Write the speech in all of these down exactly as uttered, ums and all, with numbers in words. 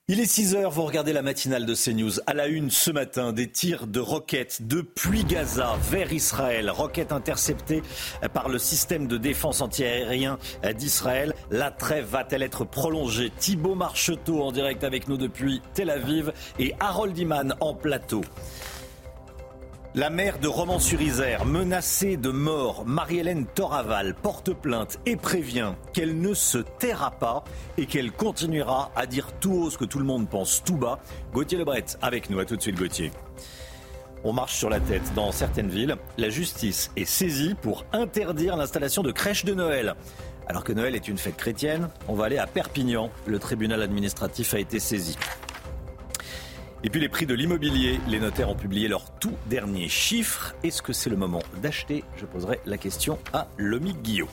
Il est six heures, vous regardez la matinale de CNews. À la une ce matin, des tirs de roquettes depuis Gaza vers Israël. Roquettes interceptées par le système de défense antiaérien d'Israël. La trêve va-t-elle être prolongée? Thibaut Marcheteau en direct avec nous depuis Tel Aviv et Harold Iman en plateau. La maire de Romans-sur-Isère, menacée de mort, Marie-Hélène Toraval, porte plainte et prévient qu'elle ne se taira pas et qu'elle continuera à dire tout haut ce que tout le monde pense tout bas. Gauthier Lebret avec nous. À tout de suite, Gauthier. On marche sur la tête dans certaines villes. La justice est saisie pour interdire l'installation de crèches de Noël. Alors que Noël est une fête chrétienne, on va aller à Perpignan. Le tribunal administratif a été saisi. Et puis les prix de l'immobilier, les notaires ont publié leurs tout derniers chiffres. Est-ce que c'est le moment d'acheter? Je poserai la question à Lomi Guillot.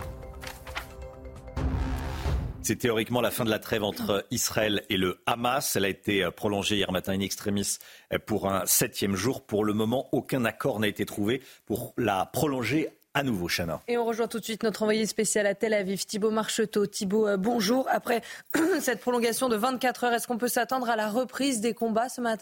C'est théoriquement la fin de la trêve entre Israël et le Hamas. Elle a été prolongée hier matin in extremis pour un septième jour. Pour le moment, aucun accord n'a été trouvé pour la prolonger à nouveau, Chana. Et on rejoint tout de suite notre envoyé spécial à Tel Aviv, Thibaut Marcheteau. Thibaut, euh, bonjour. Après cette prolongation de vingt-quatre heures, est-ce qu'on peut s'attendre à la reprise des combats ce matin ?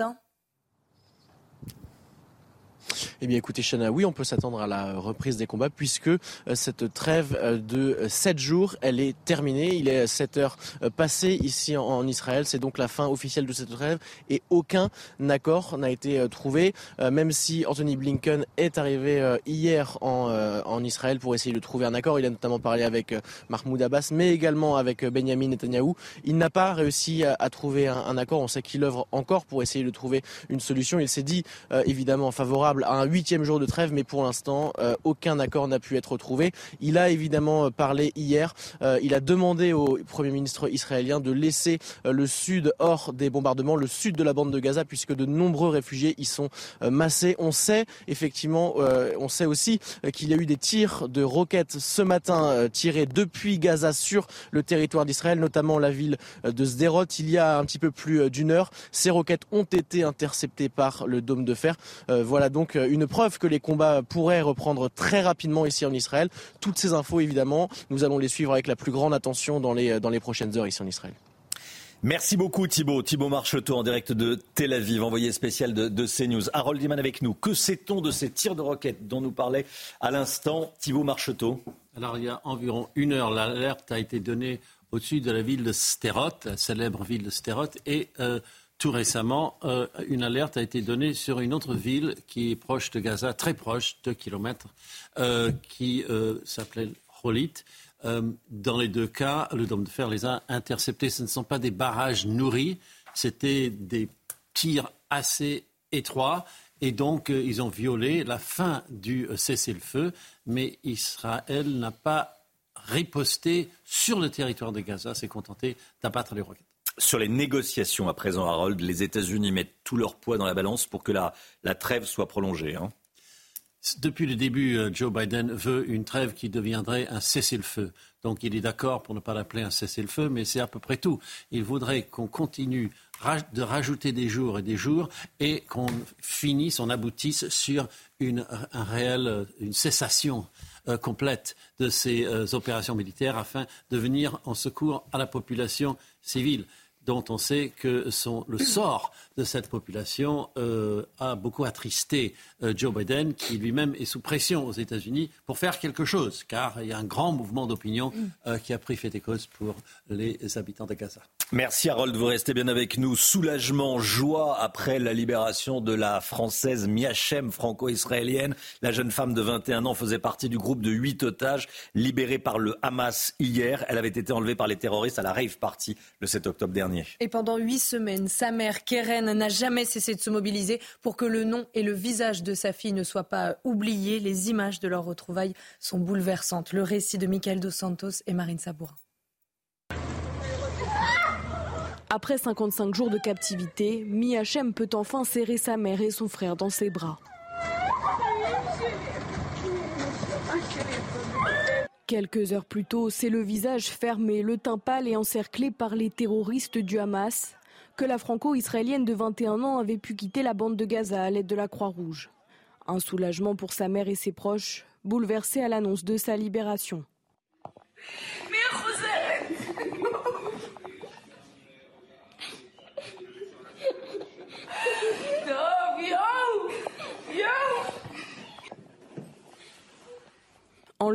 Eh bien écoutez Chana, oui on peut s'attendre à la reprise des combats puisque euh, cette trêve euh, de sept jours, elle est terminée. Il est sept heures euh, passées ici en, en Israël, c'est donc la fin officielle de cette trêve et aucun accord n'a été euh, trouvé, euh, même si Anthony Blinken est arrivé euh, hier en, euh, en Israël pour essayer de trouver un accord. Il a notamment parlé avec euh, Mahmoud Abbas mais également avec euh, Benjamin Netanyahou. Il n'a pas réussi à, à trouver un, un accord, on sait qu'il œuvre encore pour essayer de trouver une solution. Il s'est dit euh, évidemment favorable à un huitième jour de trêve, mais pour l'instant, euh, aucun accord n'a pu être trouvé. Il a évidemment parlé hier, euh, il a demandé au Premier ministre israélien de laisser euh, le sud hors des bombardements, le sud de la bande de Gaza, puisque de nombreux réfugiés y sont euh, massés. On sait effectivement, euh, on sait aussi euh, qu'il y a eu des tirs de roquettes ce matin euh, tirés depuis Gaza sur le territoire d'Israël, notamment la ville de Sderot. Il y a un petit peu plus d'une heure, ces roquettes ont été interceptées par le dôme de fer. Euh, voilà donc une preuve que les combats pourraient reprendre très rapidement ici en Israël. Toutes ces infos, évidemment, nous allons les suivre avec la plus grande attention dans les, dans les prochaines heures ici en Israël. Merci beaucoup Thibaut. Thibaut Marcheteau en direct de Tel Aviv, envoyé spécial de, de CNews. Harold Iman avec nous. Que sait-on de ces tirs de roquettes dont nous parlait à l'instant Thibaut Marcheteau? Alors il y a environ une heure, l'alerte a été donnée au-dessus de la ville de Sderot, la célèbre ville de Sderot, et euh, tout récemment, euh, une alerte a été donnée sur une autre ville qui est proche de Gaza, très proche, deux kilomètres, euh, qui euh, s'appelait Holit. Euh, dans les deux cas, le dôme de fer les a interceptés. Ce ne sont pas des barrages nourris, c'était des tirs assez étroits. Et donc, euh, ils ont violé la fin du euh, cessez-le-feu. Mais Israël n'a pas riposté sur le territoire de Gaza, s'est contenté d'abattre les roquettes. Sur les négociations à présent, Harold, les États-Unis mettent tout leur poids dans la balance pour que la, la trêve soit prolongée. Hein. Depuis le début, Joe Biden veut une trêve qui deviendrait un cessez-le-feu. Donc il est d'accord pour ne pas l'appeler un cessez-le-feu, mais c'est à peu près tout. Il voudrait qu'on continue de rajouter des jours et des jours et qu'on finisse, on aboutisse sur une, un réel, une cessation euh, complète de ces euh, opérations militaires afin de venir en secours à la population civile, dont on sait que son, le sort de cette population euh, a beaucoup attristé euh, Joe Biden, qui lui-même est sous pression aux États-Unis pour faire quelque chose, car il y a un grand mouvement d'opinion euh, qui a pris fait et cause pour les habitants de Gaza. Merci Harold, vous restez bien avec nous. Soulagement, joie après la libération de la Française Miachem, franco-israélienne. La jeune femme de vingt et un ans faisait partie du groupe de huit otages libérés par le Hamas hier. Elle avait été enlevée par les terroristes à la rave party le sept octobre dernier. Et pendant huit semaines, sa mère, Keren, n'a jamais cessé de se mobiliser pour que le nom et le visage de sa fille ne soient pas oubliés. Les images de leurs retrouvailles sont bouleversantes. Le récit de Michael Dos Santos et Marine Sabourin. Après cinquante-cinq jours de captivité, Miachem peut enfin serrer sa mère et son frère dans ses bras. Quelques heures plus tôt, c'est le visage fermé, le teint pâle et encerclé par les terroristes du Hamas que la franco-israélienne de vingt et un ans avait pu quitter la bande de Gaza à l'aide de la Croix-Rouge. Un soulagement pour sa mère et ses proches, bouleversés à l'annonce de sa libération.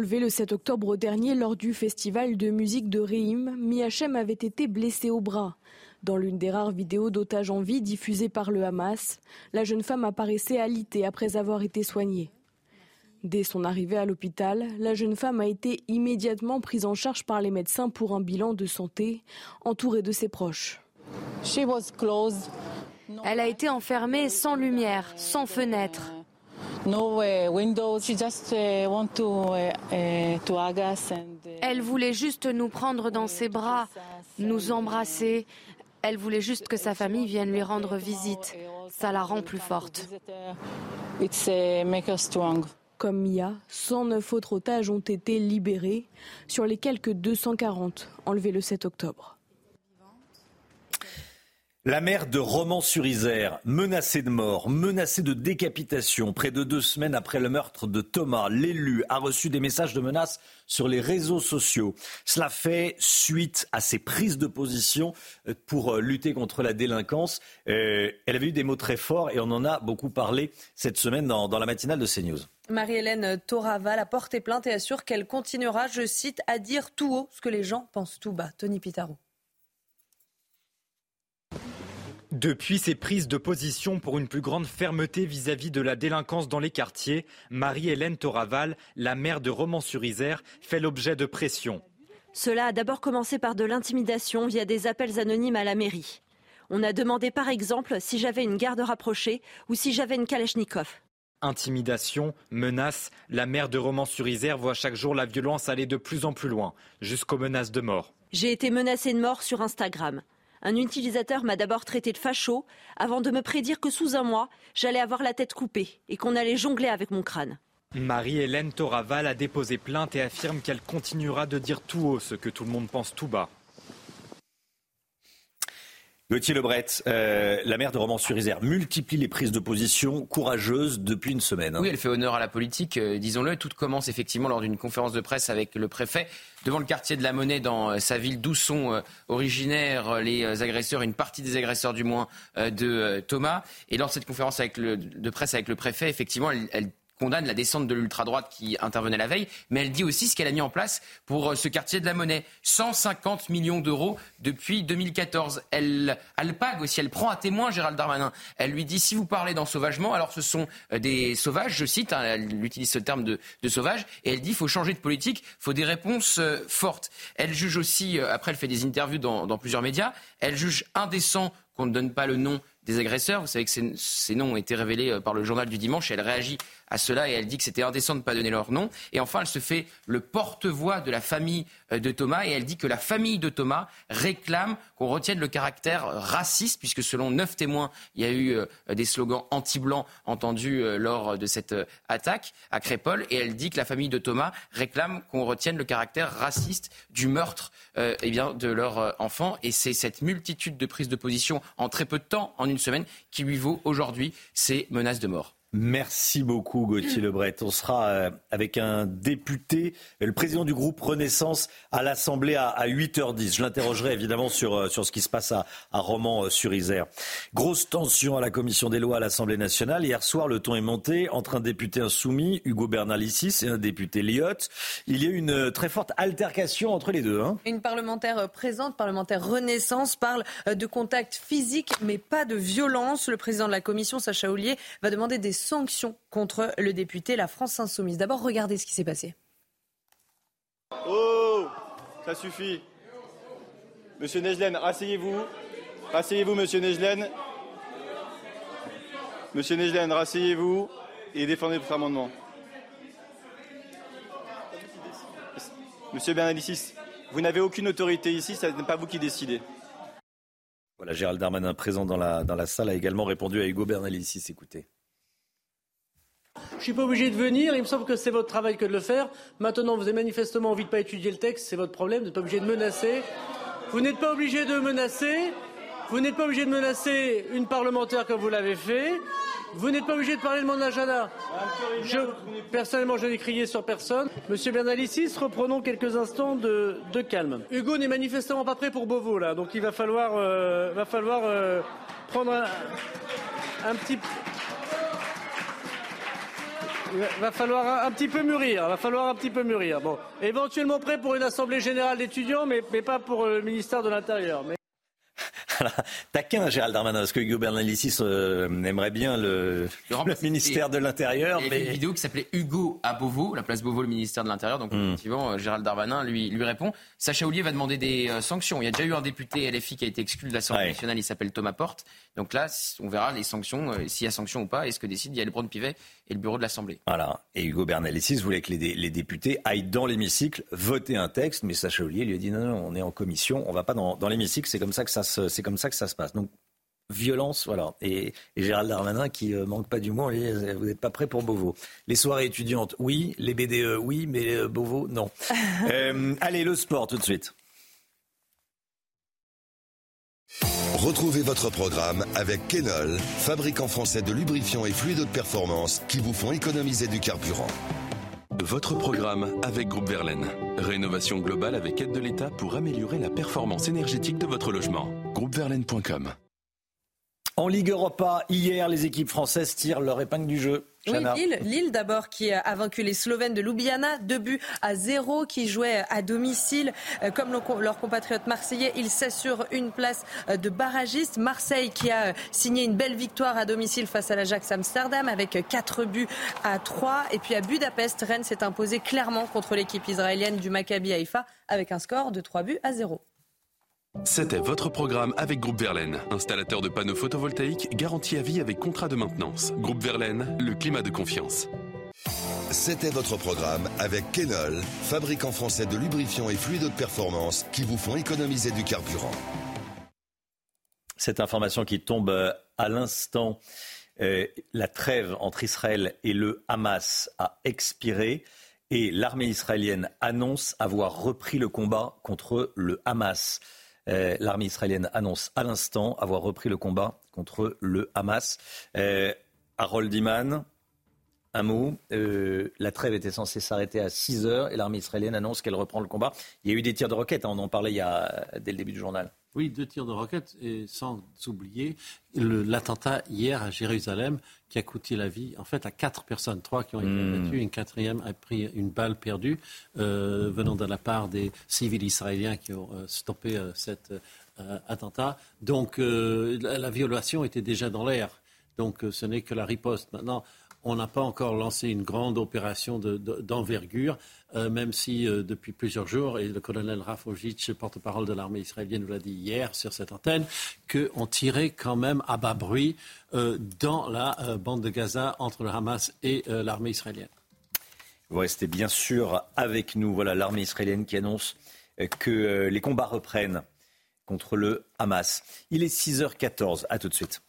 Enlevé le sept octobre dernier lors du festival de musique de Reim, Miachem avait été blessée au bras. Dans l'une des rares vidéos d'otages en vie diffusées par le Hamas, la jeune femme apparaissait alitée après avoir été soignée. Dès son arrivée à l'hôpital, la jeune femme a été immédiatement prise en charge par les médecins pour un bilan de santé, entourée de ses proches. Elle a été enfermée sans lumière, sans fenêtre. Elle voulait juste nous prendre dans ses bras, nous embrasser. Elle voulait juste que sa famille vienne lui rendre visite. Ça la rend plus forte. Comme Mia, cent neuf autres otages ont été libérés sur les quelques deux cent quarante enlevés le sept octobre. La mère de Romans-sur-Isère, menacée de mort, menacée de décapitation, près de deux semaines après le meurtre de Thomas, l'élu a reçu des messages de menaces sur les réseaux sociaux. Cela fait suite à ses prises de position pour lutter contre la délinquance. Euh, elle avait eu des mots très forts et on en a beaucoup parlé cette semaine dans, dans la matinale de CNews. Marie-Hélène Toraval a porté plainte et assure qu'elle continuera, je cite, à dire tout haut ce que les gens pensent tout bas. Tony Pitaro. Depuis ses prises de position pour une plus grande fermeté vis-à-vis de la délinquance dans les quartiers, Marie-Hélène Toraval, la maire de Romans-sur-Isère, fait l'objet de pression. Cela a d'abord commencé par de l'intimidation via des appels anonymes à la mairie. On a demandé par exemple si j'avais une garde rapprochée ou si j'avais une Kalachnikov. Intimidation, menaces, la maire de Romans-sur-Isère voit chaque jour la violence aller de plus en plus loin, jusqu'aux menaces de mort. J'ai été menacée de mort sur Instagram. Un utilisateur m'a d'abord traité de facho avant de me prédire que sous un mois, j'allais avoir la tête coupée et qu'on allait jongler avec mon crâne. Marie-Hélène Toraval a déposé plainte et affirme qu'elle continuera de dire tout haut ce que tout le monde pense tout bas. Gauthier Lebret, euh, la maire de Romans-sur-Isère multiplie les prises de position courageuses depuis une semaine. Oui, elle fait honneur à la politique, euh, disons-le. Tout commence effectivement lors d'une conférence de presse avec le préfet devant le quartier de la Monnaie dans euh, sa ville d'où sont euh, originaires les euh, agresseurs, une partie des agresseurs du moins euh, de euh, Thomas. Et lors de cette conférence avec le, de presse avec le préfet, effectivement, elle, elle condamne la descente de l'ultra-droite qui intervenait la veille, mais elle dit aussi ce qu'elle a mis en place pour ce quartier de la Monnaie. cent cinquante millions d'euros depuis deux mille quatorze. Elle alpague aussi, elle prend à témoin Gérald Darmanin. Elle lui dit, si vous parlez d'ensauvagement, alors ce sont des sauvages, je cite, hein, elle utilise ce terme de, de sauvage, et elle dit, il faut changer de politique, il faut des réponses euh, fortes. Elle juge aussi, euh, après elle fait des interviews dans, dans plusieurs médias, elle juge indécent qu'on ne donne pas le nom des agresseurs. Vous savez que ces, ces noms ont été révélés par le journal du dimanche et elle réagit à cela et elle dit que c'était indécent de ne pas donner leur nom. Et enfin, elle se fait le porte-voix de la famille de Thomas et elle dit que la famille de Thomas réclame qu'on retienne le caractère raciste puisque selon neuf témoins, il y a eu des slogans anti-blancs entendus lors de cette attaque à Crépol et elle dit que la famille de Thomas réclame qu'on retienne le caractère raciste du meurtre euh, eh bien, de leur enfant et c'est cette multitude de prises de position en très peu de temps, en une semaine, qui lui vaut aujourd'hui ces menaces de mort. Merci beaucoup Gauthier Lebret. On sera avec un député, le président du groupe Renaissance à l'Assemblée à huit heures dix. Je l'interrogerai évidemment sur, sur ce qui se passe à, à Romans-sur-Isère. Grosse tension à la commission des lois à l'Assemblée nationale. Hier soir, le ton est monté entre un député insoumis, Hugo Bernalicis, et un député Lyotte. Il y a eu une très forte altercation entre les deux. Hein. Une parlementaire présente, parlementaire Renaissance, parle de contact physique mais pas de violence. Le président de la commission, Sacha Houlié, va demander des sanctions contre le député La France Insoumise. D'abord, regardez ce qui s'est passé. Oh, ça suffit. Monsieur Nejlen, rasseyez-vous. Rasseyez-vous, monsieur Nejlen. Monsieur Nejlen, rasseyez-vous et défendez votre amendement. Monsieur Bernalicis, vous n'avez aucune autorité ici, ce n'est pas vous qui décidez. Voilà, Gérald Darmanin, présent dans la, dans la salle, a également répondu à Hugo Bernalicis. Écoutez. Je ne suis pas obligé de venir, il me semble que c'est votre travail que de le faire. Maintenant, vous avez manifestement envie de ne pas étudier le texte, c'est votre problème, vous n'êtes pas obligé de menacer. Vous n'êtes pas obligé de menacer, vous n'êtes pas obligé de menacer une parlementaire comme vous l'avez fait. Vous n'êtes pas obligé de parler de mon agenda. Je, personnellement, je n'ai crié sur personne. Monsieur Bernalicis, reprenons quelques instants de, de calme. Hugo n'est manifestement pas prêt pour Beauvau, là, donc il va falloir, euh, va falloir euh, prendre un, un petit... Il va falloir un, un petit peu mûrir. Il va falloir un petit peu mûrir. Bon, éventuellement prêt pour une assemblée générale d'étudiants, mais, mais pas pour le ministère de l'Intérieur. Mais... Taquin, Gérald Darmanin, parce que Hugo Bernalicis euh, aimerait bien le, le, le ministère de l'Intérieur. Il y a mais... une vidéo qui s'appelait Hugo à Beauvau, la place Beauvau, le ministère de l'Intérieur. Donc, mm. effectivement, Gérald Darmanin lui, lui répond. Sacha Houlier va demander des euh, sanctions. Il y a déjà eu un député L F I qui a été exclu de l'Assemblée ouais. nationale, il s'appelle Thomas Porte. Donc là, on verra les sanctions, euh, s'il y a sanction ou pas, et ce que décide Yael Braun-Pivet et le bureau de l'Assemblée. Voilà. Et Hugo Bernalicis voulait que les, les députés aillent dans l'hémicycle voter un texte, mais Sacha Houlier lui a dit non, non, on est en commission, on va pas dans, dans l'hémicycle, c'est comme ça que ça se, c'est comme ça que ça se passe. Donc, violence, voilà. Et, et Gérald Darmanin qui euh, manque pas d'humour, lui, vous n'êtes pas prêt pour Beauvau. Les soirées étudiantes, oui. Les B D E, oui. Mais euh, Beauvau, non. euh, allez, le sport tout de suite. Retrouvez votre programme avec Kenol, fabricant français de lubrifiants et fluides de performance qui vous font économiser du carburant. Votre programme avec Groupe Verlaine. Rénovation globale avec aide de l'État pour améliorer la performance énergétique de votre logement. groupe verlaine point com. En Ligue Europa, hier, les équipes françaises tirent leur épingle du jeu. Oui, Lille, Lille d'abord qui a vaincu les Slovènes de Ljubljana, deux buts à zéro, qui jouaient à domicile. Comme leurs compatriotes marseillais, ils s'assurent une place de barragiste. Marseille qui a signé une belle victoire à domicile face à l'Ajax Amsterdam avec quatre buts à trois. Et puis à Budapest, Rennes s'est imposé clairement contre l'équipe israélienne du Maccabi Haïfa avec un score de trois buts à zéro. C'était votre programme avec Groupe Verlaine, installateur de panneaux photovoltaïques garantis à vie avec contrat de maintenance. Groupe Verlaine, le climat de confiance. C'était votre programme avec Kenol, fabricant français de lubrifiants et fluides de performance qui vous font économiser du carburant. Cette information qui tombe à l'instant, euh, la trêve entre Israël et le Hamas a expiré et l'armée israélienne annonce avoir repris le combat contre le Hamas. Euh, l'armée israélienne annonce à l'instant avoir repris le combat contre le Hamas. Euh, Harold Iman, un mot. Euh, la trêve était censée s'arrêter à six heures et l'armée israélienne annonce qu'elle reprend le combat. Il y a eu des tirs de roquettes, hein, on en parlait il y a, dès le début du journal. Oui, deux tirs de roquettes et sans oublier le, l'attentat hier à Jérusalem qui a coûté la vie en fait à quatre personnes, trois qui ont été mmh. abattues, une quatrième a pris une balle perdue euh, venant de la part des civils israéliens qui ont euh, stoppé euh, cet euh, attentat. Donc euh, la, la violation était déjà dans l'air. Donc euh, ce n'est que la riposte. Maintenant, on n'a pas encore lancé une grande opération de, de, d'envergure, euh, même si euh, depuis plusieurs jours, et le colonel Rafovic, porte-parole de l'armée israélienne, nous l'a dit hier sur cette antenne, qu'on tirait quand même à bas bruit euh, dans la euh, bande de Gaza entre le Hamas et euh, l'armée israélienne. Vous restez bien sûr avec nous. Voilà l'armée israélienne qui annonce que euh, les combats reprennent contre le Hamas. Il est six heures quatorze. À tout de suite.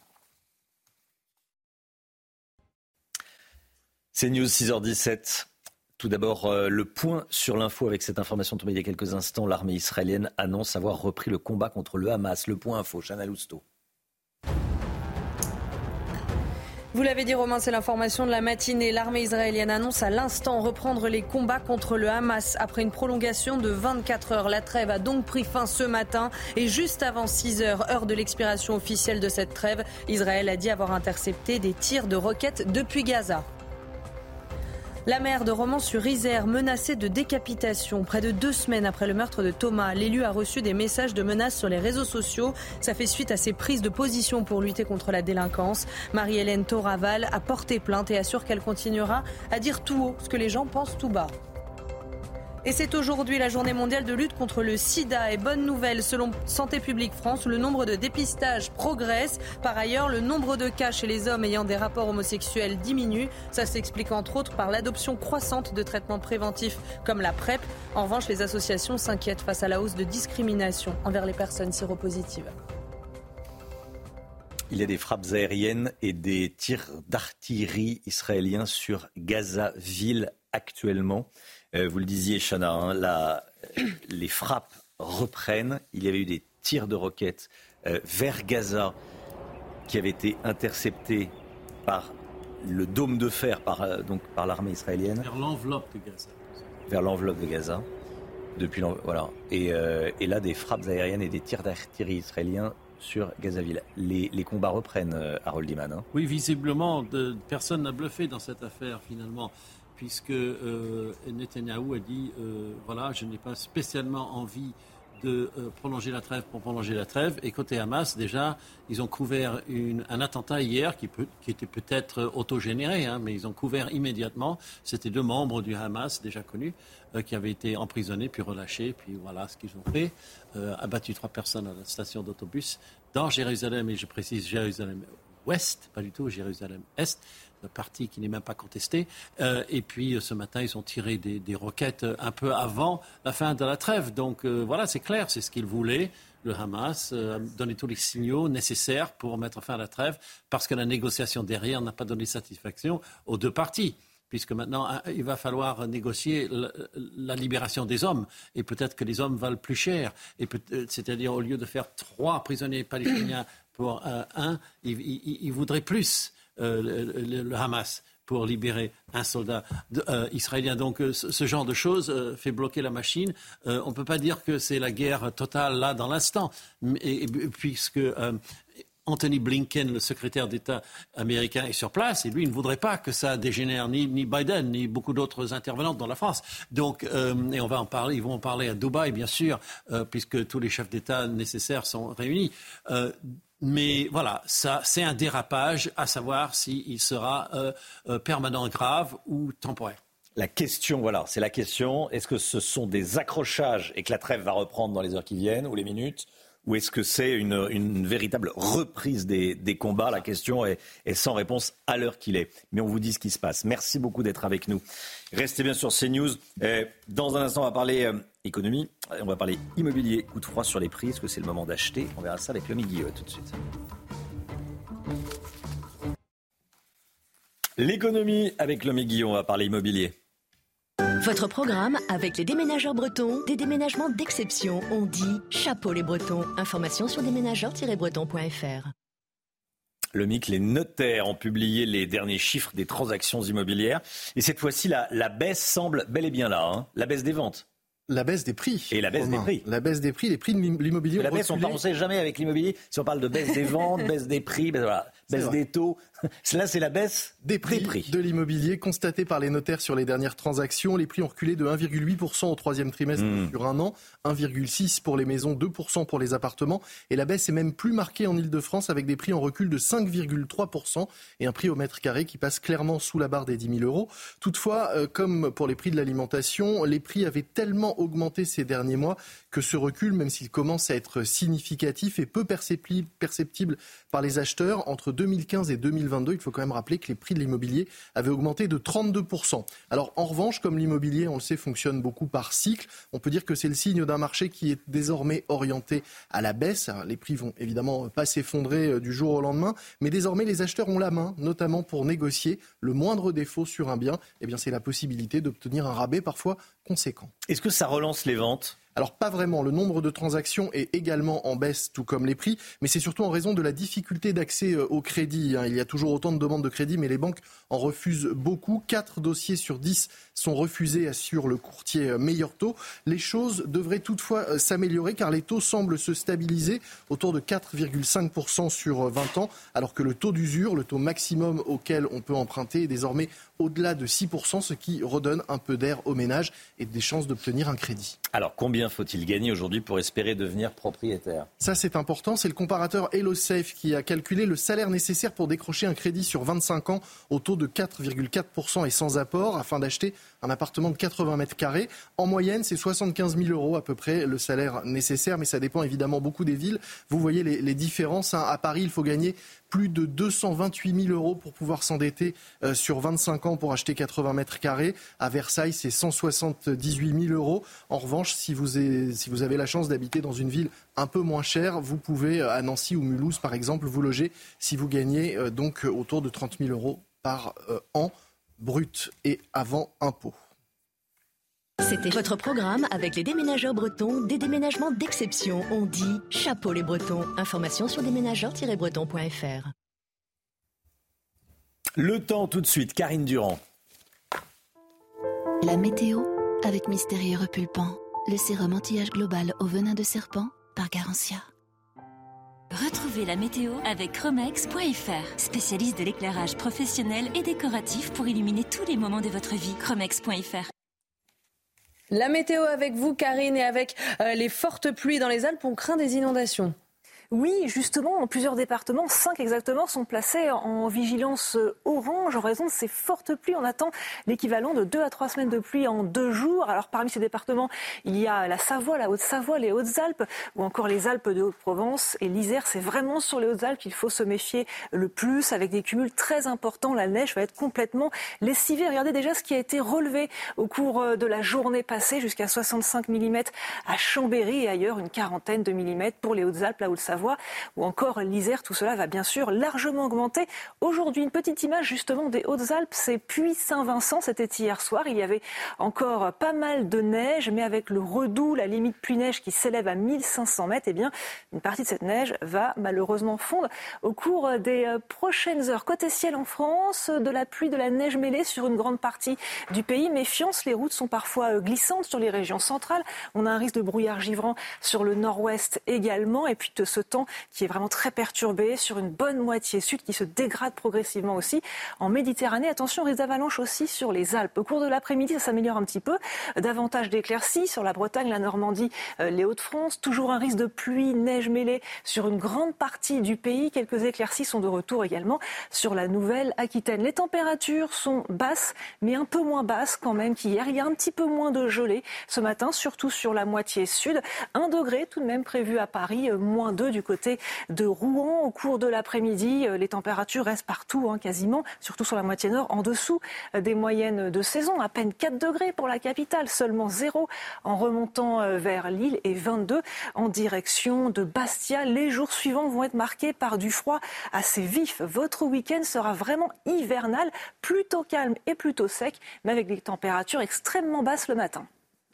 C'est News, six heures dix-sept. Tout d'abord, euh, le point sur l'info avec cette information tombée il y a quelques instants. L'armée israélienne annonce avoir repris le combat contre le Hamas. Le point info, Chana Lousteau. Vous l'avez dit, Romain, c'est l'information de la matinée. L'armée israélienne annonce à l'instant reprendre les combats contre le Hamas. Après une prolongation de vingt-quatre heures, la trêve a donc pris fin ce matin. Et juste avant six heures, heure de l'expiration officielle de cette trêve, Israël a dit avoir intercepté des tirs de roquettes depuis Gaza. La maire de Romans-sur-Isère menacée de décapitation. Près de deux semaines après le meurtre de Thomas, l'élu a reçu des messages de menaces sur les réseaux sociaux. Ça fait suite à ses prises de position pour lutter contre la délinquance. Marie-Hélène Toraval a porté plainte et assure qu'elle continuera à dire tout haut ce que les gens pensent tout bas. Et c'est aujourd'hui la journée mondiale de lutte contre le sida. Et bonne nouvelle, selon Santé publique France, le nombre de dépistages progresse. Par ailleurs, le nombre de cas chez les hommes ayant des rapports homosexuels diminue. Ça s'explique entre autres par l'adoption croissante de traitements préventifs comme la PrEP. En revanche, les associations s'inquiètent face à la hausse de discrimination envers les personnes séropositives. Il y a des frappes aériennes et des tirs d'artillerie israéliens sur Gaza-Ville actuellement. Euh, vous le disiez, Chana, hein, la, les frappes reprennent. Il y avait eu des tirs de roquettes euh, vers Gaza qui avaient été interceptés par le dôme de fer, par, euh, donc, par l'armée israélienne. Vers l'enveloppe de Gaza. Vers l'enveloppe de Gaza. Depuis voilà. Et, euh, et là, des frappes aériennes et des tirs d'artillerie israéliens sur Gazaville. Les, les combats reprennent, euh, Harold Iman. Hein. Oui, visiblement, de, personne n'a bluffé dans cette affaire, finalement, puisque euh, Netanyahou a dit, euh, voilà, je n'ai pas spécialement envie de euh, prolonger la trêve pour prolonger la trêve. Et côté Hamas, déjà, ils ont couvert une, un attentat hier qui, peut, qui était peut-être autogénéré, hein, mais ils ont couvert immédiatement. C'était deux membres du Hamas, déjà connus, euh, qui avaient été emprisonnés, puis relâchés. Puis voilà ce qu'ils ont fait. Euh, abattu trois personnes à la station d'autobus dans Jérusalem, et je précise Jérusalem-Ouest, pas du tout Jérusalem-Est. Parti qui n'est même pas contesté. Euh, et puis, ce matin, ils ont tiré des, des roquettes un peu avant la fin de la trêve. Donc, euh, voilà, c'est clair, c'est ce qu'ils voulaient. Le Hamas euh, donner tous les signaux nécessaires pour mettre fin à la trêve, parce que la négociation derrière n'a pas donné satisfaction aux deux parties. Puisque maintenant, il va falloir négocier la, la libération des hommes. Et peut-être que les hommes valent plus cher. Et c'est-à-dire, au lieu de faire trois prisonniers palestiniens pour euh, un, ils il, il voudraient plus. Euh, le, le, le Hamas pour libérer un soldat de, euh, israélien. Donc euh, ce, ce genre de choses euh, fait bloquer la machine. Euh, on ne peut pas dire que c'est la guerre totale là dans l'instant, et, et, puisque euh, Anthony Blinken, le secrétaire d'État américain, est sur place et lui il ne voudrait pas que ça dégénère, ni, ni Biden, ni beaucoup d'autres intervenants dans la France. Donc, euh, et on va en parler, ils vont en parler à Dubaï, bien sûr, euh, puisque tous les chefs d'État nécessaires sont réunis. Euh, Mais voilà, ça, c'est un dérapage, à savoir s'il sera euh, euh, permanent, grave ou temporaire. La question, voilà, c'est la question. Est-ce que ce sont des accrochages et que la trêve va reprendre dans les heures qui viennent ou les minutes, ou est-ce que c'est une, une véritable reprise des, des combats? La question est, est sans réponse à l'heure qu'il est. Mais on vous dit ce qui se passe. Merci beaucoup d'être avec nous. Restez bien sur CNews. Euh, dans un instant, on va parler euh, économie. On va parler immobilier. Coup de froid sur les prix. Est-ce que c'est le moment d'acheter? On verra ça avec Lomi Guillot tout de suite. L'économie avec Lomi Guillot. On va parler immobilier. Votre programme avec les déménageurs bretons, des déménagements d'exception. On dit chapeau les bretons. Information sur déménageurs tiret breton point f r. Le M I C, les notaires ont publié les derniers chiffres des transactions immobilières. Et cette fois-ci, la, la baisse semble bel et bien là. Hein. La baisse des ventes. La baisse des prix. Et la baisse Romain. des prix. La baisse des prix, les prix de l'immobilier. La baisse, on ne sait jamais avec l'immobilier. Si on parle de baisse des ventes, baisse des prix, ben voilà, baisse des taux. Là, c'est la baisse des prix, des prix de l'immobilier constatée par les notaires sur les dernières transactions. Les prix ont reculé de un virgule huit pour cent au troisième trimestre mmh. sur un an, un virgule six pour cent pour les maisons, deux pour cent pour les appartements. Et la baisse est même plus marquée en Ile-de-France avec des prix en recul de cinq virgule trois pour cent et un prix au mètre carré qui passe clairement sous la barre des dix mille euros. Toutefois, euh, comme pour les prix de l'alimentation, les prix avaient tellement augmenté ces derniers mois que ce recul, même s'il commence à être significatif, est peu perceptible par les acheteurs. Entre deux mille quinze et deux mille vingt-deux, il faut quand même rappeler que les prix de l'immobilier avaient augmenté de trente-deux pour cent. Alors en revanche, comme l'immobilier, on le sait, fonctionne beaucoup par cycle, on peut dire que c'est le signe d'un marché qui est désormais orienté à la baisse. Alors, les prix vont évidemment pas s'effondrer du jour au lendemain, mais désormais les acheteurs ont la main, notamment pour négocier le moindre défaut sur un bien. Eh bien, c'est la possibilité d'obtenir un rabais parfois conséquent. Est-ce que ça relance les ventes ? Alors pas vraiment, le nombre de transactions est également en baisse, tout comme les prix, mais c'est surtout en raison de la difficulté d'accès au crédit. Il y a toujours autant de demandes de crédit, mais les banques en refusent beaucoup. quatre dossiers sur dix sont refusés, assure le courtier Meilleur Taux. Les choses devraient toutefois s'améliorer car les taux semblent se stabiliser autour de quatre virgule cinq pour cent sur vingt ans, alors que le taux d'usure, le taux maximum auquel on peut emprunter, est désormais au-delà de six pour cent, ce qui redonne un peu d'air aux ménages et des chances d'obtenir un crédit. Alors combien faut-il gagner aujourd'hui pour espérer devenir propriétaire ? Ça, c'est important. C'est le comparateur HelloSafe qui a calculé le salaire nécessaire pour décrocher un crédit sur vingt-cinq ans au taux de quatre virgule quatre pour cent et sans apport afin d'acheter un appartement de quatre-vingts mètres carrés. En moyenne, c'est soixante-quinze mille euros à peu près le salaire nécessaire, mais ça dépend évidemment beaucoup des villes. Vous voyez les, les différences. Hein. À Paris, il faut gagner plus de deux cent vingt-huit mille euros pour pouvoir s'endetter euh, sur vingt-cinq ans pour acheter quatre-vingts mètres carrés. À Versailles, c'est cent soixante-dix-huit mille euros. En revanche, si vous, avez, si vous avez la chance d'habiter dans une ville un peu moins chère, vous pouvez, à Nancy ou Mulhouse par exemple, vous loger si vous gagnez euh, donc autour de trente mille euros par euh, an, brut et avant impôt. C'était votre programme avec les déménageurs bretons, des déménagements d'exception. On dit chapeau les bretons. Information sur déménageurs tiret breton point f r. Le temps tout de suite, Karine Durand. La météo avec Mystérieux Repulpant, le sérum anti-âge global au venin de serpent par Garantia. Retrouvez la météo avec Chromex point F R, spécialiste de l'éclairage professionnel et décoratif pour illuminer tous les moments de votre vie. Chromex point F R. La météo avec vous, Karine, et avec euh, les fortes pluies dans les Alpes, on craint des inondations. Oui, justement, plusieurs départements, cinq exactement, sont placés en vigilance orange en raison de ces fortes pluies. On attend l'équivalent de deux à trois semaines de pluie en deux jours. Alors parmi ces départements, il y a la Savoie, la Haute-Savoie, les Hautes-Alpes ou encore les Alpes de Haute-Provence et l'Isère. C'est vraiment sur les Hautes-Alpes qu'il faut se méfier le plus avec des cumuls très importants. La neige va être complètement lessivée. Regardez déjà ce qui a été relevé au cours de la journée passée, jusqu'à soixante-cinq millimètres à Chambéry et ailleurs, une quarantaine de millimètres pour les Hautes-Alpes, la Haute-Savoie ou encore l'Isère. Tout cela va bien sûr largement augmenter. Aujourd'hui, une petite image justement des Hautes-Alpes, c'est Puy-Saint-Vincent, c'était hier soir. Il y avait encore pas mal de neige, mais avec le redoux, la limite pluie-neige qui s'élève à mille cinq cents mètres, eh bien, une partie de cette neige va malheureusement fondre au cours des prochaines heures. Côté ciel en France, de la pluie, de la neige mêlée sur une grande partie du pays. Méfiance, les routes sont parfois glissantes sur les régions centrales. On a un risque de brouillard givrant sur le nord-ouest également. Et puis de ce temps qui est vraiment très perturbé sur une bonne moitié sud qui se dégrade progressivement aussi en Méditerranée. Attention, risque d'avalanche aussi sur les Alpes. Au cours de l'après-midi, ça s'améliore un petit peu. Davantage d'éclaircies sur la Bretagne, la Normandie, euh, les Hauts-de-France. Toujours un risque de pluie, neige mêlée sur une grande partie du pays. Quelques éclaircies sont de retour également sur la Nouvelle-Aquitaine. Les températures sont basses, mais un peu moins basses quand même qu'hier. Il y a un petit peu moins de gelée ce matin, surtout sur la moitié sud. Un degré tout de même prévu à Paris, euh, moins deux du côté de Rouen. Au cours de l'après-midi, les températures restent partout, hein, quasiment, surtout sur la moitié nord, en dessous des moyennes de saison. À peine quatre degrés pour la capitale, seulement zéro en remontant vers Lille et vingt-deux en direction de Bastia. Les jours suivants vont être marqués par du froid assez vif. Votre week-end sera vraiment hivernal, plutôt calme et plutôt sec, mais avec des températures extrêmement basses le matin.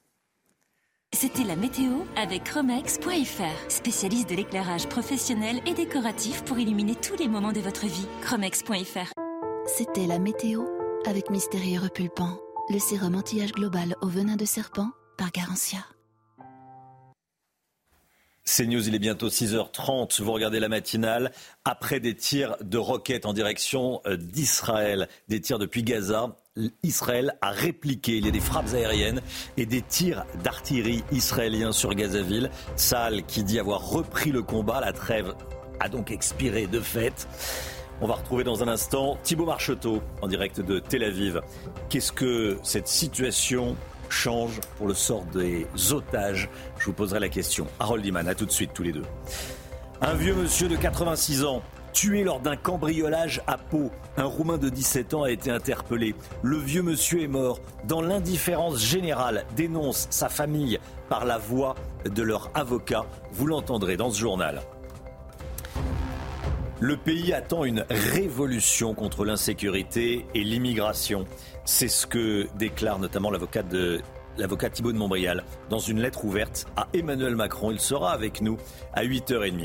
C'était la météo avec Chromex point F R, spécialiste de l'éclairage professionnel et décoratif pour illuminer tous les moments de votre vie. Chromex point F R. C'était la météo avec Mystérieux Repulpant, le sérum anti-âge global au venin de serpent par Garantia. CNews, il est bientôt six heures trente. Vous regardez la matinale. Après des tirs de roquettes en direction d'Israël, des tirs depuis Gaza, Israël a répliqué. Il y a des frappes aériennes et des tirs d'artillerie israéliens sur Gazaville. Tsahal qui dit avoir repris le combat. La trêve a donc expiré de fait. On va retrouver dans un instant Thibaut Marcheteau en direct de Tel Aviv. Qu'est-ce que cette situation change pour le sort des otages? Je vous poserai la question. Harold Iman, à tout de suite tous les deux. Un vieux monsieur de quatre-vingt-six ans, tué lors d'un cambriolage à Pau. Un Roumain de dix-sept ans a été interpellé. Le vieux monsieur est mort dans l'indifférence générale, dénonce sa famille par la voix de leur avocat. Vous l'entendrez dans ce journal. Le pays attend une révolution contre l'insécurité et l'immigration. C'est ce que déclare notamment l'avocat de l'avocat Thibault de Montbrial dans une lettre ouverte à Emmanuel Macron. Il sera avec nous à huit heures trente.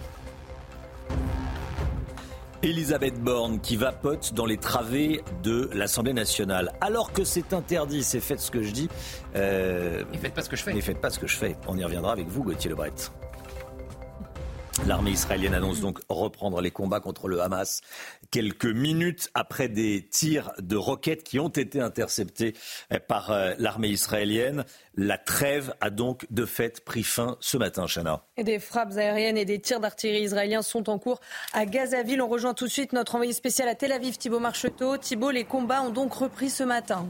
Elisabeth Borne qui vapote dans les travées de l'Assemblée nationale. Alors que c'est interdit, c'est faites ce que je dis. Euh, et faites pas ce que je fais. Et faites pas ce que je fais. On y reviendra avec vous, Gauthier Lebret. L'armée israélienne annonce donc reprendre les combats contre le Hamas quelques minutes après des tirs de roquettes qui ont été interceptés par l'armée israélienne. La trêve a donc de fait pris fin ce matin, Chana. Et des frappes aériennes et des tirs d'artillerie israéliens sont en cours à Gazaville. On rejoint tout de suite notre envoyé spécial à Tel Aviv, Thibaut Marcheteau. Thibaut, les combats ont donc repris ce matin.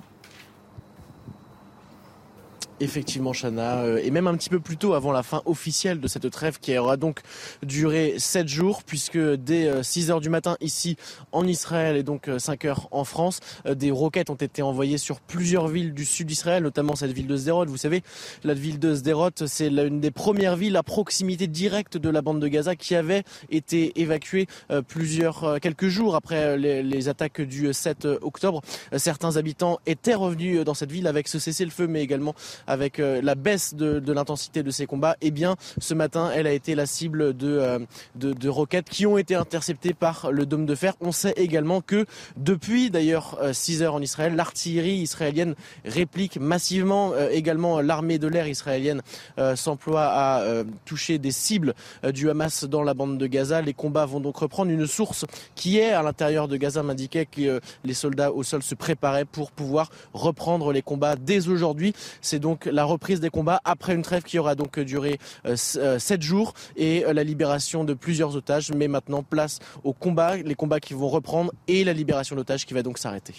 Effectivement, Chana, euh, et même un petit peu plus tôt avant la fin officielle de cette trêve qui aura donc duré sept jours, puisque dès euh, six heures du matin ici en Israël et donc euh, cinq heures en France, euh, des roquettes ont été envoyées sur plusieurs villes du sud d'Israël, notamment cette ville de Sderot. Vous savez, la ville de Sderot, c'est l'une des premières villes à proximité directe de la bande de Gaza qui avait été évacuée euh, plusieurs, euh, quelques jours après les, les attaques du sept octobre. Euh, certains habitants étaient revenus dans cette ville avec ce cessez-le-feu, mais également avec euh, la baisse de, de l'intensité de ces combats, eh bien ce matin elle a été la cible de, euh, de, de roquettes qui ont été interceptées par le dôme de fer. On sait également que depuis d'ailleurs six heures en Israël, l'artillerie israélienne réplique massivement. Euh, également l'armée de l'air israélienne euh, s'emploie à euh, toucher des cibles euh, du Hamas dans la bande de Gaza. Les combats vont donc reprendre. Une source qui est à l'intérieur de Gaza m'indiquait que euh, les soldats au sol se préparaient pour pouvoir reprendre les combats dès aujourd'hui. C'est donc la reprise des combats après une trêve qui aura donc duré euh, sept jours et euh, la libération de plusieurs otages. Mais maintenant, place aux combats, les combats qui vont reprendre et la libération d'otages qui va donc s'arrêter.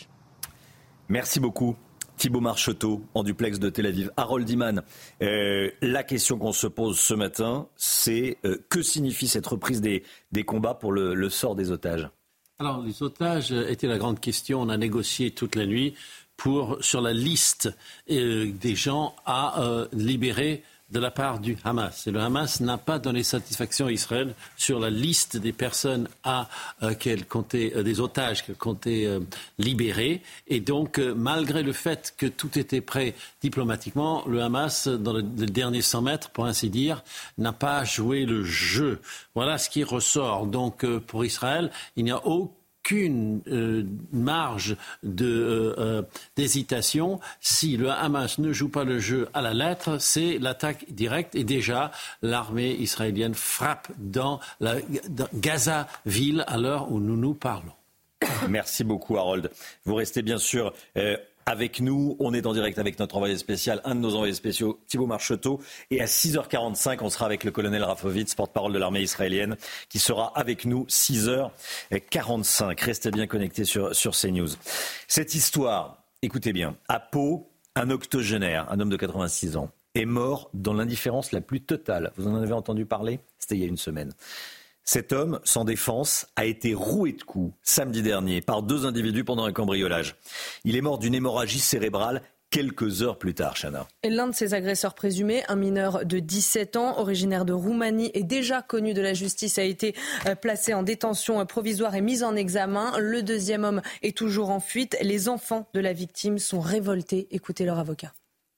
Merci beaucoup. Thibaut Marcheteau, en duplex de Tel Aviv. Harold Iman, euh, la question qu'on se pose ce matin, c'est euh, que signifie cette reprise des, des combats pour le, le sort des otages ? Alors, les otages étaient la grande question. On a négocié toute la nuit pour, sur la liste euh, des gens à euh, libérer de la part du Hamas. Et le Hamas n'a pas donné satisfaction à Israël sur la liste des personnes à euh, qu'elle comptait, euh, des otages qu'elle comptait euh, libérer. Et donc, euh, malgré le fait que tout était prêt diplomatiquement, le Hamas, dans le, le dernier cent mètres, pour ainsi dire, n'a pas joué le jeu. Voilà ce qui ressort. Donc, euh, pour Israël, il n'y a aucun Qu'une euh, marge de, euh, euh, d'hésitation. Si le Hamas ne joue pas le jeu à la lettre, c'est l'attaque directe. Et déjà, l'armée israélienne frappe dans la dans Gaza-ville à l'heure où nous nous parlons. Merci beaucoup, Harold. Vous restez bien sûr euh, avec nous. On est en direct avec notre envoyé spécial, un de nos envoyés spéciaux, Thibaut Marcheteau. Et à six heures quarante-cinq, on sera avec le colonel Rafovitz, porte-parole de l'armée israélienne, qui sera avec nous six heures quarante-cinq. Restez bien connectés sur, sur CNews. Cette histoire, écoutez bien, à Pau, un octogénaire, un homme de quatre-vingt-six ans, est mort dans l'indifférence la plus totale. Vous en avez entendu parler ? C'était il y a une semaine. Cet homme, sans défense, a été roué de coups samedi dernier par deux individus pendant un cambriolage. Il est mort d'une hémorragie cérébrale quelques heures plus tard, Chana. Et l'un de ses agresseurs présumés, un mineur de dix-sept ans, originaire de Roumanie et déjà connu de la justice, a été placé en détention provisoire et mis en examen. Le deuxième homme est toujours en fuite. Les enfants de la victime sont révoltés. Écoutez leur avocat.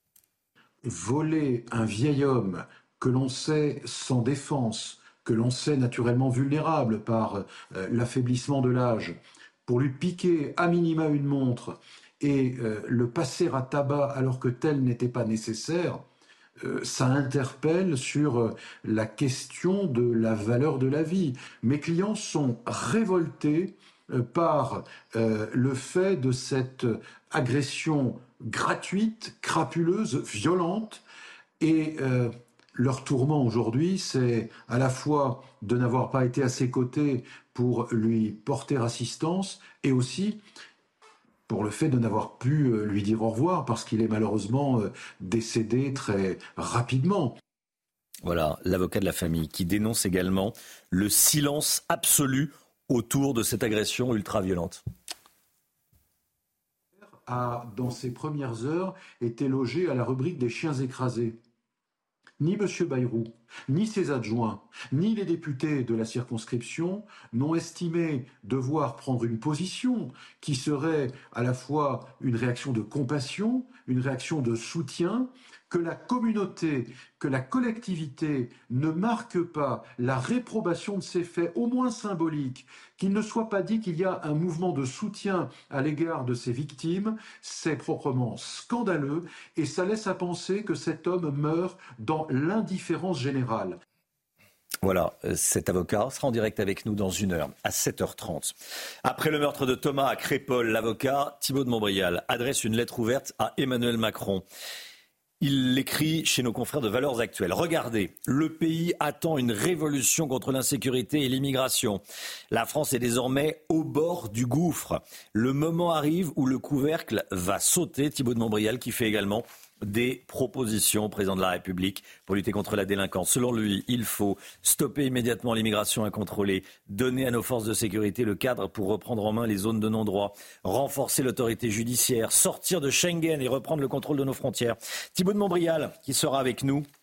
Voler un vieil homme que l'on sait sans défense, que l'on sait naturellement vulnérable par euh, l'affaiblissement de l'âge, pour lui piquer à minima une montre et euh, le passer à tabac alors que tel n'était pas nécessaire, euh, ça interpelle sur euh, la question de la valeur de la vie. Mes clients sont révoltés euh, par euh, le fait de cette agression gratuite, crapuleuse, violente et euh, leur tourment aujourd'hui, c'est à la fois de n'avoir pas été à ses côtés pour lui porter assistance et aussi pour le fait de n'avoir pu lui dire au revoir parce qu'il est malheureusement décédé très rapidement. Voilà, l'avocat de la famille qui dénonce également le silence absolu autour de cette agression ultra-violente. A, dans ses premières heures, été logé à la rubrique des chiens écrasés. Ni M. Bayrou, ni ses adjoints, ni les députés de la circonscription n'ont estimé devoir prendre une position qui serait à la fois une réaction de compassion, une réaction de soutien, que la communauté, que la collectivité ne marque pas la réprobation de ces faits, au moins symboliques, qu'il ne soit pas dit qu'il y a un mouvement de soutien à l'égard de ces victimes, c'est proprement scandaleux et ça laisse à penser que cet homme meurt dans l'indifférence générale. Voilà, cet avocat sera en direct avec nous dans une heure, à sept heures trente. Après le meurtre de Thomas à Crépol, l'avocat Thibaut de Montbrial adresse une lettre ouverte à Emmanuel Macron. Il l'écrit chez nos confrères de Valeurs Actuelles. Regardez, le pays attend une révolution contre l'insécurité et l'immigration. La France est désormais au bord du gouffre. Le moment arrive où le couvercle va sauter. Thibaut de Montbrial qui fait également des propositions au président de la République pour lutter contre la délinquance. Selon lui, il faut stopper immédiatement l'immigration incontrôlée, donner à nos forces de sécurité le cadre pour reprendre en main les zones de non-droit, renforcer l'autorité judiciaire, sortir de Schengen et reprendre le contrôle de nos frontières. Thibaut de Montbrial qui sera avec nous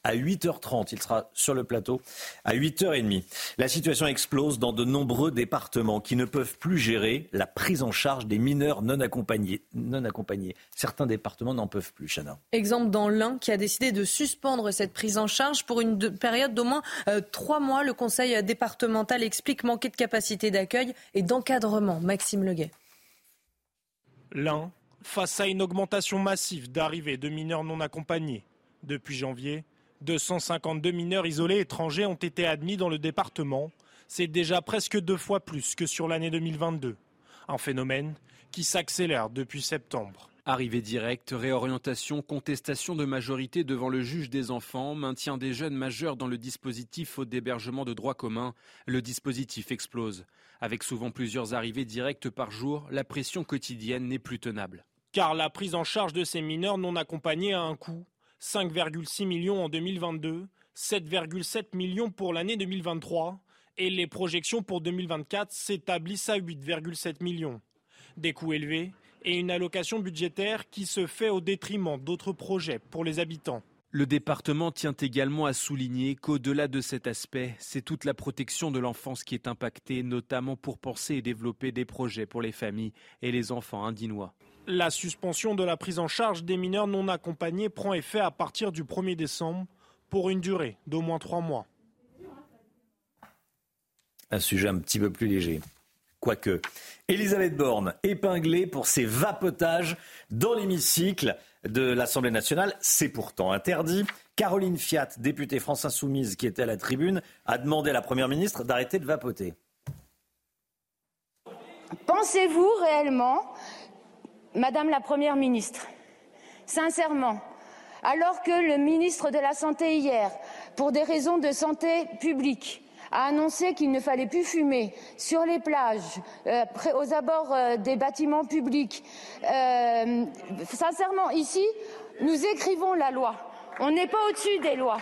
à huit heures trente. Il sera sur le plateau à huit heures trente. La situation explose dans de nombreux départements qui ne peuvent plus gérer la prise en charge des mineurs non accompagnés. Non accompagnés. Certains départements n'en peuvent plus, Chana. Exemple dans l'Ain qui a décidé de suspendre cette prise en charge pour une de, période d'au moins euh, trois mois. Le conseil départemental explique manquer de capacité d'accueil et d'encadrement. Maxime Leguet. L'Ain, face à une augmentation massive d'arrivées de mineurs non accompagnés. Depuis janvier, deux cent cinquante-deux mineurs isolés étrangers ont été admis dans le département. C'est déjà presque deux fois plus que sur l'année deux mille vingt-deux. Un phénomène qui s'accélère depuis septembre. Arrivée directe, réorientation, contestation de majorité devant le juge des enfants, maintien des jeunes majeurs dans le dispositif faute d'hébergement de droit commun. Le dispositif explose. Avec souvent plusieurs arrivées directes par jour, la pression quotidienne n'est plus tenable. Car la prise en charge de ces mineurs non accompagnés a un coût. cinq virgule six millions en deux mille vingt-deux, sept virgule sept millions pour l'année deux mille vingt-trois et les projections pour deux mille vingt-quatre s'établissent à huit virgule sept millions. Des coûts élevés et une allocation budgétaire qui se fait au détriment d'autres projets pour les habitants. Le département tient également à souligner qu'au-delà de cet aspect, c'est toute la protection de l'enfance qui est impactée, notamment pour penser et développer des projets pour les familles et les enfants indinois. La suspension de la prise en charge des mineurs non accompagnés prend effet à partir du premier décembre pour une durée d'au moins trois mois. Un sujet un petit peu plus léger. Quoique, Elisabeth Borne épinglée pour ses vapotages dans l'hémicycle de l'Assemblée nationale. C'est pourtant interdit. Caroline Fiat, députée France Insoumise qui était à la tribune, a demandé à la Première ministre d'arrêter de vapoter. Pensez-vous réellement, Madame la Première ministre, sincèrement, alors que le ministre de la Santé hier, pour des raisons de santé publique, a annoncé qu'il ne fallait plus fumer sur les plages, euh, aux abords euh, des bâtiments publics. Euh, sincèrement, ici, nous écrivons la loi. On n'est pas au-dessus des lois.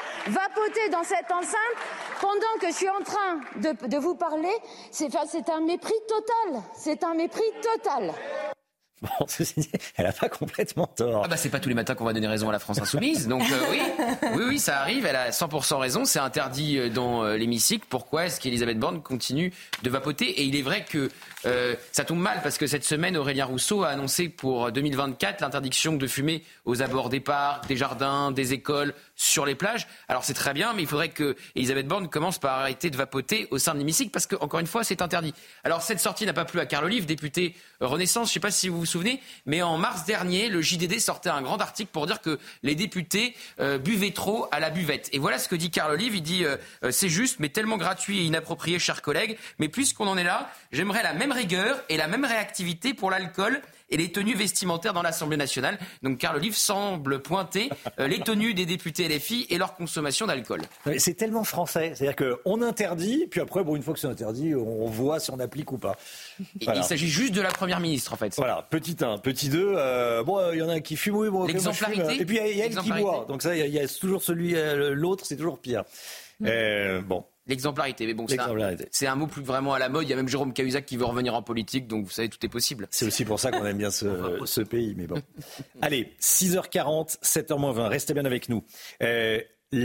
Vapoter dans cette enceinte, pendant que je suis en train de, de vous parler, c'est, enfin, c'est un mépris total. C'est un mépris total. Bon, elle n'a pas complètement tort. Ah bah c'est pas tous les matins qu'on va donner raison à la France Insoumise, donc euh, oui, oui, oui, ça arrive, elle a cent pour cent raison, c'est interdit dans euh, l'hémicycle. Pourquoi est-ce qu'Elisabeth Borne continue de vapoter ? Et il est vrai que euh, ça tombe mal parce que cette semaine, Aurélien Rousseau a annoncé pour deux mille vingt-quatre l'interdiction de fumer aux abords des parcs, des jardins, des écoles, sur les plages. Alors c'est très bien, mais il faudrait que Elisabeth Borne commence par arrêter de vapoter au sein de l'hémicycle parce que, encore une fois, c'est interdit. Alors cette sortie n'a pas plu à Carl Olive, député Renaissance, je ne sais pas si vous vous souvenez, mais en mars dernier, le J D D sortait un grand article pour dire que les députés euh, buvaient trop à la buvette. Et voilà ce que dit Carl Olive, il dit euh, « C'est juste, mais tellement gratuit et inapproprié, chers collègues, mais puisqu'on en est là, j'aimerais la même rigueur et la même réactivité pour l'alcool et les tenues vestimentaires dans l'Assemblée nationale. » Donc Carl Olive semble pointer euh, les tenues des députés L F I et leur consommation d'alcool. C'est tellement français, c'est-à-dire qu'on interdit, puis après, bon, une fois que c'est interdit, on voit si on applique ou pas. Voilà. Il s'agit juste de la Première ministre, en fait. Voilà, petit un. Petit deux, euh, bon, il euh, y en a un qui fume, oui, bon, l'exemplarité. Okay, et puis il y a, y a elle qui boit, donc ça, il y, y a toujours celui, euh, l'autre, c'est toujours pire. Mmh. Euh, bon. L'exemplarité, mais bon, c'est un, c'est un mot plus vraiment à la mode. Il y a même Jérôme Cahuzac qui veut revenir en politique, donc vous savez, tout est possible. C'est aussi pour ça qu'on aime bien ce, ce pays, mais bon. Allez, six heures quarante, sept heures moins vingt, restez bien avec nous. Euh,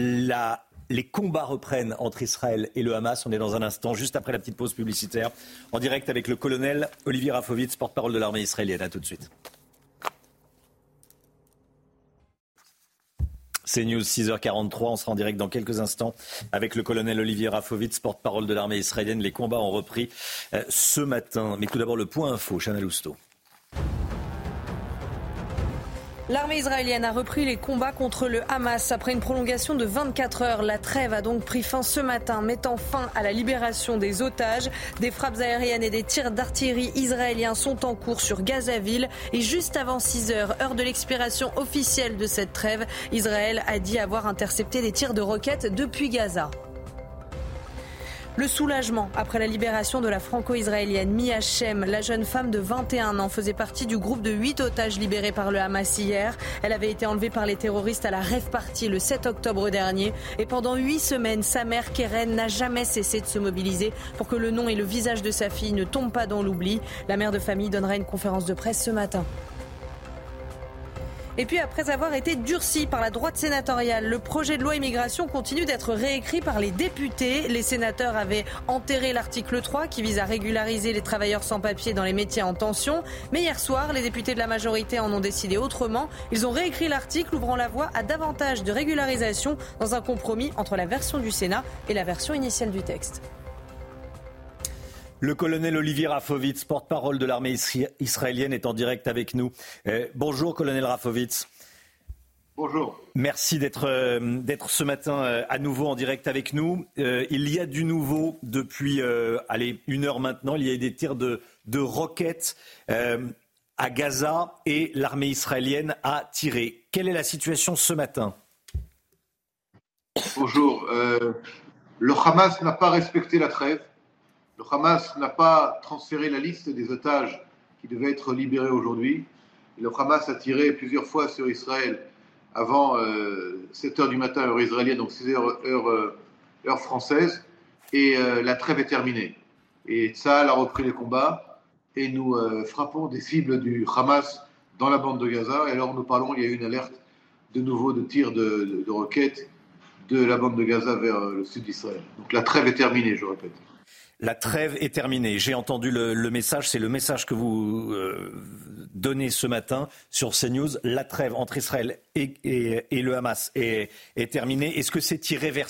la, les combats reprennent entre Israël et le Hamas. On est dans un instant, juste après la petite pause publicitaire, en direct avec le colonel Olivier Rafovitz, porte-parole de l'armée israélienne. À tout de suite. C'est News, six heures quarante-trois, on sera en direct dans quelques instants avec le colonel Olivier Rafovitz, porte-parole de l'armée israélienne. Les combats ont repris euh, ce matin. Mais tout d'abord le point info, Chana Lousteau. L'armée israélienne a repris les combats contre le Hamas. Après une prolongation de vingt-quatre heures, la trêve a donc pris fin ce matin, mettant fin à la libération des otages. Des frappes aériennes et des tirs d'artillerie israéliens sont en cours sur Gazaville. Et juste avant six heures, heure de l'expiration officielle de cette trêve, Israël a dit avoir intercepté des tirs de roquettes depuis Gaza. Le soulagement après la libération de la franco-israélienne Mia Shem. La jeune femme de vingt et un ans faisait partie du groupe de huit otages libérés par le Hamas hier. Elle avait été enlevée par les terroristes à la rave party le sept octobre dernier. Et pendant huit semaines, sa mère Keren n'a jamais cessé de se mobiliser pour que le nom et le visage de sa fille ne tombent pas dans l'oubli. La mère de famille donnera une conférence de presse ce matin. Et puis après avoir été durci par la droite sénatoriale, le projet de loi immigration continue d'être réécrit par les députés. Les sénateurs avaient enterré l'article trois qui vise à régulariser les travailleurs sans papier dans les métiers en tension. Mais hier soir, les députés de la majorité en ont décidé autrement. Ils ont réécrit l'article ouvrant la voie à davantage de régularisation dans un compromis entre la version du Sénat et la version initiale du texte. Le colonel Olivier Rafovitz, porte-parole de l'armée israélienne, est en direct avec nous. Euh, bonjour, colonel Rafovitz. Bonjour. Merci d'être, euh, d'être ce matin euh, à nouveau en direct avec nous. Euh, il y a du nouveau depuis euh, allez, une heure maintenant. Il y a des tirs de, de roquettes euh, à Gaza et l'armée israélienne a tiré. Quelle est la situation ce matin ? Bonjour. Euh, le Hamas n'a pas respecté la trêve. Le Hamas n'a pas transféré la liste des otages qui devaient être libérés aujourd'hui. Le Hamas a tiré plusieurs fois sur Israël avant euh, sept heures du matin, heure israélienne, donc six heures, heure, euh, heure française. Et euh, la trêve est terminée. Et Tsahal a repris les combats. Et nous euh, frappons des cibles du Hamas dans la bande de Gaza. Et alors nous parlons, il y a eu une alerte de nouveau de tir de, de, de roquettes de la bande de Gaza vers euh, le sud d'Israël. Donc la trêve est terminée, je répète. La trêve est terminée. J'ai entendu le, le message, c'est le message que vous euh, donnez ce matin sur CNews. La trêve entre Israël et, et, et le Hamas est, est terminée. Est-ce que c'est irréversible ?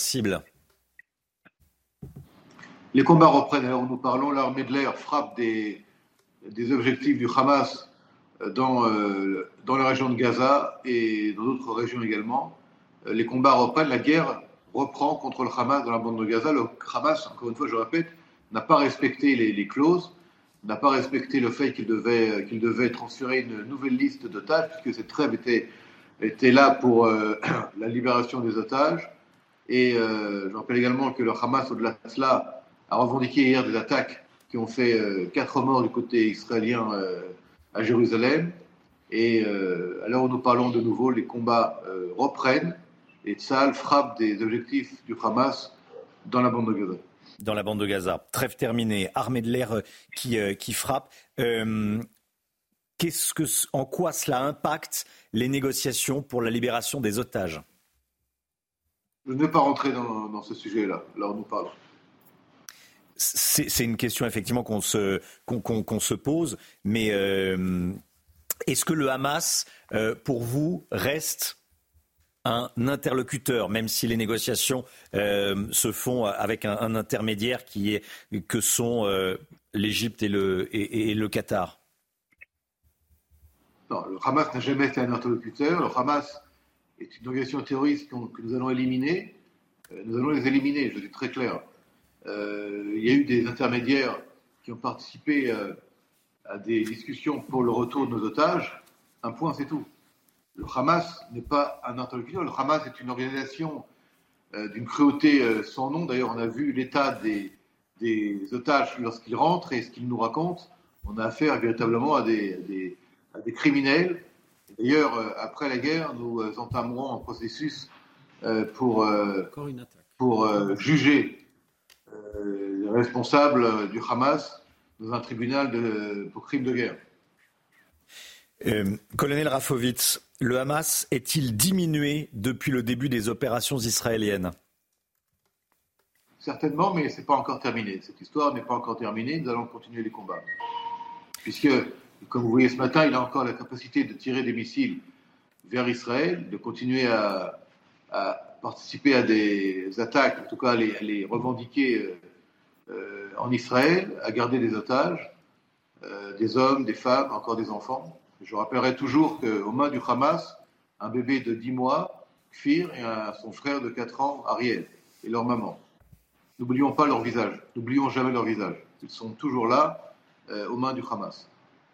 Les combats reprennent. Alors nous parlons, l'armée de l'air frappe des, des objectifs du Hamas dans, euh, dans la région de Gaza et dans d'autres régions également. Les combats reprennent, la guerre reprend contre le Hamas dans la bande de Gaza. Le Hamas, encore une fois, je répète, n'a pas respecté les, les clauses, n'a pas respecté le fait qu'il devait, qu'il devait transférer une nouvelle liste d'otages, puisque cette trêve était, était là pour euh, la libération des otages. Et euh, je rappelle également que le Hamas, au-delà de cela, a revendiqué hier des attaques qui ont fait euh, quatre morts du côté israélien euh, à Jérusalem. Et euh, à l'heure où nous parlons de nouveau, les combats euh, reprennent et Tsahal frappe des objectifs du Hamas dans la bande de Gaza. Dans la bande de Gaza. Trêve terminée, armée de l'air qui, euh, qui frappe. Euh, qu'est-ce que, en quoi cela impacte les négociations pour la libération des otages ? Je ne vais pas rentrer dans, dans ce sujet-là, là où nous parlons. C'est, c'est une question effectivement qu'on se, qu'on, qu'on, qu'on se pose, mais euh, est-ce que le Hamas, euh, pour vous, reste un interlocuteur, même si les négociations euh, se font avec un, un intermédiaire qui est, que sont euh, l'Égypte et le, et, et le Qatar ? Non, le Hamas n'a jamais été un interlocuteur. Le Hamas est une organisation terroriste que nous allons éliminer. Nous allons les éliminer, je suis très clair. Euh, il y a eu des intermédiaires qui ont participé euh, à des discussions pour le retour de nos otages. Un point, c'est tout. Le Hamas n'est pas un interlocuteur. Le Hamas est une organisation euh, d'une cruauté euh, sans nom. D'ailleurs, on a vu l'état des, des otages lorsqu'ils rentrent et ce qu'ils nous racontent. On a affaire véritablement à des, à des, à des criminels. D'ailleurs, euh, après la guerre, nous euh, entamerons un processus euh, pour, euh, pour euh, juger euh, les responsables du Hamas dans un tribunal de, pour crimes de guerre. Euh, colonel Rafovitz, le Hamas est-il diminué depuis le début des opérations israéliennes ? Certainement, mais ce n'est pas encore terminé. Cette histoire n'est pas encore terminée. Nous allons continuer les combats. Puisque, comme vous voyez ce matin, il a encore la capacité de tirer des missiles vers Israël, de continuer à, à participer à des attaques, en tout cas à les, à les revendiquer euh, euh, en Israël, à garder des otages, euh, des hommes, des femmes, encore des enfants. Je rappellerai toujours qu'aux mains du Hamas, un bébé de dix mois, Kfir, et un, son frère de quatre ans, Ariel, et leur maman. N'oublions pas leur visage, n'oublions jamais leur visage. Ils sont toujours là, euh, aux mains du Hamas.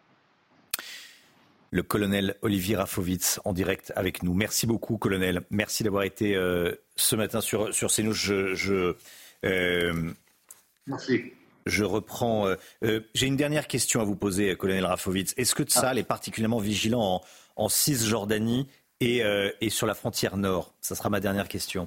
Le colonel Olivier Rafovitz en direct avec nous. Merci beaucoup, colonel. Merci d'avoir été euh, ce matin sur, sur CNews. Je, je, euh, Merci. Je reprends. Euh, euh, j'ai une dernière question à vous poser, colonel Rafovitz. Est-ce que Tsahal ah. est particulièrement vigilant en, en Cisjordanie et, euh, et sur la frontière nord ? Ça sera ma dernière question.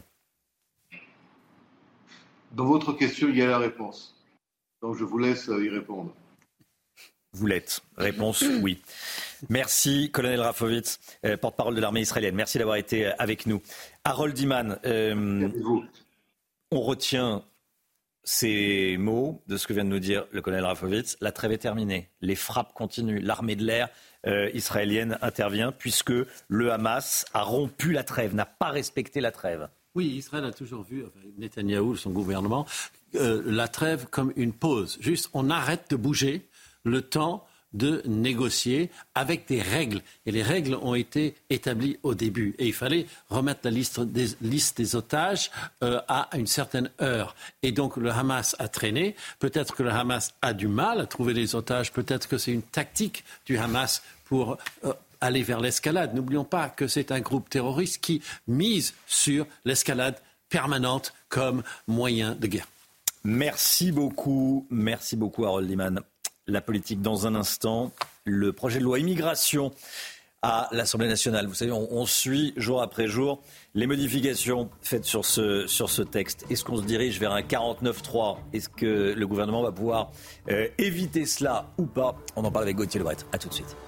Dans votre question, il y a la réponse. Donc je vous laisse y répondre. Vous l'êtes. Réponse oui. Merci, colonel Rafovitz, euh, porte-parole de l'armée israélienne. Merci d'avoir été avec nous. Harold Iman, euh, on retient ces mots de ce que vient de nous dire le colonel Rafovitz. La trêve est terminée. Les frappes continuent. L'armée de l'air euh, israélienne intervient puisque le Hamas a rompu la trêve, n'a pas respecté la trêve. Oui, Israël a toujours vu, enfin, Netanyahou, son gouvernement, euh, la trêve comme une pause. Juste, on arrête de bouger le temps de négocier avec des règles. Et les règles ont été établies au début. Et il fallait remettre la liste des, liste des otages euh, à une certaine heure. Et donc le Hamas a traîné. Peut-être que le Hamas a du mal à trouver les otages. Peut-être que c'est une tactique du Hamas pour euh, aller vers l'escalade. N'oublions pas que c'est un groupe terroriste qui mise sur l'escalade permanente comme moyen de guerre. Merci beaucoup. Merci beaucoup, Harold Iman. La politique dans un instant, le projet de loi immigration à l'Assemblée nationale. Vous savez, on, on suit jour après jour les modifications faites sur ce, sur ce texte. Est-ce qu'on se dirige vers un quarante-neuf trois ? Est-ce que le gouvernement va pouvoir euh, éviter cela ou pas ? On en parle avec Gauthier Lebret. À tout de suite.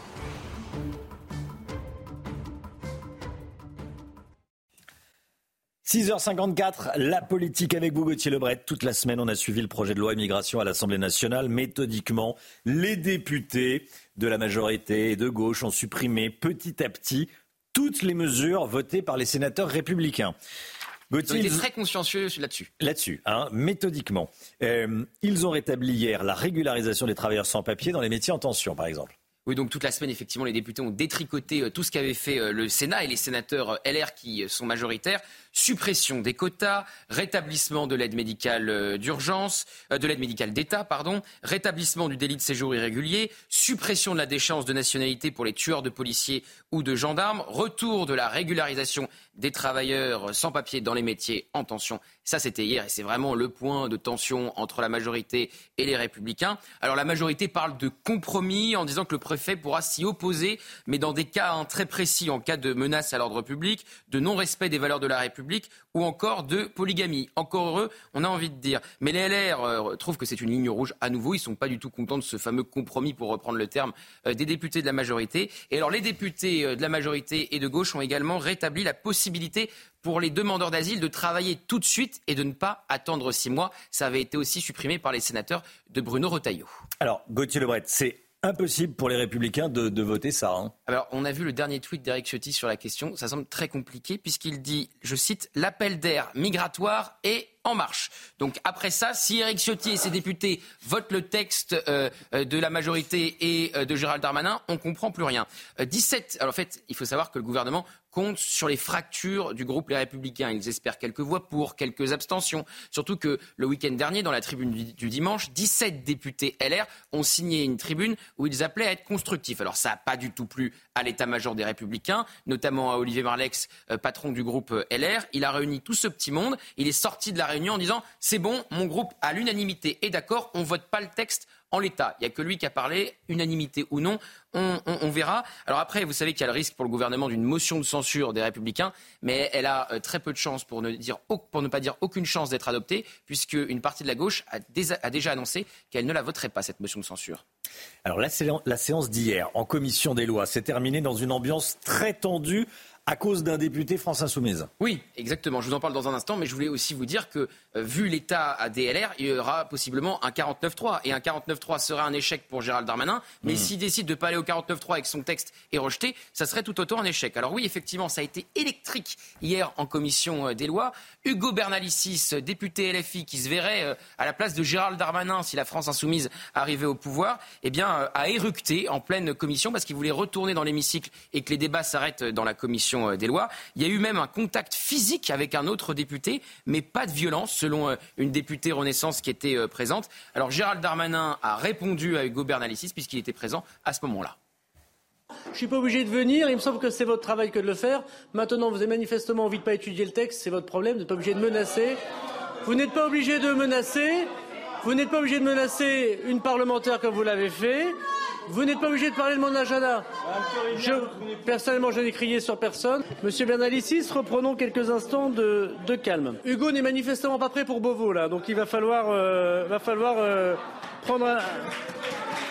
six heures cinquante-quatre, la politique avec vous, Gauthier Lebret. Toute la semaine, on a suivi le projet de loi immigration à l'Assemblée nationale. Méthodiquement, les députés de la majorité et de gauche ont supprimé petit à petit toutes les mesures votées par les sénateurs républicains. Gauthier, ils ont été très consciencieux là-dessus. Là-dessus, hein, méthodiquement. Euh, ils ont rétabli hier la régularisation des travailleurs sans papier dans les métiers en tension, par exemple. Oui, donc toute la semaine, effectivement, les députés ont détricoté tout ce qu'avait fait le Sénat et les sénateurs L R qui sont majoritaires. Suppression des quotas, rétablissement de l'aide médicale d'urgence, de l'aide médicale d'État, pardon, rétablissement du délit de séjour irrégulier, suppression de la déchéance de nationalité pour les tueurs de policiers ou de gendarmes, retour de la régularisation des travailleurs sans papier dans les métiers en tension. Ça, c'était hier et c'est vraiment le point de tension entre la majorité et les Républicains. Alors la majorité parle de compromis en disant que le préfet pourra s'y opposer, mais dans des cas hein, très précis, en cas de menace à l'ordre public, de non-respect des valeurs de la République ou encore de polygamie. Encore heureux, on a envie de dire. Mais les L R euh, trouvent que c'est une ligne rouge à nouveau. Ils ne sont pas du tout contents de ce fameux compromis, pour reprendre le terme, euh, des députés de la majorité. Et alors les députés euh, de la majorité et de gauche ont également rétabli la possibilité pour les demandeurs d'asile de travailler tout de suite et de ne pas attendre six mois. Ça avait été aussi supprimé par les sénateurs de Bruno Retailleau. Alors, Gauthier Lebret, c'est impossible pour les Républicains de, de voter ça. Hein. Alors, on a vu le dernier tweet d'Éric Ciotti sur la question. Ça semble très compliqué puisqu'il dit, je cite, « L'appel d'air migratoire est en marche ». Donc après ça, si Éric Ciotti et ses députés votent le texte euh, de la majorité et euh, de Gérald Darmanin, on ne comprend plus rien. Euh, dix-sept, alors en fait, il faut savoir que le gouvernement compte sur les fractures du groupe Les Républicains. Ils espèrent quelques voix pour, quelques abstentions. Surtout que le week-end dernier, dans la tribune du, du dimanche, dix-sept députés L R ont signé une tribune où ils appelaient à être constructifs. Alors ça n'a pas du tout plu à l'état-major des Républicains, notamment à Olivier Marleix, euh, patron du groupe L R. Il a réuni tout ce petit monde. Il est sorti de la réunion en disant « C'est bon, mon groupe à l'unanimité est d'accord, on ne vote pas le texte en l'état ». Il n'y a que lui qui a parlé, unanimité ou non, on, on, on verra. Alors après, vous savez qu'il y a le risque pour le gouvernement d'une motion de censure des Républicains, mais elle a euh, très peu de chances, pour ne, dire, pour ne pas dire aucune chance d'être adoptée, puisque une partie de la gauche a, dé- a déjà annoncé qu'elle ne la voterait pas, cette motion de censure. Alors la, sé- la séance d'hier en commission des lois s'est terminée dans une ambiance très tendue à cause d'un député France Insoumise. Oui, exactement. Je vous en parle dans un instant, mais je voulais aussi vous dire que, euh, vu l'état à D L R, il y aura possiblement un quarante-neuf trois. Et un quarante-neuf trois serait un échec pour Gérald Darmanin, mais mmh. s'il décide de ne pas aller au quarante-neuf trois et que son texte est rejeté, ça serait tout autant un échec. Alors oui, effectivement, ça a été électrique hier en commission euh, des lois. Hugo Bernalicis, député L F I, qui se verrait euh, à la place de Gérald Darmanin si la France Insoumise arrivait au pouvoir, eh bien, euh, a éructé en pleine commission parce qu'il voulait retourner dans l'hémicycle et que les débats s'arrêtent dans la commission des lois. Il y a eu même un contact physique avec un autre député, mais pas de violence, selon une députée Renaissance qui était présente. Alors Gérald Darmanin a répondu à Hugo Bernalicis puisqu'il était présent à ce moment-là. Je ne suis pas obligé de venir, il me semble que c'est votre travail que de le faire. Maintenant, vous avez manifestement envie de ne pas étudier le texte, c'est votre problème, vous n'êtes pas obligé de menacer. Vous n'êtes pas obligé de menacer. Vous n'êtes pas obligé de menacer une parlementaire comme vous l'avez fait. Vous n'êtes pas obligé de parler de mon agenda. Je, personnellement, je n'ai crié sur personne. Monsieur Bernalicis, reprenons quelques instants de, de calme. Hugo n'est manifestement pas prêt pour Beauvau, là, donc il va falloir, euh, va falloir euh, prendre un...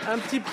un petit...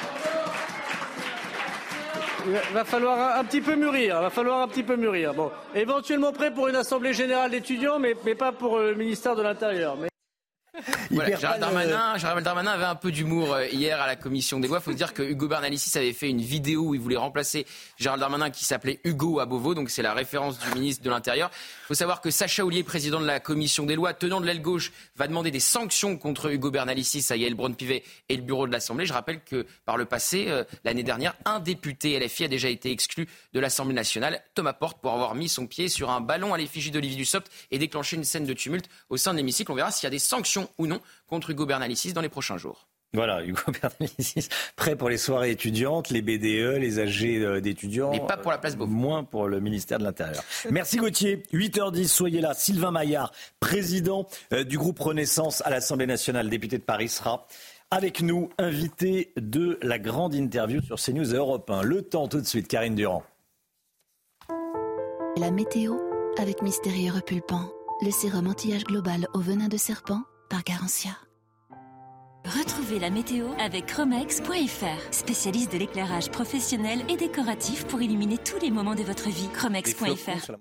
Il va falloir un, un petit peu mûrir. Il va falloir un petit peu mûrir. Bon, éventuellement prêt pour une assemblée générale d'étudiants, mais, mais pas pour le ministère de l'Intérieur. Mais... Voilà, Gérald, Darmanin, Gérald Darmanin avait un peu d'humour hier à la commission des lois. Il faut dire que Ugo Bernalicis avait fait une vidéo où il voulait remplacer Gérald Darmanin qui s'appelait Hugo à Beauvau, donc c'est la référence du ministre de l'Intérieur. Il faut savoir que Sacha Houlier, président de la commission des lois, tenant de l'aile gauche, va demander des sanctions contre Ugo Bernalicis à Yael Braun-Pivet et le bureau de l'Assemblée. Je rappelle que par le passé, euh, l'année dernière, un député L F I a déjà été exclu de l'Assemblée nationale, Thomas Porte, pour avoir mis son pied sur un ballon à l'effigie d'Olivier Dussopt et déclenché une scène de tumulte au sein de l'hémicycle. On verra s'il y a des sanctions ou non contre Ugo Bernalicis dans les prochains jours. Voilà, Ugo Bernalicis, prêt pour les soirées étudiantes, les B D E, les A G d'étudiants. Mais pas pour la place Beauvau. Moins pour le ministère de l'Intérieur. Merci Gauthier. huit heures dix, soyez là. Sylvain Maillard, président du groupe Renaissance à l'Assemblée nationale, député de Paris, sera avec nous, invité de la grande interview sur CNews et Europe un. Le temps tout de suite, Karine Durand. La météo avec Mystérieux Repulpant, le sérum anti-âge global au venin de serpent par Garantia. Retrouvez la météo avec Chromex point F R, spécialiste de l'éclairage professionnel et décoratif pour illuminer tous les moments de votre vie. Chromex point F R.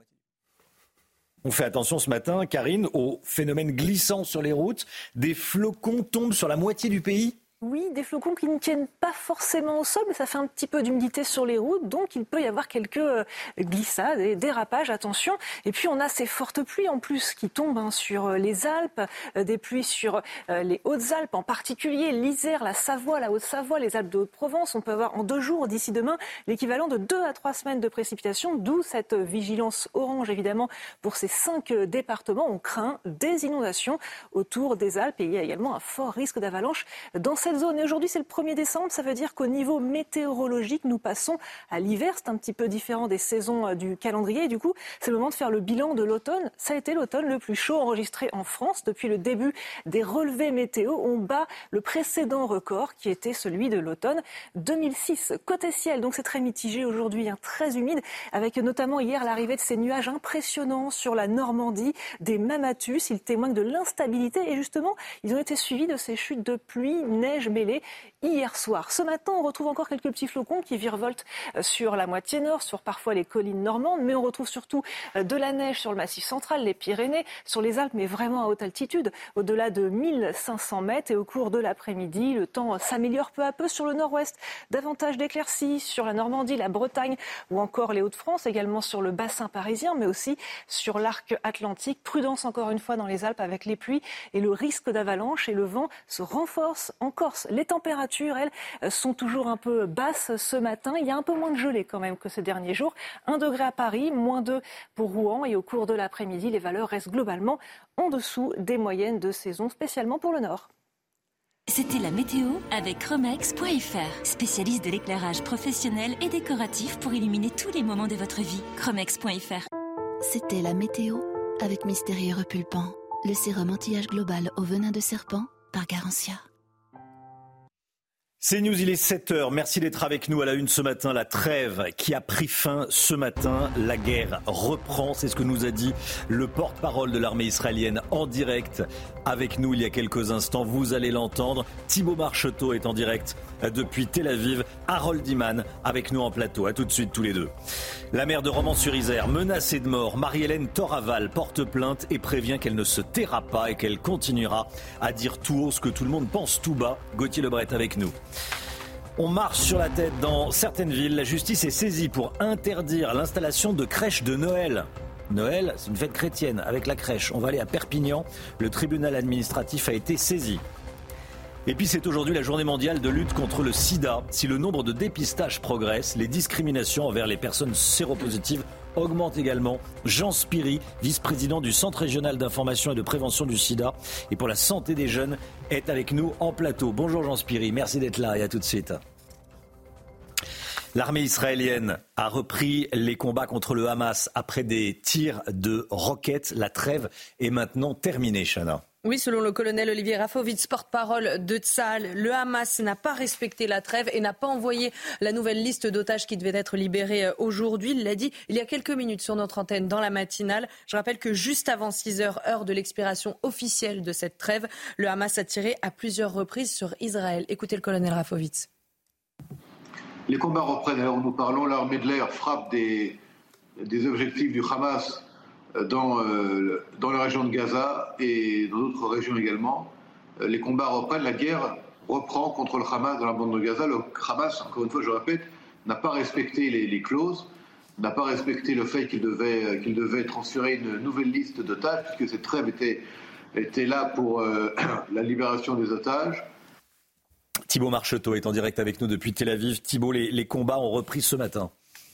On fait attention ce matin, Karine, au phénomène glissant sur les routes. Des flocons tombent sur la moitié du pays. Oui, des flocons qui ne tiennent pas forcément au sol, mais ça fait un petit peu d'humidité sur les routes, donc il peut y avoir quelques glissades et dérapages, attention. Et puis on a ces fortes pluies en plus qui tombent hein, sur les Alpes, des pluies sur euh, les Hautes-Alpes, en particulier l'Isère, la Savoie, la Haute-Savoie, les Alpes de Haute-Provence. On peut avoir en deux jours d'ici demain l'équivalent de deux à trois semaines de précipitations, d'où cette vigilance orange évidemment pour ces cinq départements. On craint des inondations autour des Alpes et il y a également un fort risque d'avalanche dans cette zone. Et aujourd'hui, c'est le premier décembre, ça veut dire qu'au niveau météorologique, nous passons à l'hiver. C'est un petit peu différent des saisons du calendrier. Et du coup, c'est le moment de faire le bilan de l'automne. Ça a été l'automne le plus chaud enregistré en France depuis le début des relevés météo. On bat le précédent record qui était celui de l'automne deux mille six. Côté ciel, donc c'est très mitigé aujourd'hui, hein, très humide, avec notamment hier l'arrivée de ces nuages impressionnants sur la Normandie, des Mamatus. Ils témoignent de l'instabilité et justement, ils ont été suivis de ces chutes de pluie, neige mêlée hier soir. Ce matin, on retrouve encore quelques petits flocons qui virevoltent sur la moitié nord, sur parfois les collines normandes, mais on retrouve surtout de la neige sur le Massif central, les Pyrénées, sur les Alpes, mais vraiment à haute altitude, au-delà de mille cinq cents mètres. Et au cours de l'après-midi, le temps s'améliore peu à peu sur le nord-ouest. Davantage d'éclaircies sur la Normandie, la Bretagne ou encore les Hauts-de-France, également sur le bassin parisien, mais aussi sur l'arc atlantique. Prudence encore une fois dans les Alpes avec les pluies et le risque d'avalanche, et le vent se renforce en Corse. Les températures, elles, sont toujours un peu basses ce matin. Il y a un peu moins de gelée quand même que ces derniers jours. un degré à Paris, moins deux pour Rouen. Et au cours de l'après-midi, les valeurs restent globalement en dessous des moyennes de saison, spécialement pour le nord. C'était la météo avec Chromex point F R, spécialiste de l'éclairage professionnel et décoratif pour illuminer tous les moments de votre vie. Chromex point F R. C'était la météo avec Mystérieux Repulpant, le sérum anti-âge global au venin de serpent par Garantia. C'est News, il est sept heures. Merci d'être avec nous à la une ce matin. La trêve qui a pris fin ce matin. La guerre reprend. C'est ce que nous a dit le porte-parole de l'armée israélienne en direct avec nous il y a quelques instants. Vous allez l'entendre. Thibaut Marcheteau est en direct depuis Tel Aviv. Harold Iman avec nous en plateau. À tout de suite tous les deux. La maire de Romans-sur-Isère, menacée de mort, Marie-Hélène Toraval porte plainte et prévient qu'elle ne se taira pas et qu'elle continuera à dire tout haut ce que tout le monde pense tout bas. Gauthier Lebret avec nous. On marche sur la tête dans certaines villes. La justice est saisie pour interdire l'installation de crèches de Noël. Noël, c'est une fête chrétienne avec la crèche. On va aller à Perpignan. Le tribunal administratif a été saisi. Et puis c'est aujourd'hui la journée mondiale de lutte contre le sida. Si le nombre de dépistages progresse, les discriminations envers les personnes séropositives augmentent également. Jean Spiry, vice-président du Centre régional d'information et de prévention du sida et pour la santé des jeunes, est avec nous en plateau. Bonjour Jean Spiry, merci d'être là et à tout de suite. L'armée israélienne a repris les combats contre le Hamas après des tirs de roquettes. La trêve est maintenant terminée, Chana. Oui, selon le colonel Olivier Rafovitz, porte-parole de Tsahal, le Hamas n'a pas respecté la trêve et n'a pas envoyé la nouvelle liste d'otages qui devait être libérée aujourd'hui. Il l'a dit il y a quelques minutes sur notre antenne dans la matinale. Je rappelle que juste avant six heures, heure de l'expiration officielle de cette trêve, le Hamas a tiré à plusieurs reprises sur Israël. Écoutez le colonel Rafovitz. Les combats reprennent. Alors nous parlons, l'armée de l'air frappe des, des objectifs du Hamas dans, euh, dans la région de Gaza et dans d'autres régions également. Les combats reprennent, la guerre reprend contre le Hamas dans la bande de Gaza. Le Hamas, encore une fois, je répète, n'a pas respecté les, les clauses, n'a pas respecté le fait qu'il devait, qu'il devait transférer une nouvelle liste d'otages, puisque cette trêve était, était là pour euh, la libération des otages. Thibaut Marcheteau est en direct avec nous depuis Tel Aviv. Thibaut, les, les combats ont repris ce matin.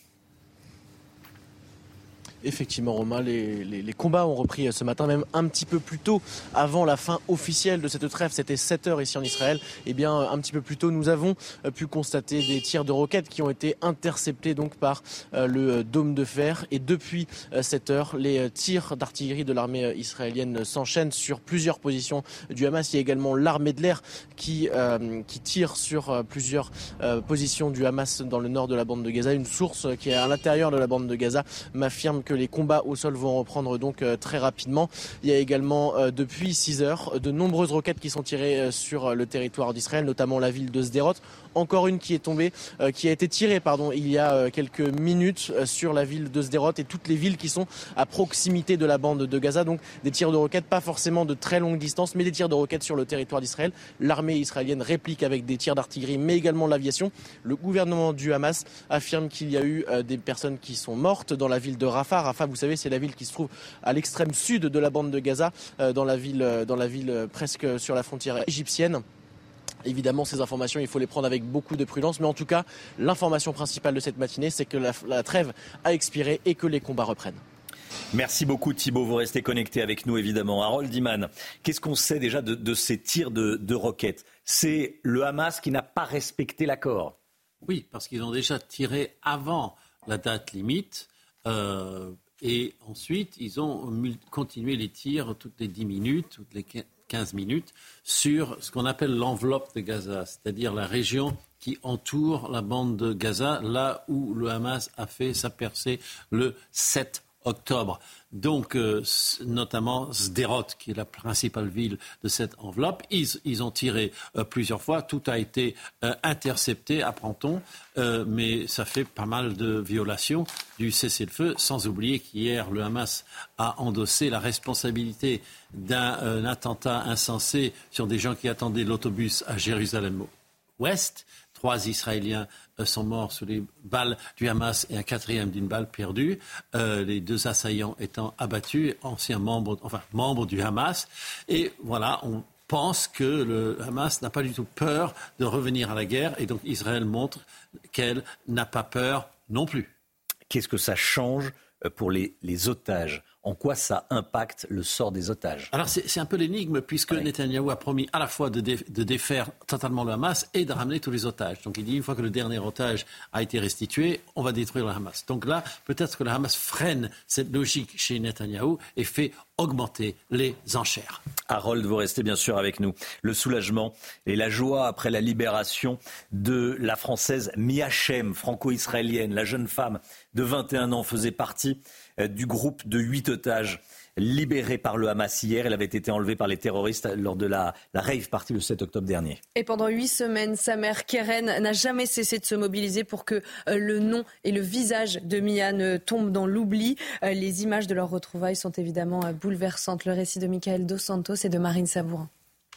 Effectivement, Romain, les, les, les combats ont repris ce matin, même un petit peu plus tôt, avant la fin officielle de cette trêve. C'était sept heures ici en Israël. Et bien, un petit peu plus tôt, nous avons pu constater des tirs de roquettes qui ont été interceptés donc par le dôme de fer. Et depuis sept heures, les tirs d'artillerie de l'armée israélienne s'enchaînent sur plusieurs positions du Hamas. Il y a également l'armée de l'air qui, euh, qui tire sur plusieurs euh, positions du Hamas dans le nord de la bande de Gaza. Une source qui est à l'intérieur de la bande de Gaza m'affirme que les combats au sol vont reprendre donc euh, très rapidement. Il y a également euh, depuis six heures de nombreuses roquettes qui sont tirées euh, sur le territoire d'Israël, notamment la ville de Sderot. Encore une qui est tombée, euh, qui a été tirée pardon, il y a euh, quelques minutes euh, sur la ville de Sderot et toutes les villes qui sont à proximité de la bande de Gaza. Donc des tirs de roquettes, pas forcément de très longue distance, mais des tirs de roquettes sur le territoire d'Israël. L'armée israélienne réplique avec des tirs d'artillerie, mais également l'aviation. Le gouvernement du Hamas affirme qu'il y a eu euh, des personnes qui sont mortes dans la ville de Rafah. Rafah, vous savez, c'est la ville qui se trouve à l'extrême sud de la bande de Gaza, euh, dans la ville, euh, dans la ville euh, presque sur la frontière égyptienne. Évidemment, ces informations, il faut les prendre avec beaucoup de prudence. Mais en tout cas, l'information principale de cette matinée, c'est que la, la trêve a expiré et que les combats reprennent. Merci beaucoup Thibaut, vous restez connecté avec nous évidemment. Harold Iman, qu'est-ce qu'on sait déjà de, de ces tirs de, de roquettes ? C'est le Hamas qui n'a pas respecté l'accord. Oui, parce qu'ils ont déjà tiré avant la date limite. Euh, et ensuite, ils ont continué les tirs toutes les dix minutes, toutes les quinze minutes, sur ce qu'on appelle l'enveloppe de Gaza, c'est-à-dire la région qui entoure la bande de Gaza, là où le Hamas a fait sa percée le sept octobre. Donc, euh, notamment Sderot, qui est la principale ville de cette enveloppe. Ils, ils ont tiré euh, plusieurs fois. Tout a été euh, intercepté, apprend-on. Euh, mais ça fait pas mal de violations du cessez-le-feu. Sans oublier qu'hier, le Hamas a endossé la responsabilité d'un euh, attentat insensé sur des gens qui attendaient l'autobus à Jérusalem-Ouest. Trois Israéliens euh, sont morts sous les balles du Hamas et un quatrième d'une balle perdue. Euh, les deux assaillants étant abattus, anciens membres, enfin membres du Hamas. Et voilà, on pense que le Hamas n'a pas du tout peur de revenir à la guerre. Et donc Israël montre qu'elle n'a pas peur non plus. Qu'est-ce que ça change pour les, les otages ? En quoi ça impacte le sort des otages ? Alors c'est, c'est un peu l'énigme puisque oui. Netanyahou a promis à la fois de, dé, de défaire totalement le Hamas et de ramener tous les otages. Donc il dit une fois que le dernier otage a été restitué, on va détruire le Hamas. Donc là, peut-être que le Hamas freine cette logique chez Netanyahou et fait augmenter les enchères. Harold, vous restez bien sûr avec nous. Le soulagement et la joie après la libération de la Française Mia Shem, franco-israélienne. La jeune femme de vingt et un ans faisait partie du groupe de huit otages libérés par le Hamas hier. Elle avait été enlevée par les terroristes lors de la, la rave party le sept octobre dernier. Et pendant huit semaines, sa mère Keren n'a jamais cessé de se mobiliser pour que euh, le nom et le visage de Mia ne tombent dans l'oubli. Euh, les images de leurs retrouvailles sont évidemment euh, bouleversantes. Le récit de Michael Dos Santos et de Marine Sabourin.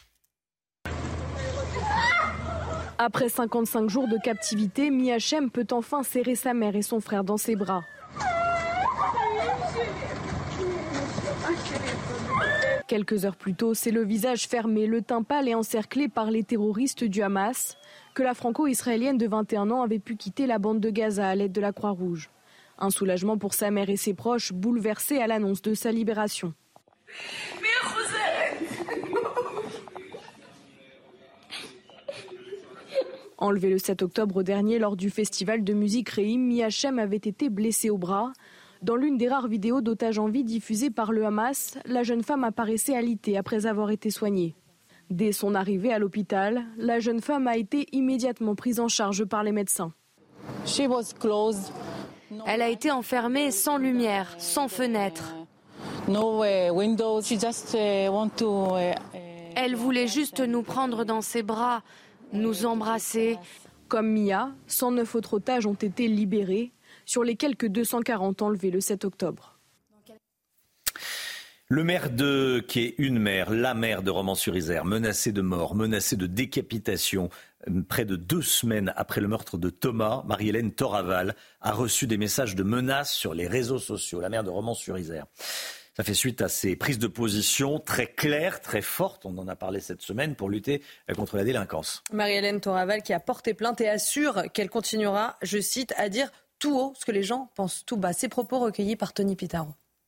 Après cinquante-cinq jours de captivité, Mia Shem peut enfin serrer sa mère et son frère dans ses bras. Quelques heures plus tôt, c'est le visage fermé, le teint pâle et encerclé par les terroristes du Hamas que la franco-israélienne de vingt et un ans avait pu quitter la bande de Gaza à l'aide de la Croix-Rouge. Un soulagement pour sa mère et ses proches, bouleversés à l'annonce de sa libération. Enlevée le sept octobre dernier lors du festival de musique Reim, Mia Shem avait été blessée au bras. Dans l'une des rares vidéos d'otages en vie diffusées par le Hamas, la jeune femme apparaissait alitée après avoir été soignée. Dès son arrivée à l'hôpital, la jeune femme a été immédiatement prise en charge par les médecins. Elle a été enfermée sans lumière, sans fenêtre. Elle voulait juste nous prendre dans ses bras, nous embrasser. Comme Mia, cent neuf autres otages ont été libérés sur les quelques deux cent quarante enlevés le sept octobre. Le maire de, qui est une mère, la mère de Romans-sur-Isère, menacée de mort, menacée de décapitation, près de deux semaines après le meurtre de Thomas, Marie-Hélène Toraval a reçu des messages de menaces sur les réseaux sociaux. La mère de Romans-sur-Isère. Ça fait suite à ces prises de position très claires, très fortes, on en a parlé cette semaine, pour lutter contre la délinquance. Marie-Hélène Toraval qui a porté plainte et assure qu'elle continuera, je cite, à dire tout haut ce que les gens pensent tout bas. Ces propos recueillis par Tony Pitaro.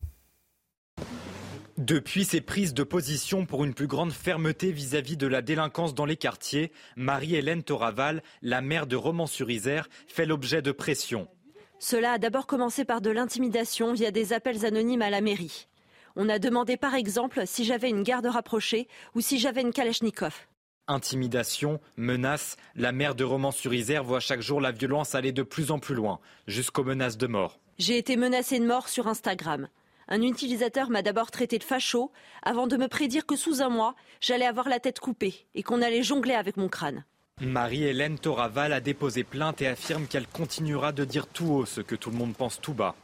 Depuis ses prises de position pour une plus grande fermeté vis-à-vis de la délinquance dans les quartiers, Marie-Hélène Toraval, la maire de Romans-sur-Isère, fait l'objet de pression. Cela a d'abord commencé par de l'intimidation via des appels anonymes à la mairie. On a demandé par exemple si j'avais une garde rapprochée ou si j'avais une Kalachnikov. Intimidation, menaces, la maire de Romans-sur-Isère voit chaque jour la violence aller de plus en plus loin, jusqu'aux menaces de mort. J'ai été menacée de mort sur Instagram. Un utilisateur m'a d'abord traité de facho avant de me prédire que sous un mois, j'allais avoir la tête coupée et qu'on allait jongler avec mon crâne. Marie-Hélène Toraval a déposé plainte et affirme qu'elle continuera de dire tout haut ce que tout le monde pense tout bas.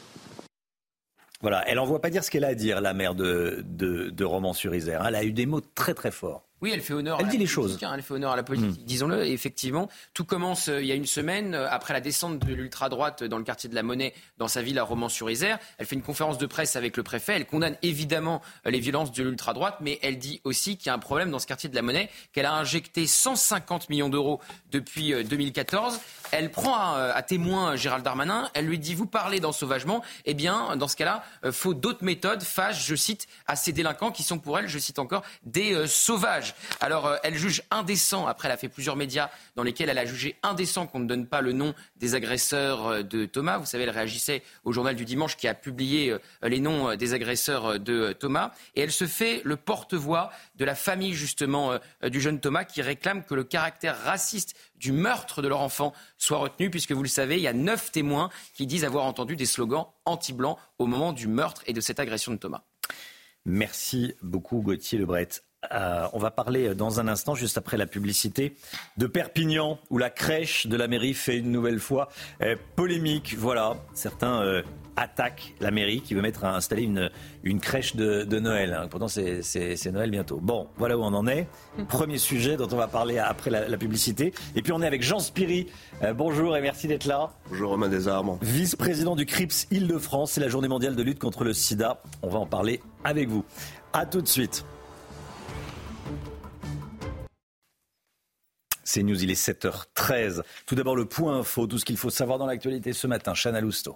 Voilà, elle n'envoie pas dire ce qu'elle a à dire, la maire de, de, de Romans-sur-Isère. Elle a eu des mots très très forts. Oui, elle fait honneur elle à dit la les politique, choses. Hein, elle fait honneur à la politique, mmh. disons-le. Et effectivement, tout commence euh, il y a une semaine, euh, après la descente de l'ultra-droite dans le quartier de la Monnaie, dans sa ville à Romans-sur-Isère. Elle fait une conférence de presse avec le préfet. Elle condamne évidemment euh, les violences de l'ultra-droite, mais elle dit aussi qu'il y a un problème dans ce quartier de la Monnaie, qu'elle a injecté cent cinquante millions d'euros depuis euh, deux mille quatorze. Elle prend à, à témoin Gérald Darmanin. Elle lui dit « Vous parlez d'ensauvagement ». Eh bien, dans ce cas-là, il euh, faut d'autres méthodes face, je cite, à ces délinquants qui sont pour elle, je cite encore, des euh, sauvages. Alors, euh, elle juge indécent, après elle a fait plusieurs médias dans lesquels elle a jugé indécent qu'on ne donne pas le nom des agresseurs euh, de Thomas. Vous savez, elle réagissait au journal du dimanche qui a publié euh, les noms euh, des agresseurs euh, de Thomas. Et elle se fait le porte-voix de la famille, justement, euh, du jeune Thomas qui réclame que le caractère raciste du meurtre de leur enfant soit retenu, puisque vous le savez, il y a neuf témoins qui disent avoir entendu des slogans anti-blancs au moment du meurtre et de cette agression de Thomas. Merci beaucoup Gauthier Lebret. Euh, on va parler dans un instant, juste après la publicité, de Perpignan, où la crèche de la mairie fait une nouvelle fois euh, polémique. Voilà, certains euh, attaquent la mairie qui veut mettre à installer une, une crèche de, de Noël. Hein. Pourtant, c'est, c'est, c'est Noël bientôt. Bon, voilà où on en est. Premier sujet dont on va parler après la, la publicité. Et puis on est avec Jean Spiry. Euh, bonjour et merci d'être là. Bonjour Romain Desarmes. Vice-président du CRIPS Île-de-France. C'est la journée mondiale de lutte contre le sida. On va en parler avec vous. À tout de suite. C'est News, il est sept heures treize. Tout d'abord le point info, tout ce qu'il faut savoir dans l'actualité ce matin. Chana Lousteau.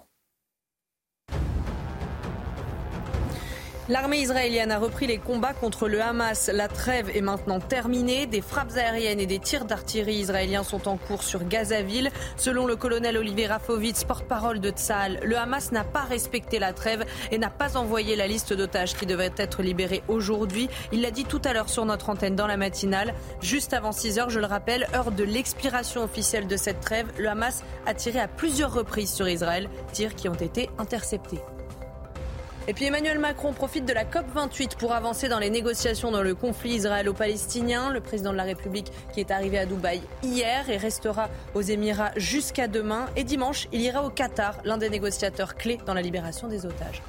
L'armée israélienne a repris les combats contre le Hamas. La trêve est maintenant terminée. Des frappes aériennes et des tirs d'artillerie israéliens sont en cours sur Gazaville. Selon le colonel Olivier Rafovitz, porte-parole de Tsahal, le Hamas n'a pas respecté la trêve et n'a pas envoyé la liste d'otages qui devraient être libérés aujourd'hui. Il l'a dit tout à l'heure sur notre antenne dans la matinale. Juste avant six heures, je le rappelle, heure de l'expiration officielle de cette trêve, le Hamas a tiré à plusieurs reprises sur Israël, tirs qui ont été interceptés. Et puis Emmanuel Macron profite de la COP vingt-huit pour avancer dans les négociations dans le conflit israélo-palestinien. Le président de la République qui est arrivé à Dubaï hier et restera aux Émirats jusqu'à demain. Et dimanche, il ira au Qatar, l'un des négociateurs clés dans la libération des otages.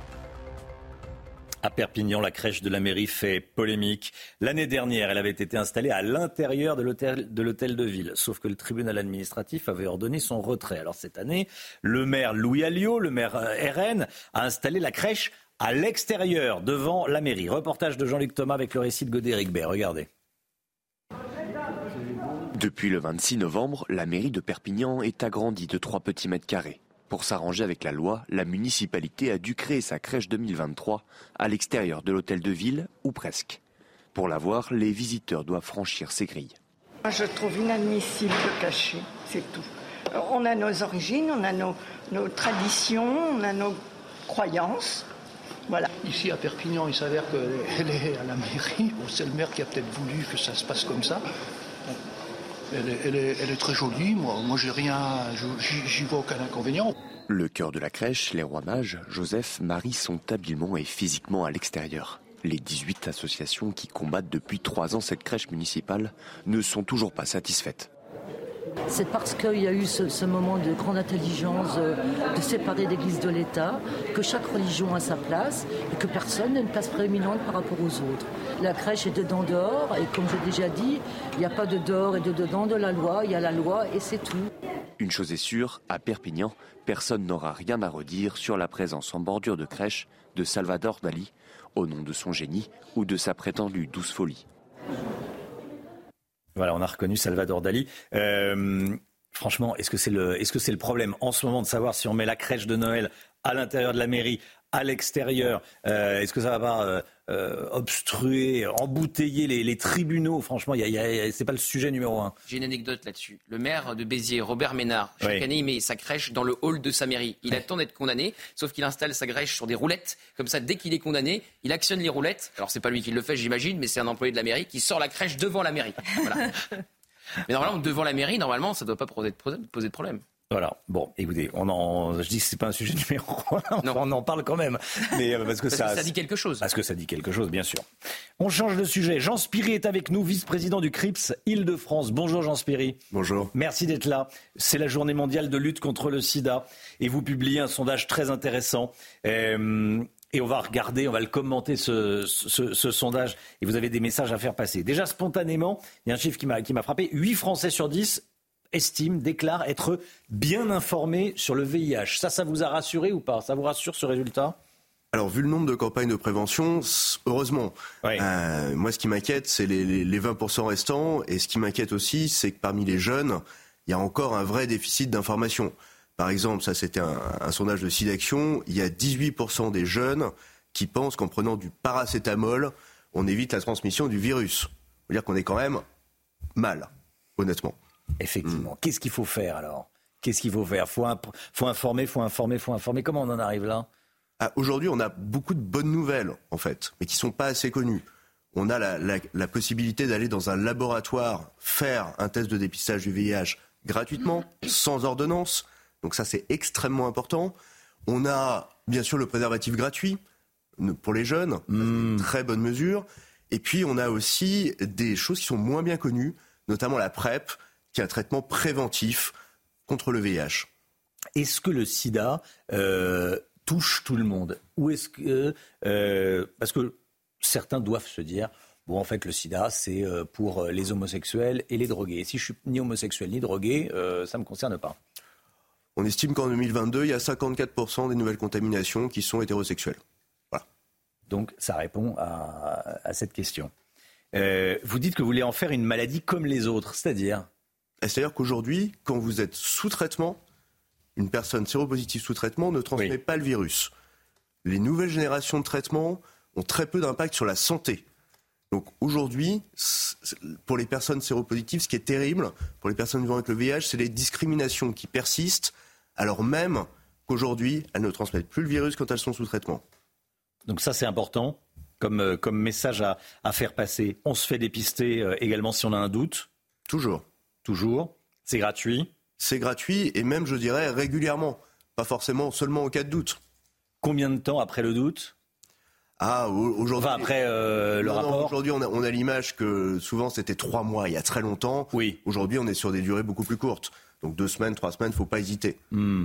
À Perpignan, la crèche de la mairie fait polémique. L'année dernière, elle avait été installée à l'intérieur de l'hôtel de, l'hôtel de ville. Sauf que le tribunal administratif avait ordonné son retrait. Alors cette année, le maire Louis Alliot, le maire R N, a installé la crèche à l'extérieur, devant la mairie. Reportage de Jean-Luc Thomas avec le récit de Godéric Bay. Regardez. Depuis le vingt-six novembre, la mairie de Perpignan est agrandie de trois petits mètres carrés. Pour s'arranger avec la loi, la municipalité a dû créer sa crèche deux mille vingt-trois à l'extérieur de l'hôtel de ville, ou presque. Pour la voir, les visiteurs doivent franchir ces grilles. Je trouve inadmissible de cacher, c'est tout. On a nos origines, on a nos, nos traditions, on a nos croyances. Voilà. Ici à Perpignan, il s'avère qu'elle est à la mairie. Bon, c'est le maire qui a peut-être voulu que ça se passe comme ça. Bon. Elle, est, elle, est, elle est très jolie. Moi, moi j'ai rien, j'y, j'y vois aucun inconvénient. Le cœur de la crèche, les rois mages, Joseph, Marie sont habilement et physiquement à l'extérieur. Les dix-huit associations qui combattent depuis trois ans cette crèche municipale ne sont toujours pas satisfaites. C'est parce qu'il y a eu ce, ce moment de grande intelligence euh, de séparer l'Église de l'État, que chaque religion a sa place et que personne n'a une place prééminente par rapport aux autres. La crèche est dedans dehors et comme j'ai déjà dit, il n'y a pas de dehors et de dedans de la loi, il y a la loi et c'est tout. Une chose est sûre, à Perpignan, personne n'aura rien à redire sur la présence en bordure de crèche de Salvador Dali, au nom de son génie ou de sa prétendue douce folie. Voilà, on a reconnu Salvador Dali. Euh, franchement, est-ce que c'est le, est-ce que c'est le problème en ce moment de savoir si on met la crèche de Noël à l'intérieur de la mairie, à l'extérieur, euh, est-ce que ça va pas euh, euh, obstruer, embouteiller les, les tribunaux? Franchement, y a, y a, c'est pas le sujet numéro un. J'ai une anecdote là-dessus. Le maire de Béziers, Robert Ménard, chaque oui. année, il met sa crèche dans le hall de sa mairie. Il attend d'être condamné, sauf qu'il installe sa crèche sur des roulettes. Comme ça, dès qu'il est condamné, il actionne les roulettes. Alors, c'est pas lui qui le fait, j'imagine, mais c'est un employé de la mairie qui sort la crèche devant la mairie. Voilà. Mais normalement, devant la mairie, normalement, ça ne doit pas poser de problème. Voilà. Bon, écoutez, on en, je dis que c'est pas un sujet numéro un, non. On en parle quand même, mais parce que parce ça, que ça dit quelque chose. Parce que ça dit quelque chose, bien sûr. On change de sujet. Jean Spiri est avec nous, vice-président du CRIPS Île-de-France. Bonjour Jean Spiri. Bonjour. Merci d'être là. C'est la journée mondiale de lutte contre le sida et vous publiez un sondage très intéressant. Euh, Et on va regarder, on va le commenter, ce, ce, ce sondage. Et vous avez des messages à faire passer. Déjà, spontanément, il y a un chiffre qui m'a, qui m'a frappé. huit Français sur dix estiment, déclarent être bien informés sur le V I H. Ça, ça vous a rassuré ou pas? Ça vous rassure ce résultat? Alors, vu le nombre de campagnes de prévention, heureusement. Oui. Euh, moi, ce qui m'inquiète, c'est les, les, les vingt pour cent restants. Et ce qui m'inquiète aussi, c'est que parmi les jeunes, il y a encore un vrai déficit d'information. Par exemple, ça c'était un, un sondage de SIDAction, il y a dix-huit pour cent des jeunes qui pensent qu'en prenant du paracétamol, on évite la transmission du virus. Ça veut dire qu'on est quand même mal, honnêtement. Effectivement. Mmh. Qu'est-ce qu'il faut faire alors? Qu'est-ce qu'il faut faire? faut, imp- faut informer, faut informer, faut informer. Comment on en arrive là? Ah, aujourd'hui, on a beaucoup de bonnes nouvelles, en fait, mais qui ne sont pas assez connues. On a la, la, la possibilité d'aller dans un laboratoire faire un test de dépistage du V I H gratuitement, sans ordonnance. Donc ça, c'est extrêmement important. On a, bien sûr, le préservatif gratuit pour les jeunes. Mmh. Très bonne mesure. Et puis, on a aussi des choses qui sont moins bien connues, notamment la PrEP, qui est un traitement préventif contre le V I H. Est-ce que le sida euh, touche tout le monde? Ou est-ce que... Euh, parce que certains doivent se dire... Bon, en fait, le sida, c'est pour les homosexuels et les drogués. Si je suis ni homosexuel ni drogué, euh, ça ne me concerne pas. On estime qu'en deux mille vingt-deux, il y a cinquante-quatre pour cent des nouvelles contaminations qui sont hétérosexuelles. Voilà. Donc, ça répond à, à cette question. Euh, vous dites que vous voulez en faire une maladie comme les autres, c'est-à-dire? C'est-à-dire qu'aujourd'hui, quand vous êtes sous traitement, une personne séropositive sous traitement ne transmet oui. pas le virus. Les nouvelles générations de traitements ont très peu d'impact sur la santé. Donc aujourd'hui, pour les personnes séropositives, ce qui est terrible, pour les personnes vivant avec le V I H, c'est les discriminations qui persistent, alors même qu'aujourd'hui, elles ne transmettent plus le virus quand elles sont sous traitement. Donc ça, c'est important comme, comme message à, à faire passer. On se fait dépister euh, également si on a un doute. Toujours. Toujours. C'est gratuit. C'est gratuit et même, je dirais, régulièrement. Pas forcément seulement en cas de doute. Combien de temps après le doute ? Ah, aujourd'hui. Enfin, après euh, le non, rapport. Non, aujourd'hui, on a, on a l'image que souvent c'était trois mois il y a très longtemps. Oui. Aujourd'hui, on est sur des durées beaucoup plus courtes. Donc deux semaines, trois semaines, il ne faut pas hésiter. Mmh.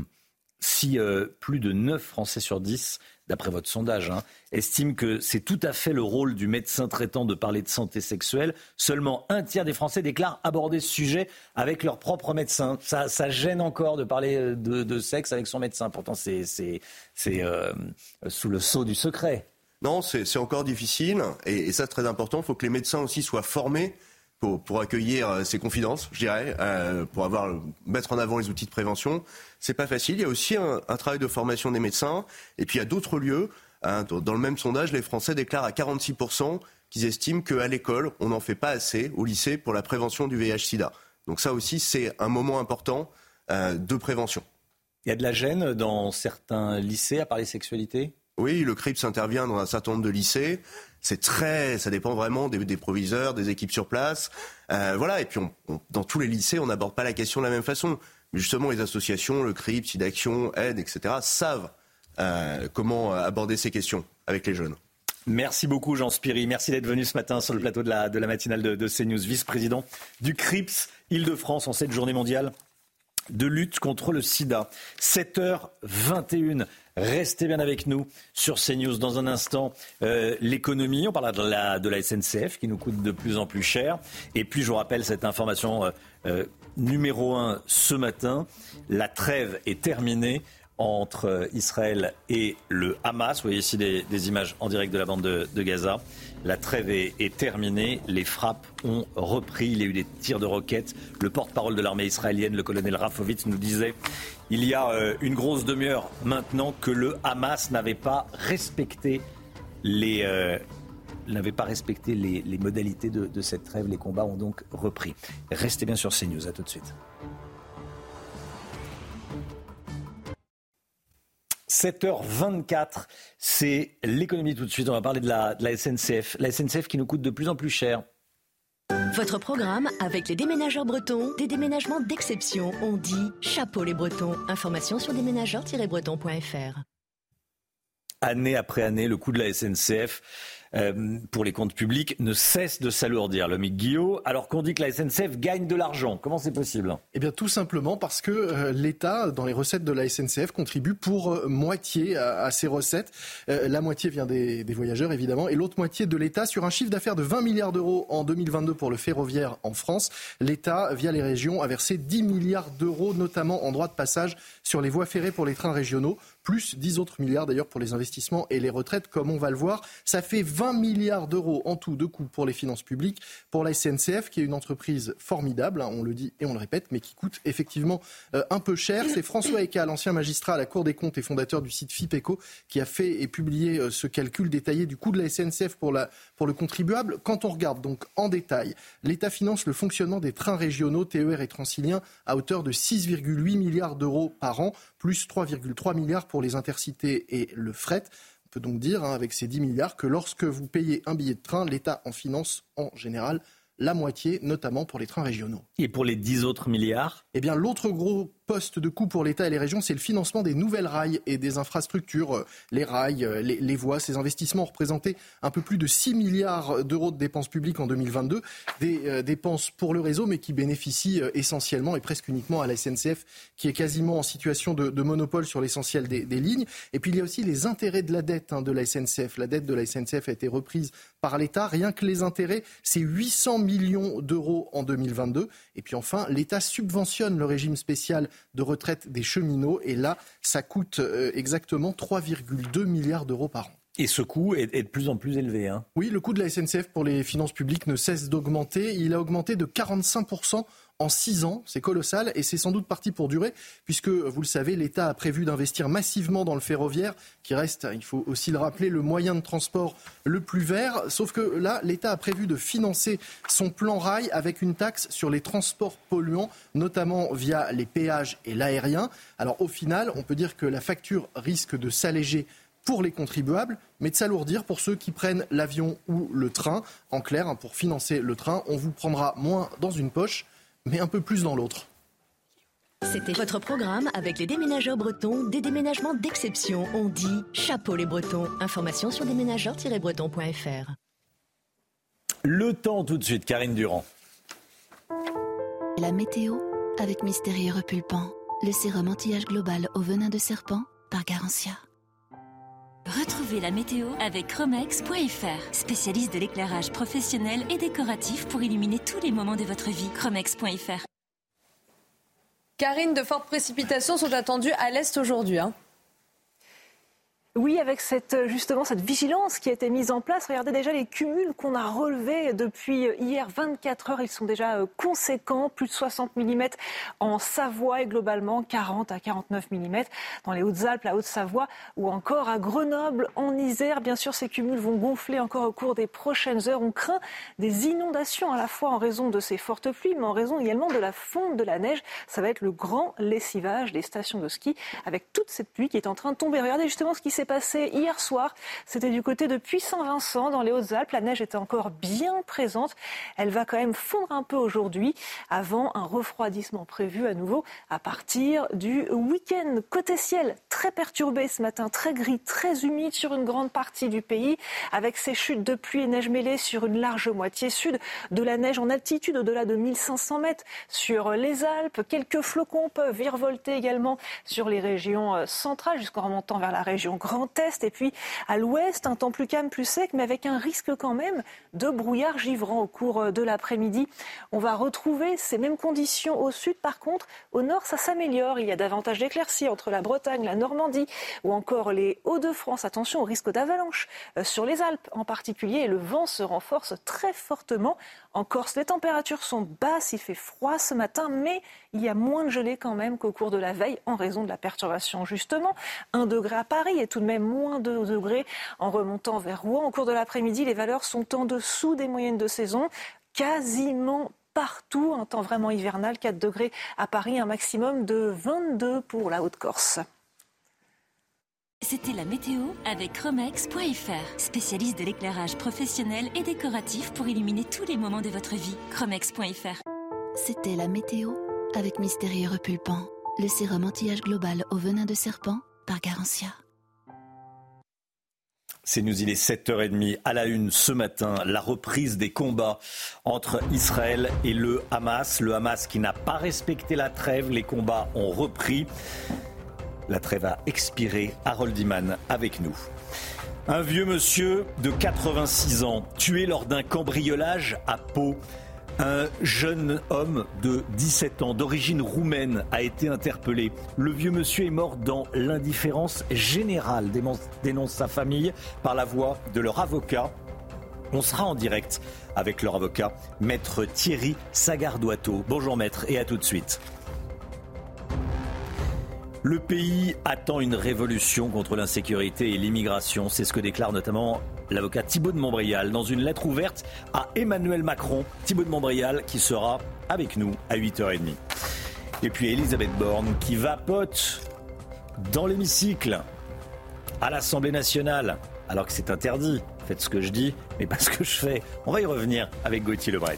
Si euh, plus de neuf Français sur dix, d'après votre sondage, hein, estiment que c'est tout à fait le rôle du médecin traitant de parler de santé sexuelle, seulement un tiers des Français déclarent aborder ce sujet avec leur propre médecin. Ça, ça gêne encore de parler de, de sexe avec son médecin. Pourtant, c'est, c'est, c'est euh, sous le sceau du secret. Non, c'est, c'est encore difficile. Et, et ça, c'est très important. Il faut que les médecins aussi soient formés pour, pour accueillir ces confidences, je dirais, euh, pour avoir, mettre en avant les outils de prévention. C'est pas facile. Il y a aussi un, un travail de formation des médecins. Et puis, il y a d'autres lieux. Hein, dans le même sondage, les Français déclarent à quarante-six pour cent qu'ils estiment qu'à l'école, on n'en fait pas assez, au lycée, pour la prévention du V I H sida. Donc ça aussi, c'est un moment important euh, de prévention. Il y a de la gêne dans certains lycées à parler sexualité ? Oui, le C R I P S intervient dans un certain nombre de lycées. C'est très, ça dépend vraiment des, des proviseurs, des équipes sur place. Euh, voilà, et puis on, on, dans tous les lycées, on n'aborde pas la question de la même façon. Mais justement, les associations, le C R I P S, SIDAction, Aide, et cetera, savent euh, comment aborder ces questions avec les jeunes. Merci beaucoup Jean Spiry, merci d'être venu ce matin sur le plateau de la, de la matinale de, de CNews, vice-président du C R I P S Île-de-France en cette journée mondiale de lutte contre le sida. sept heures vingt et une, restez bien avec nous sur CNews. Dans un instant, euh, l'économie, on parlera de la, de la S N C F qui nous coûte de plus en plus cher. Et puis je vous rappelle cette information euh, euh, numéro un ce matin, la trêve est terminée entre Israël et le Hamas. Vous voyez ici des, des images en direct de la bande de, de Gaza. La trêve est, est terminée, les frappes ont repris, il y a eu des tirs de roquettes. Le porte-parole de l'armée israélienne, le colonel Rafovitz, nous disait il y a euh, une grosse demi-heure maintenant que le Hamas n'avait pas respecté les, euh, n'avait pas respecté les, les modalités de, de cette trêve. Les combats ont donc repris. Restez bien sur CNews, à tout de suite. sept heures vingt-quatre, c'est l'économie tout de suite. On va parler de la, de la S N C F. La S N C F qui nous coûte de plus en plus cher. Votre programme avec les déménageurs bretons, des déménagements d'exception. On dit chapeau les bretons. Information sur déménageurs tiret bretons point f r. Année après année, le coût de la S N C F euh, pour les comptes publics ne cesse de s'alourdir. Lomique Guillot, alors qu'on dit que la S N C F gagne de l'argent, comment c'est possible ? Eh bien tout simplement parce que euh, l'État, dans les recettes de la S N C F, contribue pour euh, moitié à, à ces recettes. Euh, la moitié vient des, des voyageurs évidemment et l'autre moitié de l'État. Sur un chiffre d'affaires de vingt milliards d'euros en deux mille vingt-deux pour le ferroviaire en France, l'État, via les régions, a versé dix milliards d'euros, notamment en droits de passage sur les voies ferrées pour les trains régionaux, plus dix autres milliards d'ailleurs pour les investissements et les retraites, comme on va le voir. Ça fait vingt milliards d'euros en tout de coûts pour les finances publiques, pour la S N C F, qui est une entreprise formidable, hein, on le dit et on le répète, mais qui coûte effectivement euh, un peu cher. C'est François Eka, l'ancien magistrat à la Cour des comptes et fondateur du site FIPECO, qui a fait et publié euh, ce calcul détaillé du coût de la S N C F pour, la, pour le contribuable. Quand on regarde donc en détail, l'État finance le fonctionnement des trains régionaux, T E R et Transiliens, à hauteur de six virgule huit milliards d'euros par an, plus trois virgule trois milliards pour les intercités et le fret. On peut donc dire, hein, avec ces dix milliards, que lorsque vous payez un billet de train, l'État en finance en général la moitié, notamment pour les trains régionaux. Et pour les dix autres milliards ? Eh bien, l'autre gros poste de coût pour l'État et les régions, c'est le financement des nouvelles rails et des infrastructures. Les rails, les, les voies, ces investissements ont représenté un peu plus de six milliards d'euros de dépenses publiques en deux mille vingt-deux. Des euh, dépenses pour le réseau, mais qui bénéficient euh, essentiellement et presque uniquement à la S N C F, qui est quasiment en situation de, de monopole sur l'essentiel des, des lignes. Et puis, il y a aussi les intérêts de la dette hein, de la S N C F. La dette de la S N C F a été reprise par l'État. Rien que les intérêts, c'est huit cents millions d'euros en deux mille vingt-deux. Et puis enfin, l'État subventionne le régime spécial de retraite des cheminots. Et là, ça coûte euh, exactement trois virgule deux milliards d'euros par an. Et ce coût est, est de plus en plus élevé. Hein. Oui, le coût de la S N C F pour les finances publiques ne cesse d'augmenter. Il a augmenté de quarante-cinq pour cent en six ans. C'est colossal et c'est sans doute parti pour durer puisque, vous le savez, l'État a prévu d'investir massivement dans le ferroviaire qui reste, il faut aussi le rappeler, le moyen de transport le plus vert. Sauf que là, l'État a prévu de financer son plan rail avec une taxe sur les transports polluants, notamment via les péages et l'aérien. Alors au final, on peut dire que la facture risque de s'alléger pour les contribuables, mais de s'alourdir pour ceux qui prennent l'avion ou le train. En clair, pour financer le train, on vous prendra moins dans une poche, mais un peu plus dans l'autre. C'était votre programme avec les déménageurs bretons, des déménagements d'exception. On dit chapeau les bretons. Information sur déménageurs tiret bretons point f r. Le temps tout de suite, Karine Durand. La météo avec Mystérieux Repulpant, le sérum anti-âge global au venin de serpent par Garantia. Retrouvez la météo avec chromex point f r, spécialiste de l'éclairage professionnel et décoratif pour illuminer tous les moments de votre vie. chromex point f r. Karine, de fortes précipitations sont attendues à l'est aujourd'hui. Hein. Oui, avec cette, justement cette vigilance qui a été mise en place. Regardez déjà les cumuls qu'on a relevés depuis hier vingt-quatre heures. Ils sont déjà conséquents. Plus de soixante millimètres en Savoie et globalement quarante à quarante-neuf millimètres dans les Hautes-Alpes, la Haute-Savoie ou encore à Grenoble, en Isère. Bien sûr, ces cumuls vont gonfler encore au cours des prochaines heures. On craint des inondations à la fois en raison de ces fortes pluies, mais en raison également de la fonte de la neige. Ça va être le grand lessivage des stations de ski avec toute cette pluie qui est en train de tomber. Regardez justement ce qui s'est passé hier soir. C'était du côté de Puy-Saint-Vincent, dans les Hautes-Alpes. La neige était encore bien présente. Elle va quand même fondre un peu aujourd'hui, avant un refroidissement prévu à nouveau à partir du week-end. Côté ciel, très perturbé ce matin, très gris, très humide sur une grande partie du pays, avec ces chutes de pluie et neige mêlée sur une large moitié sud, de la neige en altitude au-delà de mille cinq cents mètres sur les Alpes. Quelques flocons peuvent virevolter également sur les régions centrales, jusqu'en remontant vers la région Grand Est, et puis à l'ouest, un temps plus calme, plus sec, mais avec un risque quand même de brouillard givrant au cours de l'après-midi. On va retrouver ces mêmes conditions au sud. Par contre, au nord, ça s'améliore. Il y a davantage d'éclaircies entre la Bretagne, la Normandie ou encore les Hauts-de-France. Attention au risque d'avalanche sur les Alpes en particulier, et le vent se renforce très fortement. En Corse, les températures sont basses, il fait froid ce matin, mais il y a moins de gelée quand même qu'au cours de la veille en raison de la perturbation justement. un degré à Paris et tout de même moins deux degrés en remontant vers Rouen. Au cours de l'après-midi, les valeurs sont en dessous des moyennes de saison, quasiment partout. Un temps vraiment hivernal, quatre degrés à Paris, un maximum de vingt-deux pour la Haute-Corse. C'était la météo avec Chromex point F R, spécialiste de l'éclairage professionnel et décoratif pour illuminer tous les moments de votre vie. Chromex point F R. C'était la météo avec Mystérieux Repulpant, le sérum anti-âge global au venin de serpent par Garantia. C'est nous, il est sept heures trente à la une ce matin, la reprise des combats entre Israël et le Hamas. Le Hamas qui n'a pas respecté la trêve, les combats ont repris. La trêve a expiré. Harold Iman avec nous. Un vieux monsieur de quatre-vingt-six ans tué lors d'un cambriolage à Pau. Un jeune homme de dix-sept ans d'origine roumaine a été interpellé. Le vieux monsieur est mort dans l'indifférence générale, dénonce sa famille par la voix de leur avocat. On sera en direct avec leur avocat, maître Thierry Sagardoato. Bonjour maître et à tout de suite. Le pays attend une révolution contre l'insécurité et l'immigration. C'est ce que déclare notamment l'avocat Thibault de Montbrial dans une lettre ouverte à Emmanuel Macron. Thibault de Montbrial qui sera avec nous à huit heures trente. Et puis Elisabeth Borne qui vapote dans l'hémicycle à l'Assemblée nationale. Alors que c'est interdit. Faites ce que je dis, mais pas ce que je fais. On va y revenir avec Gauthier Lebret.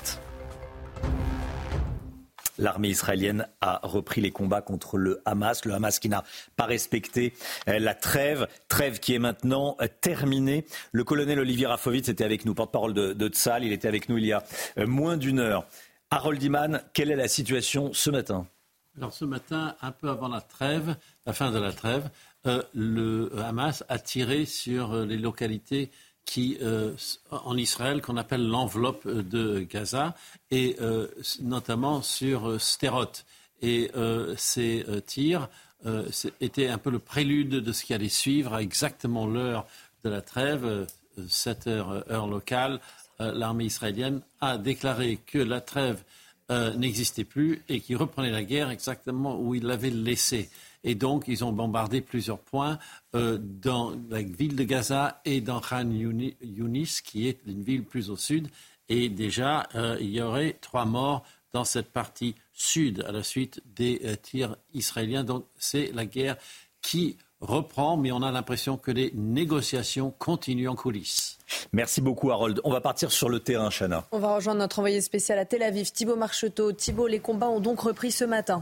L'armée israélienne a repris les combats contre le Hamas. Le Hamas qui n'a pas respecté la trêve. Trêve qui est maintenant terminée. Le colonel Olivier Rafovitz était avec nous, porte-parole de, de Tsahal. Il était avec nous il y a moins d'une heure. Harold Iman, quelle est la situation ce matin ? Alors ce matin, un peu avant la trêve, la fin de la trêve, euh, le Hamas a tiré sur les localités qui, euh, en Israël, qu'on appelle l'enveloppe de Gaza, et euh, notamment sur euh, Sderot. Et euh, ces euh, tirs euh, étaient un peu le prélude de ce qui allait suivre à exactement l'heure de la trêve, euh, sept heures heure locale. Euh, l'armée israélienne a déclaré que la trêve euh, n'existait plus et qu'il reprenait la guerre exactement où il l'avait laissée. Et donc, ils ont bombardé plusieurs points euh, dans la ville de Gaza et dans Khan Younis, qui est une ville plus au sud. Et déjà, euh, il y aurait trois morts dans cette partie sud à la suite des euh, tirs israéliens. Donc, c'est la guerre qui reprend, mais on a l'impression que les négociations continuent en coulisses. Merci beaucoup, Harold. On va partir sur le terrain, Chana. On va rejoindre notre envoyé spécial à Tel Aviv, Thibault Marcheteau. Thibault, les combats ont donc repris ce matin.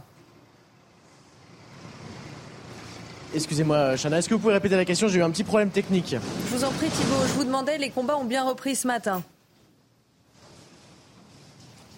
Excusez-moi, Chana, est-ce que vous pouvez répéter la question ? J'ai eu un petit problème technique. Je vous en prie, Thibault. Je vous demandais, les combats ont bien repris ce matin.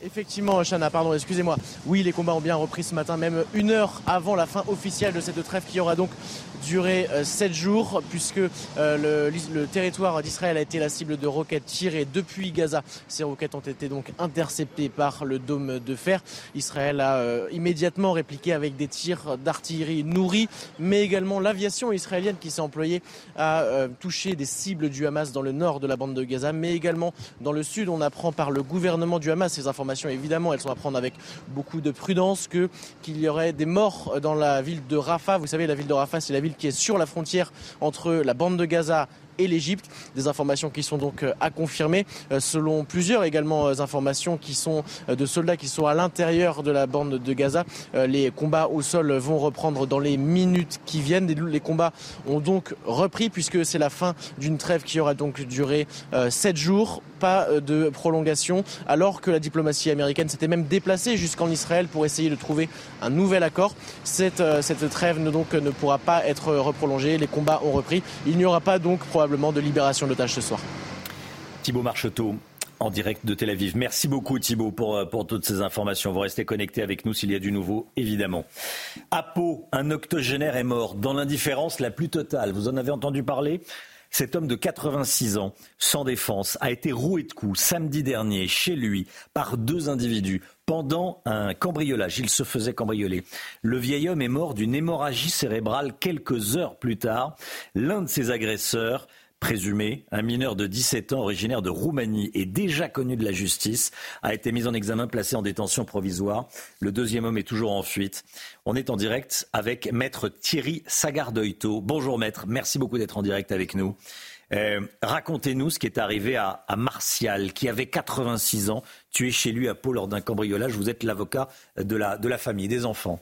Effectivement, Chana, pardon, excusez-moi. Oui, les combats ont bien repris ce matin, même une heure avant la fin officielle de cette trêve qui aura donc duré euh, sept jours, puisque euh, le, le territoire d'Israël a été la cible de roquettes tirées depuis Gaza. Ces roquettes ont été donc interceptées par le dôme de fer. Israël a euh, immédiatement répliqué avec des tirs d'artillerie nourris, mais également l'aviation israélienne qui s'est employée à euh, toucher des cibles du Hamas dans le nord de la bande de Gaza, mais également dans le sud. On apprend par le gouvernement du Hamas, ces informations évidemment elles sont à prendre avec beaucoup de prudence, que qu'il y aurait des morts dans la ville de Rafah. Vous savez, la ville de Rafah, c'est la ville qui est sur la frontière entre la bande de Gaza et l'Égypte. Des informations qui sont donc à confirmer, selon plusieurs également informations qui sont de soldats qui sont à l'intérieur de la bande de Gaza. Les combats au sol vont reprendre dans les minutes qui viennent. Les combats ont donc repris puisque c'est la fin d'une trêve qui aura donc duré sept jours. Pas de prolongation, alors que la diplomatie américaine s'était même déplacée jusqu'en Israël pour essayer de trouver un nouvel accord. Cette, cette trêve ne, donc, ne pourra pas être reprolongée. Les combats ont repris. Il n'y aura pas donc probablement de libération d'otages ce soir. Thibaut Marcheteau, en direct de Tel Aviv. Merci beaucoup Thibaut pour, pour toutes ces informations. Vous restez connectés avec nous s'il y a du nouveau, évidemment. À Pau, un octogénaire est mort dans l'indifférence la plus totale. Vous en avez entendu parler ? Cet homme de quatre-vingt-six ans, sans défense, a été roué de coups samedi dernier chez lui par deux individus pendant un cambriolage. Il se faisait cambrioler. Le vieil homme est mort d'une hémorragie cérébrale quelques heures plus tard. L'un de ses agresseurs, présumé, un mineur de dix-sept ans originaire de Roumanie et déjà connu de la justice, a été mis en examen, placé en détention provisoire. Le deuxième homme est toujours en fuite. On est en direct avec maître Thierry Sagardoito. Bonjour maître, merci beaucoup d'être en direct avec nous. Euh, racontez-nous ce qui est arrivé à, à Martial, qui avait quatre-vingt-six ans, tué chez lui à Pau lors d'un cambriolage. Vous êtes l'avocat de la, de la famille, des enfants.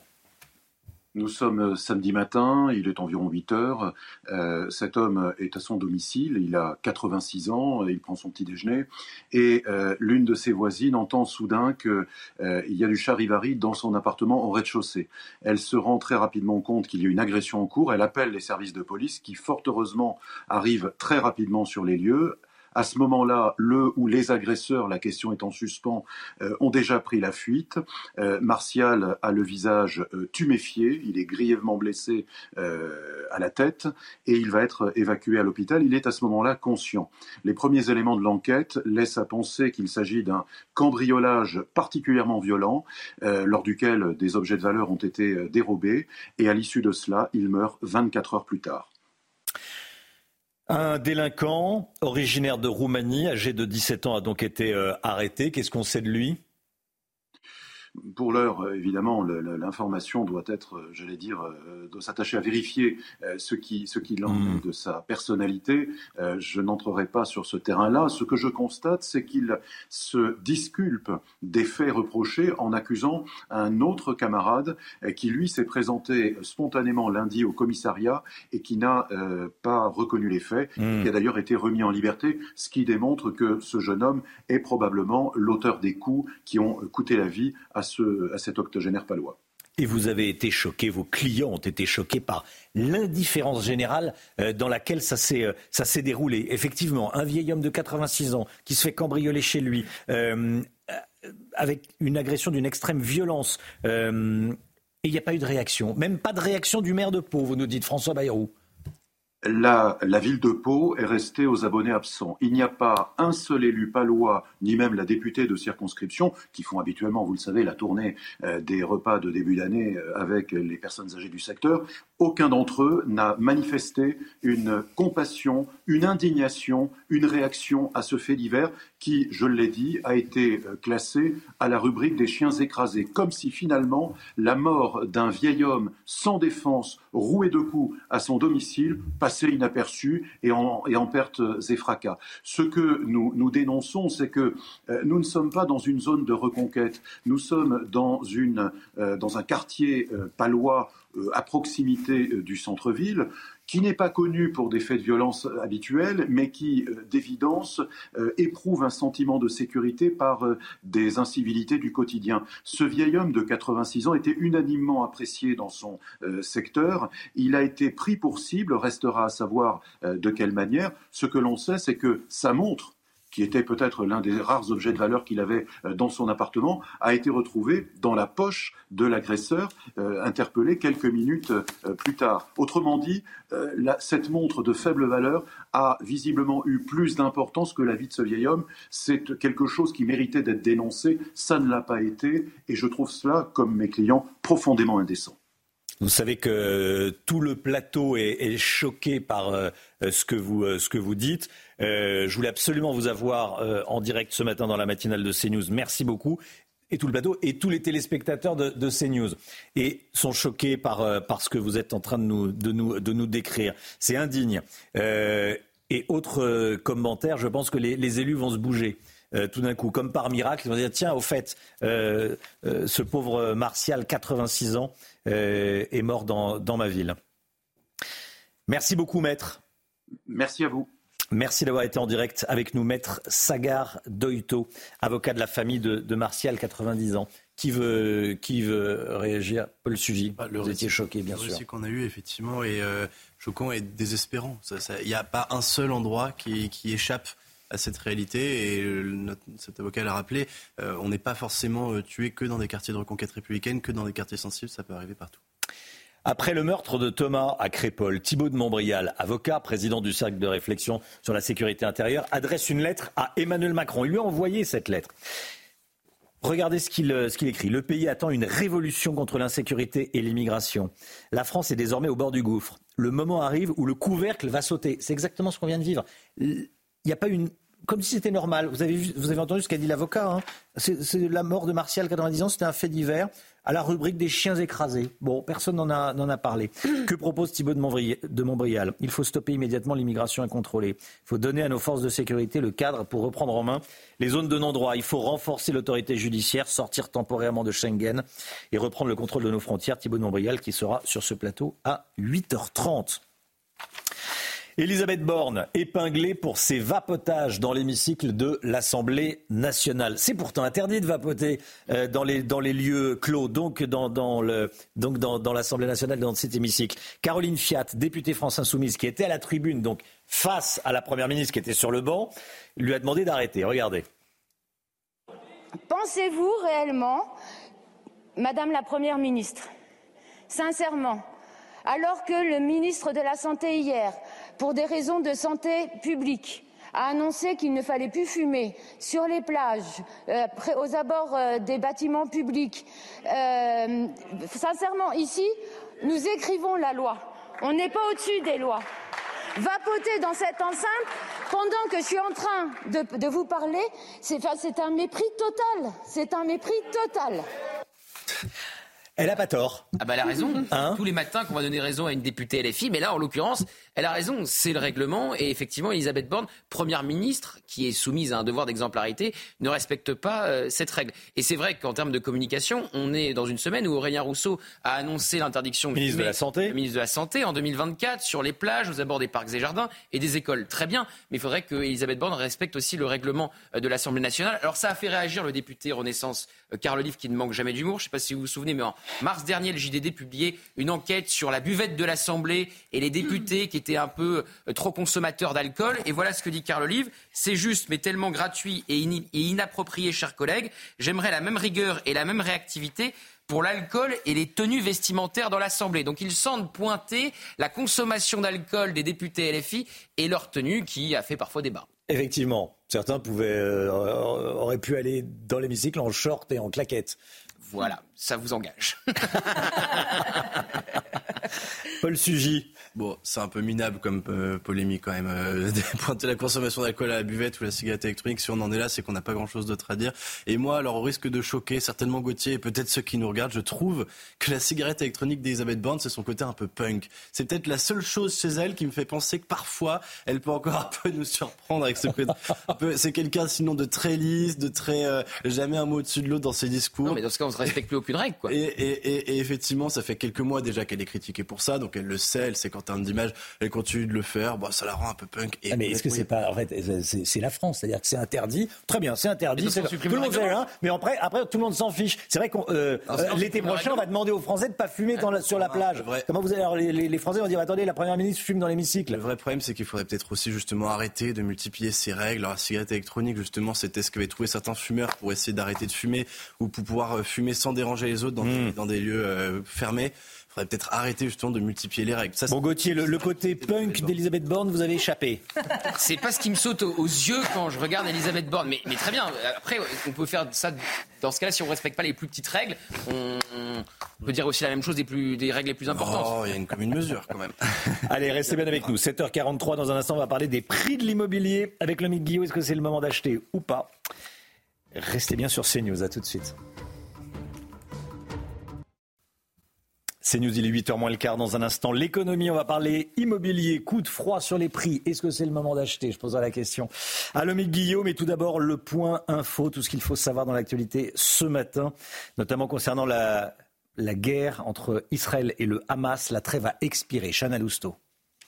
Nous sommes samedi matin, il est environ huit heures. Euh, cet homme est à son domicile, il a quatre-vingt-six ans, il prend son petit déjeuner. Et euh, l'une de ses voisines entend soudain qu'il euh, y a du charivari dans son appartement au rez-de-chaussée. Elle se rend très rapidement compte qu'il y a une agression en cours. Elle appelle les services de police qui, fort heureusement, arrivent très rapidement sur les lieux. À ce moment-là, le ou les agresseurs, la question est en suspens, euh, ont déjà pris la fuite. Euh, Martial a le visage euh, tuméfié, il est grièvement blessé euh, à la tête et il va être évacué à l'hôpital. Il est à ce moment-là conscient. Les premiers éléments de l'enquête laissent à penser qu'il s'agit d'un cambriolage particulièrement violent, euh, lors duquel des objets de valeur ont été dérobés, et à l'issue de cela, il meurt vingt-quatre heures plus tard. Un délinquant originaire de Roumanie, âgé de dix-sept ans, a donc été euh, arrêté. Qu'est-ce qu'on sait de lui ? Pour l'heure, évidemment, l'information doit être, j'allais dire, doit s'attacher à vérifier ce qui, ce qui l'en est de sa personnalité. Je n'entrerai pas sur ce terrain-là. Ce que je constate, c'est qu'il se disculpe des faits reprochés en accusant un autre camarade qui, lui, s'est présenté spontanément lundi au commissariat et qui n'a euh, pas reconnu les faits, mmh. qui a d'ailleurs été remis en liberté, ce qui démontre que ce jeune homme est probablement l'auteur des coups qui ont coûté la vie à Ce, à cet octogénaire palois. Et vous avez été choqué, vos clients ont été choqués par l'indifférence générale euh, dans laquelle ça s'est, euh, ça s'est déroulé. Effectivement, un vieil homme de quatre-vingt-six ans qui se fait cambrioler chez lui, euh, avec une agression d'une extrême violence, euh, et il n'y a pas eu de réaction. Même pas de réaction du maire de Pau, vous nous dites, François Bayrou. La, la ville de Pau est restée aux abonnés absents. Il n'y a pas un seul élu palois, ni même la députée de circonscription, qui font habituellement, vous le savez, la tournée euh, des repas de début d'année euh, avec les personnes âgées du secteur. Aucun d'entre eux n'a manifesté une compassion, une indignation, une réaction à ce fait divers qui, je l'ai dit, a été classé à la rubrique des chiens écrasés. Comme si finalement la mort d'un vieil homme sans défense, roué de coups à son domicile, passait inaperçue et en, et en pertes et fracas. Ce que nous, nous dénonçons, c'est que euh, nous ne sommes pas dans une zone de reconquête. Nous sommes dans, une, euh, dans un quartier euh, palois euh, à proximité euh, du centre-ville, qui n'est pas connu pour des faits de violence habituels, mais qui, euh, d'évidence, euh, éprouve un sentiment de sécurité par euh, des incivilités du quotidien. Ce vieil homme de quatre-vingt-six ans était unanimement apprécié dans son euh, secteur. Il a été pris pour cible, restera à savoir euh, de quelle manière. Ce que l'on sait, c'est que ça montre qui était peut-être l'un des rares objets de valeur qu'il avait dans son appartement, a été retrouvé dans la poche de l'agresseur, euh, interpellé quelques minutes euh, plus tard. Autrement dit, euh, la, cette montre de faible valeur a visiblement eu plus d'importance que la vie de ce vieil homme. C'est quelque chose qui méritait d'être dénoncé, ça ne l'a pas été, et je trouve cela, comme mes clients, profondément indécent. Vous savez que tout le plateau est, est choqué par euh, ce, que vous, euh, ce que vous dites. Euh, je voulais absolument vous avoir euh, en direct ce matin dans la matinale de CNews. Merci beaucoup. Et tout le plateau et tous les téléspectateurs de, de CNews et sont choqués par, euh, par ce que vous êtes en train de nous, de nous, de nous décrire. C'est indigne. Euh, et autre euh, commentaire, je pense que les, les élus vont se bouger. Euh, tout d'un coup, comme par miracle, ils vont dire tiens, au fait, euh, euh, ce pauvre Martial, quatre-vingt-six ans, euh, est mort dans, dans ma ville. Merci beaucoup, maître. Merci à vous. Merci d'avoir été en direct avec nous, maître Sagar Doito, avocat de la famille de, de Martial, quatre-vingt-dix ans. Qui veut, qui veut réagir? Paul Sugy, bah, vous étiez choqué, bien sûr. Le récit qu'on a eu, effectivement, est euh, choquant et désespérant. Il n'y a pas un seul endroit qui, qui échappe à cette réalité, et notre, cet avocat l'a rappelé, euh, on n'est pas forcément euh, tué que dans des quartiers de reconquête républicaine, que dans des quartiers sensibles, ça peut arriver partout. Après le meurtre de Thomas à Crépol, Thibault de Montbrial, avocat, président du cercle de réflexion sur la sécurité intérieure, adresse une lettre à Emmanuel Macron. Il lui a envoyé cette lettre. Regardez ce qu'il, ce qu'il écrit. Le pays attend une révolution contre l'insécurité et l'immigration. La France est désormais au bord du gouffre. Le moment arrive où le couvercle va sauter. C'est exactement ce qu'on vient de vivre. Il n'y a pas une... Comme si c'était normal. Vous avez, vu, vous avez entendu ce qu'a dit l'avocat. Hein. C'est, c'est la mort de Martial, quatre-vingt-dix ans, c'était un fait divers. À la rubrique des chiens écrasés. Bon, personne n'en a, n'en a parlé. Que propose Thibault de Montbrial, de Montbrial? Il faut stopper immédiatement l'immigration incontrôlée. Il faut donner à nos forces de sécurité le cadre pour reprendre en main les zones de non-droit. Il faut renforcer l'autorité judiciaire, sortir temporairement de Schengen et reprendre le contrôle de nos frontières. Thibault de Montbrial qui sera sur ce plateau à huit heures trente. Elisabeth Borne, épinglée pour ses vapotages dans l'hémicycle de l'Assemblée nationale. C'est pourtant interdit de vapoter euh, dans, les, dans les lieux clos, donc dans, dans, le, donc dans, dans l'Assemblée nationale, dans cet hémicycle. Caroline Fiat, députée France Insoumise, qui était à la tribune, donc face à la Première ministre qui était sur le banc, lui a demandé d'arrêter. Regardez. Pensez-vous réellement, Madame la Première ministre, sincèrement, alors que le ministre de la Santé hier, pour des raisons de santé publique, a annoncé qu'il ne fallait plus fumer sur les plages, euh, aux abords euh, des bâtiments publics. Euh, sincèrement, ici, nous écrivons la loi. On n'est pas au-dessus des lois. Vapoter dans cette enceinte, pendant que je suis en train de, de vous parler, c'est, enfin, c'est un mépris total. C'est un mépris total. Elle n'a pas tort. Ah bah elle a raison. Hein Tous les matins qu'on va donner raison à une députée L F I, mais là en l'occurrence, elle a raison. C'est le règlement et effectivement Elisabeth Borne, première ministre qui est soumise à un devoir d'exemplarité, ne respecte pas euh, cette règle. Et c'est vrai qu'en termes de communication, on est dans une semaine où Aurélien Rousseau a annoncé l'interdiction de ministre de la Santé, le ministre de la Santé en deux mille vingt-quatre sur les plages, aux abords des parcs et jardins et des écoles. Très bien, mais il faudrait que Elisabeth Borne respecte aussi le règlement de l'Assemblée nationale. Alors ça a fait réagir le député Renaissance Carl Olive qui ne manque jamais d'humour. Je ne sais pas si vous vous souvenez, mais en mars dernier, le J D D publiait une enquête sur la buvette de l'Assemblée et les députés qui étaient un peu trop consommateurs d'alcool. Et voilà ce que dit Carl Olive. C'est juste, mais tellement gratuit et, in- et inapproprié, chers collègues. J'aimerais la même rigueur et la même réactivité pour l'alcool et les tenues vestimentaires dans l'Assemblée. Donc ils sentent pointer la consommation d'alcool des députés L F I et leur tenue qui a fait parfois débat. Effectivement, certains pouvaient, euh, auraient pu aller dans l'hémicycle en short et en claquettes. Voilà, ça vous engage. Paul Sugy. Bon, c'est un peu minable comme euh, polémique quand même. Euh, pointer la consommation d'alcool à la buvette ou la cigarette électronique, si on en est là, c'est qu'on n'a pas grand-chose d'autre à dire. Et moi, alors au risque de choquer certainement Gauthier et peut-être ceux qui nous regardent, je trouve que la cigarette électronique d'Elisabeth Borne, c'est son côté un peu punk. C'est peut-être la seule chose chez elle qui me fait penser que parfois, elle peut encore un peu nous surprendre avec ce côté. un peu, c'est quelqu'un sinon de très lisse, de très euh, jamais un mot au-dessus de l'autre dans ses discours. Non, mais dans ce cas, on ne respecte plus aucune règle, quoi. Et, et, et, et effectivement, ça fait quelques mois déjà qu'elle est critiquée pour ça, donc qu'elle le sait, elle sait qu'en termes d'image, elle continue de le faire. Bon, ça la rend un peu punk. Et ah mais est-ce que c'est pas, en fait, c'est, c'est la France, c'est-à-dire que c'est interdit. Très bien, c'est interdit. C'est, tout le monde fait hein, mais après, après, tout le monde s'en fiche. C'est vrai qu'on euh, non, euh, l'été prochain, on va demander aux Français de pas fumer dans la, sur la plage. Vrai... Comment vous allez alors, les, les, les Français vont dire attendez, la première ministre fume dans l'hémicycle. Le vrai problème, c'est qu'il faudrait peut-être aussi justement arrêter de multiplier ces règles. Alors, la cigarette électronique, justement, c'était ce qu'avaient trouvé certains fumeurs pour essayer d'arrêter de fumer ou pour pouvoir fumer sans déranger les autres dans, mmh. des, dans des lieux euh, fermés. Il faudrait peut-être arrêter justement de multiplier les règles. Ça, bon Gauthier, le, le côté punk d'Elisabeth Borne, vous avez échapé. C'est pas ce qui me saute aux, aux yeux quand je regarde Elisabeth Borne. Mais, mais très bien, après on peut faire ça, dans ce cas-là, si on ne respecte pas les plus petites règles, on, on peut dire aussi la même chose des, plus, des règles les plus importantes. Oh, il y a une commune mesure quand même. Allez, restez bien avec nous. sept heures quarante-trois, dans un instant on va parler des prix de l'immobilier avec Lomique Guillot. Est-ce que c'est le moment d'acheter ou pas ? Restez bien sur CNews, à tout de suite. CNews, il est huit heures moins le quart. Dans un instant, l'économie, on va parler immobilier, coup de froid sur les prix. Est-ce que c'est le moment d'acheter ? Je poserai la question à Lomique Guillot. Mais tout d'abord, le point info, tout ce qu'il faut savoir dans l'actualité ce matin, notamment concernant la, la guerre entre Israël et le Hamas. La trêve a expiré. Chana Lousteau.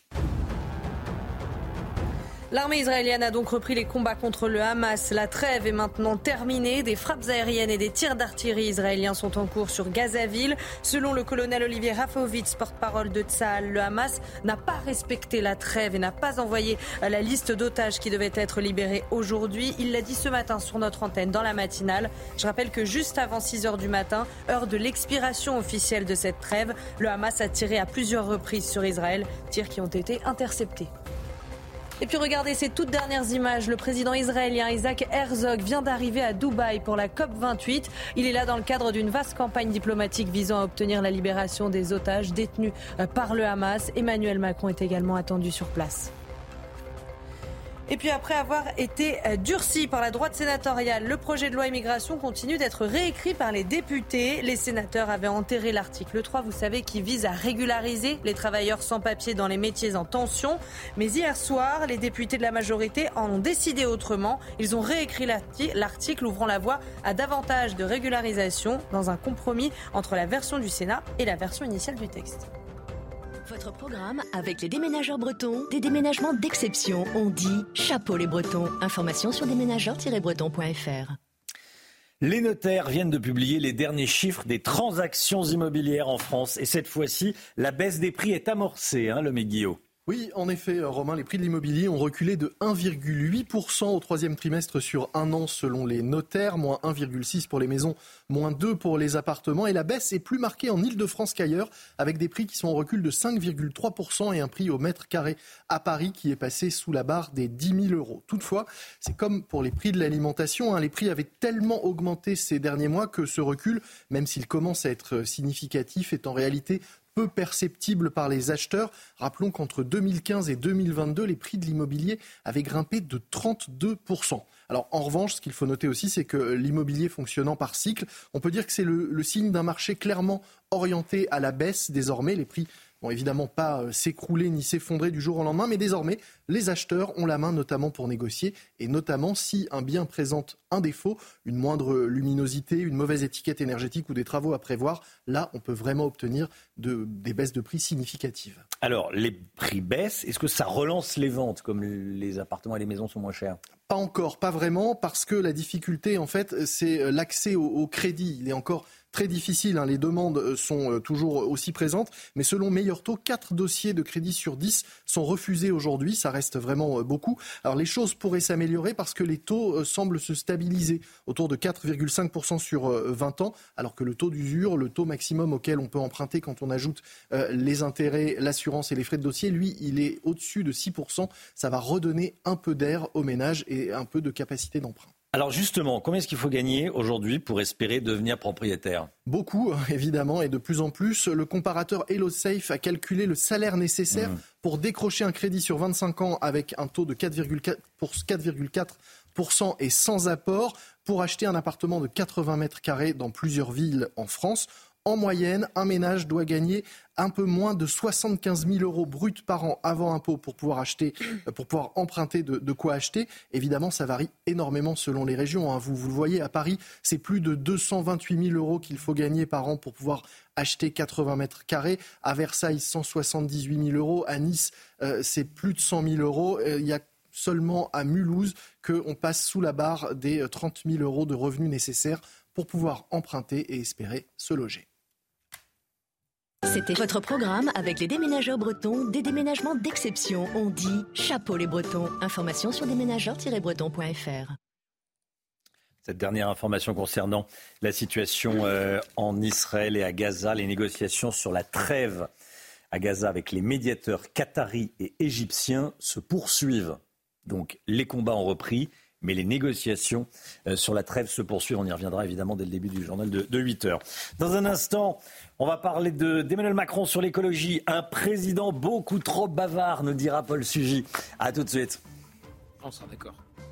L'armée israélienne a donc repris les combats contre le Hamas. La trêve est maintenant terminée. Des frappes aériennes et des tirs d'artillerie israéliens sont en cours sur Gazaville. Selon le colonel Olivier Rafovitz, porte-parole de Tsahal, le Hamas n'a pas respecté la trêve et n'a pas envoyé la liste d'otages qui devaient être libérés aujourd'hui. Il l'a dit ce matin sur notre antenne dans la matinale. Je rappelle que juste avant six heures du matin, heure de l'expiration officielle de cette trêve, le Hamas a tiré à plusieurs reprises sur Israël, tirs qui ont été interceptés. Et puis regardez ces toutes dernières images. Le président israélien Isaac Herzog vient d'arriver à Dubaï pour la COP vingt-huit. Il est là dans le cadre d'une vaste campagne diplomatique visant à obtenir la libération des otages détenus par le Hamas. Emmanuel Macron est également attendu sur place. Et puis après avoir été durci par la droite sénatoriale, le projet de loi immigration continue d'être réécrit par les députés. Les sénateurs avaient enterré l'article trois, vous savez, qui vise à régulariser les travailleurs sans papier dans les métiers en tension. Mais hier soir, les députés de la majorité en ont décidé autrement. Ils ont réécrit l'article ouvrant la voie à davantage de régularisation dans un compromis entre la version du Sénat et la version initiale du texte. Votre programme avec les déménageurs bretons, des déménagements d'exception. On dit chapeau les bretons. Information sur déménageurs tiret bretons point f r. Les notaires viennent de publier les derniers chiffres des transactions immobilières en France. Et cette fois-ci, la baisse des prix est amorcée, hein, Lomique Guillot. Oui, en effet, Romain, les prix de l'immobilier ont reculé de un virgule huit pour cent au troisième trimestre sur un an selon les notaires, moins un virgule six pour cent pour les maisons, moins deux pour cent pour les appartements. Et la baisse est plus marquée en Ile-de-France qu'ailleurs, avec des prix qui sont en recul de cinq virgule trois pour cent et un prix au mètre carré à Paris qui est passé sous la barre des dix mille euros. Toutefois, c'est comme pour les prix de l'alimentation, hein, les prix avaient tellement augmenté ces derniers mois que ce recul, même s'il commence à être significatif, est en réalité peu perceptible par les acheteurs. Rappelons qu'entre deux mille quinze et deux mille vingt-deux, les prix de l'immobilier avaient grimpé de trente-deux pour cent. Alors en revanche, ce qu'il faut noter aussi, c'est que l'immobilier fonctionnant par cycle, on peut dire que c'est le, le signe d'un marché clairement orienté à la baisse. Désormais, les prix vont évidemment pas euh, s'écrouler ni s'effondrer du jour au lendemain, mais désormais, les acheteurs ont la main notamment pour négocier, et notamment si un bien présente un défaut, une moindre luminosité, une mauvaise étiquette énergétique ou des travaux à prévoir, là, on peut vraiment obtenir de, des baisses de prix significatives. Alors, les prix baissent, est-ce que ça relance les ventes, comme les appartements et les maisons sont moins chers ? Pas encore, pas vraiment, parce que la difficulté, en fait, c'est l'accès au, au crédit. Il est encore très difficile, hein. Les demandes sont toujours aussi présentes, mais selon Meilleur Taux, quatre dossiers de crédit sur dix sont refusés aujourd'hui. Ça reste vraiment beaucoup. Alors les choses pourraient s'améliorer parce que les taux semblent se stabiliser autour de quatre virgule cinq pour cent sur vingt ans, alors que le taux d'usure, le taux maximum auquel on peut emprunter quand on ajoute euh, les intérêts, l'assurance et les frais de dossier, lui, il est au-dessus de six pour cent. Ça va redonner un peu d'air aux ménages et un peu de capacité d'emprunt. Alors justement, combien est-ce qu'il faut gagner aujourd'hui pour espérer devenir propriétaire ? Beaucoup, évidemment, et de plus en plus. Le comparateur HelloSafe a calculé le salaire nécessaire mmh. pour décrocher un crédit sur vingt-cinq ans avec un taux de quatre virgule quatre pour cent et sans apport pour acheter un appartement de quatre-vingts mètres carrés dans plusieurs villes en France. En moyenne, un ménage doit gagner un peu moins de soixante-quinze mille euros bruts par an avant impôt pour pouvoir acheter, pour pouvoir emprunter de, de quoi acheter. Évidemment, ça varie énormément selon les régions. Hein. Vous, vous le voyez, à Paris, c'est plus de deux cent vingt-huit mille euros qu'il faut gagner par an pour pouvoir acheter quatre-vingts mètres carrés. À Versailles, cent soixante-dix-huit mille euros. À Nice, euh, c'est plus de cent mille euros. Il y a seulement à Mulhouse qu'on passe sous la barre des trente mille euros de revenus nécessaires pour pouvoir emprunter et espérer se loger. C'était votre programme avec les déménageurs bretons, des déménagements d'exception. On dit chapeau les Bretons. Information sur déménageurs tiret breton point f r. Cette dernière information concernant la situation euh, en Israël et à Gaza, les négociations sur la trêve à Gaza avec les médiateurs qataris et égyptiens se poursuivent. Donc les combats ont repris, mais les négociations euh, sur la trêve se poursuivent. On y reviendra évidemment dès le début du journal de, de huit heures. Dans un instant, on va parler de, d'Emmanuel Macron sur l'écologie. Un président beaucoup trop bavard, nous dira Paul Sugy. A tout de suite. On sera d'accord.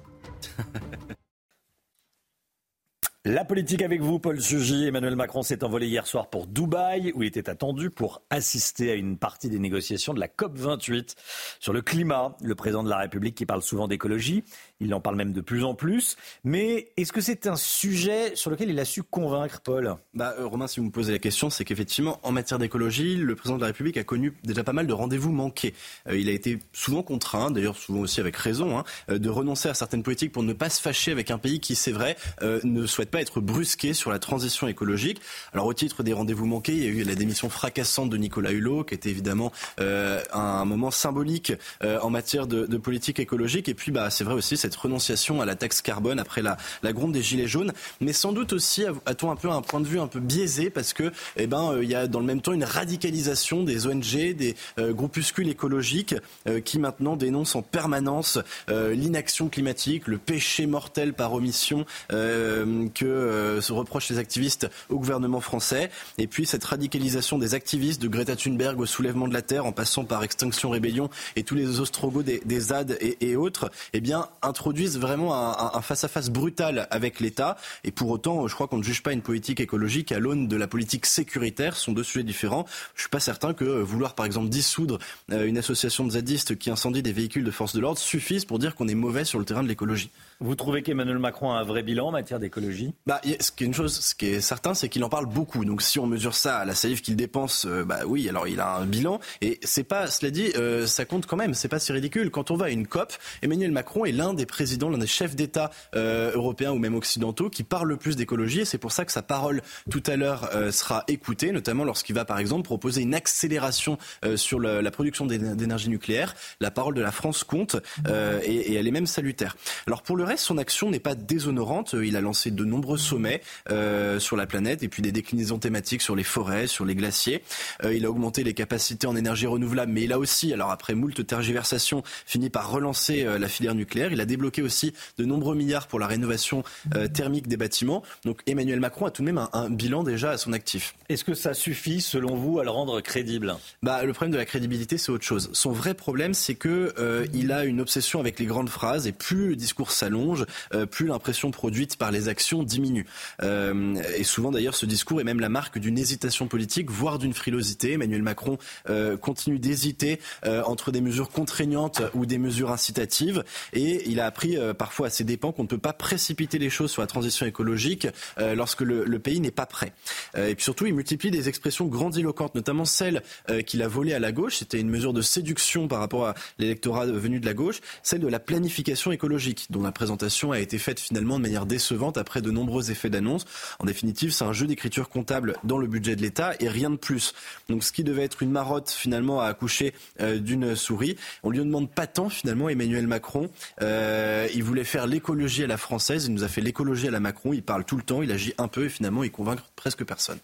La politique avec vous, Paul Sugy. Emmanuel Macron s'est envolé hier soir pour Dubaï, où il était attendu pour assister à une partie des négociations de la C O P vingt-huit sur le climat. Le président de la République qui parle souvent d'écologie, il en parle même de plus en plus. Mais est-ce que c'est un sujet sur lequel il a su convaincre, Paul ? Bah, euh, Romain, si vous me posez la question, c'est qu'effectivement, en matière d'écologie, le président de la République a connu déjà pas mal de rendez-vous manqués. Euh, il a été souvent contraint, d'ailleurs souvent aussi avec raison, hein, de renoncer à certaines politiques pour ne pas se fâcher avec un pays qui, c'est vrai, euh, ne souhaite pas être brusqué sur la transition écologique. Alors au titre des rendez-vous manqués, il y a eu la démission fracassante de Nicolas Hulot, qui était évidemment euh, un moment symbolique euh, en matière de, de politique écologique. Et puis bah, c'est vrai aussi cette renonciation à la taxe carbone après la, la gronde des Gilets jaunes. Mais sans doute aussi a-t-on un peu un point de vue un peu biaisé parce que eh ben, euh, il y a dans le même temps une radicalisation des O N G, des euh, groupuscules écologiques euh, qui maintenant dénoncent en permanence euh, l'inaction climatique, le péché mortel par omission euh, que euh, se reprochent les activistes au gouvernement français. Et puis cette radicalisation des activistes de Greta Thunberg au soulèvement de la Terre en passant par Extinction Rébellion et tous les ostrogos des, des Z A D et, et autres, eh bien, introduisent vraiment un, un face-à-face brutal avec l'État. Et pour autant, je crois qu'on ne juge pas une politique écologique à l'aune de la politique sécuritaire. Ce sont deux sujets différents. Je ne suis pas certain que vouloir, par exemple, dissoudre euh, une association de zadistes qui incendie des véhicules de force de l'ordre suffise pour dire qu'on est mauvais sur le terrain de l'écologie. Vous trouvez qu'Emmanuel Macron a un vrai bilan en matière d'écologie ? Bah, ce qui est une chose, ce qui est certain, c'est qu'il en parle beaucoup. Donc, si on mesure ça à la salive qu'il dépense, euh, bah oui, alors il a un bilan. Et c'est pas, cela dit, euh, ça compte quand même. C'est pas si ridicule. Quand on va à une C O P, Emmanuel Macron est l'un des présidents, l'un des chefs d'État euh, européens ou même occidentaux qui parle le plus d'écologie. Et c'est pour ça que sa parole tout à l'heure euh, sera écoutée, notamment lorsqu'il va, par exemple, proposer une accélération euh, sur le, la production d'énergie nucléaire. La parole de la France compte euh, et, et elle est même salutaire. Alors pour le reste, son action n'est pas déshonorante. Il a lancé de nombreux sommets euh, sur la planète et puis des déclinaisons thématiques sur les forêts, sur les glaciers. Euh, il a augmenté les capacités en énergie renouvelable, mais il a aussi, alors après moult tergiversations, fini par relancer euh, la filière nucléaire. Il a débloqué aussi de nombreux milliards pour la rénovation euh, thermique des bâtiments. Donc Emmanuel Macron a tout de même un, un bilan déjà à son actif. Est-ce que ça suffit, selon vous, à le rendre crédible ? Bah, le problème de la crédibilité, c'est autre chose. Son vrai problème, c'est que euh, il a une obsession avec les grandes phrases et plus le discours s'allonge, euh, plus l'impression produite par les actions diminue. Euh, et souvent d'ailleurs ce discours est même la marque d'une hésitation politique, voire d'une frilosité. Emmanuel Macron euh, continue d'hésiter euh, entre des mesures contraignantes ou des mesures incitatives et il a appris euh, parfois à ses dépens qu'on ne peut pas précipiter les choses sur la transition écologique euh, lorsque le, le pays n'est pas prêt. Euh, et puis surtout il multiplie des expressions grandiloquentes, notamment celle euh, qu'il a volée à la gauche. C'était une mesure de séduction par rapport à l'électorat venu de la gauche, celle de la planification écologique dont la présentation a été faite finalement de manière décevante après de nombreux effets d'annonce. En définitive, c'est un jeu d'écriture comptable dans le budget de l'État et rien de plus. Donc ce qui devait être une marotte finalement à accoucher euh, d'une souris, on lui demande pas tant finalement Emmanuel Macron. Euh, il voulait faire l'écologie à la française, il nous a fait l'écologie à la Macron, il parle tout le temps, il agit un peu et finalement il convainc presque personne.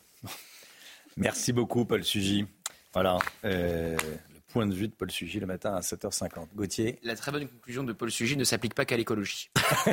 Merci beaucoup Paul Sugy. Voilà. Euh... Point de vue de Paul Sugy le matin à sept heures cinquante. Gauthier. La très bonne conclusion de Paul Sugy ne s'applique pas qu'à l'écologie.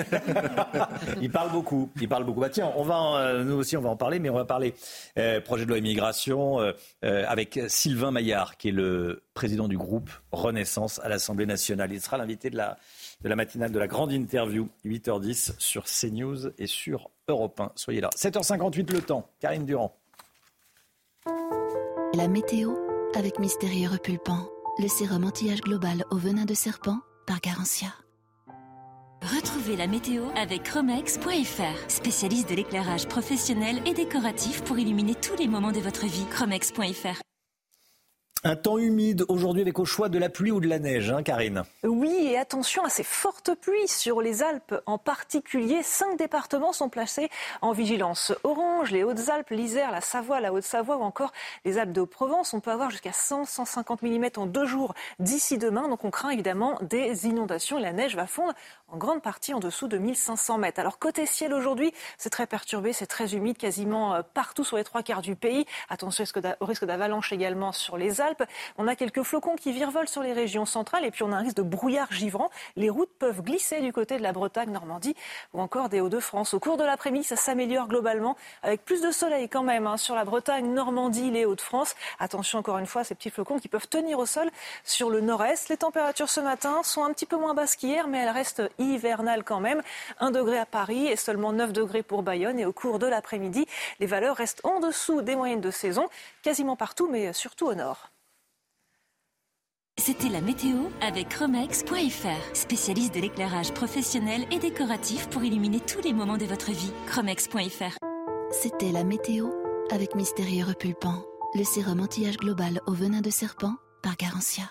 Il parle beaucoup. Il parle beaucoup. Bah tiens, on va en, euh, nous aussi on va en parler, mais on va parler euh, projet de loi immigration euh, euh, avec Sylvain Maillard, qui est le président du groupe Renaissance à l'Assemblée nationale. Il sera l'invité de la de la matinale de la grande interview huit heures dix sur CNews et sur Europe un. Soyez là. sept heures cinquante-huit le temps. Karine Durand. La météo avec Mystérieux Repulpant, le sérum anti-âge global au venin de serpent par Garantia. Retrouvez la météo avec Chromex point F R, spécialiste de l'éclairage professionnel et décoratif pour illuminer tous les moments de votre vie. Chromex point F R. Un temps humide aujourd'hui avec au choix de la pluie ou de la neige, hein, Karine? Oui, et attention à ces fortes pluies sur les Alpes en particulier. Cinq départements sont placés en vigilance orange, les Hautes-Alpes, l'Isère, la Savoie, la Haute-Savoie ou encore les Alpes de Haute-Provence. On peut avoir jusqu'à cent à cent cinquante millimètres en deux jours d'ici demain. Donc on craint évidemment des inondations et la neige va fondre en grande partie en dessous de mille cinq cents mètres. Alors côté ciel aujourd'hui, c'est très perturbé, c'est très humide quasiment partout sur les trois quarts du pays. Attention au risque d'avalanche également sur les Alpes. On a quelques flocons qui virevolent sur les régions centrales et puis on a un risque de brouillard givrant. Les routes peuvent glisser du côté de la Bretagne, Normandie ou encore des Hauts-de-France. Au cours de l'après-midi, ça s'améliore globalement avec plus de soleil quand même hein, sur la Bretagne, Normandie, les Hauts-de-France. Attention encore une fois à ces petits flocons qui peuvent tenir au sol sur le nord-est. Les températures ce matin sont un petit peu moins basses qu'hier mais elles restent hivernales quand même. un degré à Paris et seulement neuf degrés pour Bayonne. Et au cours de l'après-midi, les valeurs restent en dessous des moyennes de saison, quasiment partout mais surtout au nord. C'était la météo avec Chromex point F R, spécialiste de l'éclairage professionnel et décoratif pour illuminer tous les moments de votre vie. Chromex point F R. C'était la météo avec Mystérieux Repulpant, le sérum anti-âge global au venin de serpent par Garantia.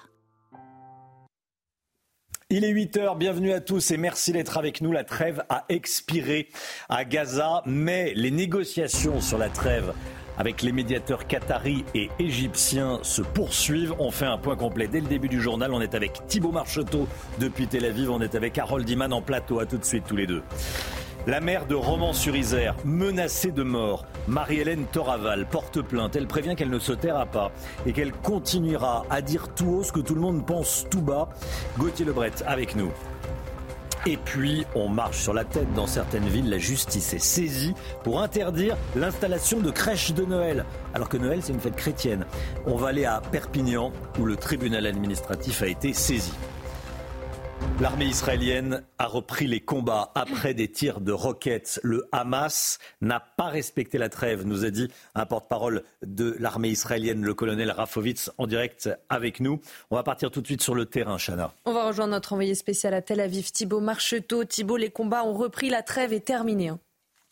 Il est huit heures, bienvenue à tous et merci d'être avec nous. La trêve a expiré à Gaza, mais les négociations sur la trêve avec les médiateurs qataris et égyptiens se poursuivent. On fait un point complet dès le début du journal. On est avec Thibaut Marcheteau depuis Tel Aviv. On est avec Harold Iman en plateau. À tout de suite tous les deux. La maire de Romans-sur-Isère, menacée de mort, Marie-Hélène Toraval, porte plainte. Elle prévient qu'elle ne se taira pas et qu'elle continuera à dire tout haut ce que tout le monde pense tout bas. Gauthier Lebret avec nous. Et puis, on marche sur la tête dans certaines villes. La justice est saisie pour interdire l'installation de crèches de Noël. Alors que Noël, c'est une fête chrétienne. On va aller à Perpignan, où le tribunal administratif a été saisi. L'armée israélienne a repris les combats après des tirs de roquettes. Le Hamas n'a pas respecté la trêve, nous a dit un porte-parole de l'armée israélienne, le colonel Rafovitz, en direct avec nous. On va partir tout de suite sur le terrain, Chana. On va rejoindre notre envoyé spécial à Tel Aviv, Thibaut Marcheteau. Thibaut, les combats ont repris, la trêve est terminée. Hein.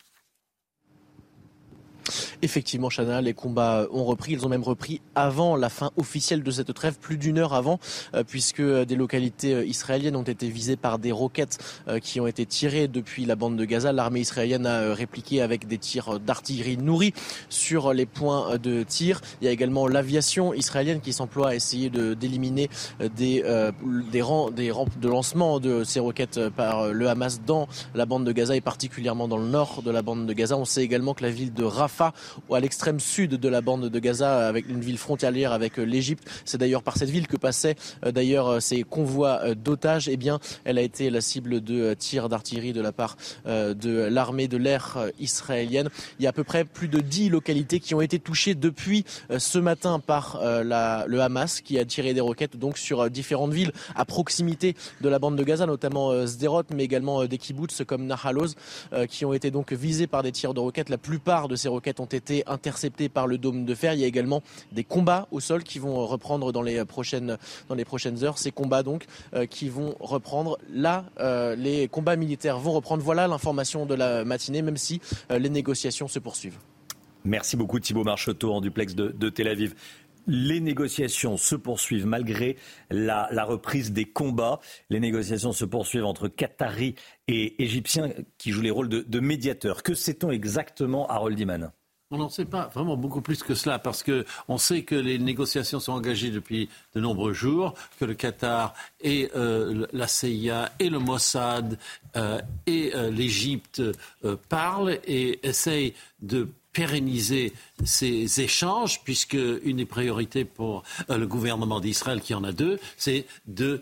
Effectivement, Chana, les combats ont repris. Ils ont même repris avant la fin officielle de cette trêve, plus d'une heure avant, euh, puisque des localités israéliennes ont été visées par des roquettes euh, qui ont été tirées depuis la bande de Gaza. L'armée israélienne a euh, répliqué avec des tirs d'artillerie nourris sur les points de tir. Il y a également l'aviation israélienne qui s'emploie à essayer de, d'éliminer des, euh, des, rangs, des rampes de lancement de ces roquettes par le Hamas dans la bande de Gaza et particulièrement dans le nord de la bande de Gaza. On sait également que la ville de Rafah, à l'extrême sud de la bande de Gaza, avec une ville frontalière avec l'Égypte. C'est d'ailleurs par cette ville que passaient euh, d'ailleurs ces convois euh, d'otages. Eh bien, elle a été la cible de euh, tirs d'artillerie de la part euh, de l'armée de l'air euh, israélienne. Il y a à peu près plus de dix localités qui ont été touchées depuis euh, ce matin par euh, la, le Hamas, qui a tiré des roquettes donc sur euh, différentes villes à proximité de la bande de Gaza, notamment euh, Sderot, mais également euh, des kibboutz comme Nahal Oz, euh, qui ont été donc visés par des tirs de roquettes. La plupart de ces roquettes ont été interceptés par le dôme de fer. Il y a également des combats au sol qui vont reprendre dans les prochaines, dans les prochaines heures. Ces combats donc euh, qui vont reprendre. Là, euh, les combats militaires vont reprendre. Voilà l'information de la matinée, même si euh, les négociations se poursuivent. Merci beaucoup Thibaut Marcheteau en duplex de, de Tel Aviv. Les négociations se poursuivent malgré la, la reprise des combats. Les négociations se poursuivent entre Qataris et Égyptiens qui jouent les rôles de, de médiateurs. Que sait-on exactement, Harold Iman ? On n'en sait pas vraiment beaucoup plus que cela parce qu'on sait que les négociations sont engagées depuis de nombreux jours, que le Qatar et euh, la C I A et le Mossad euh, et euh, l'Égypte euh, parlent et essayent de pérenniser ces échanges, puisque une des priorités pour euh, le gouvernement d'Israël, qui en a deux, c'est de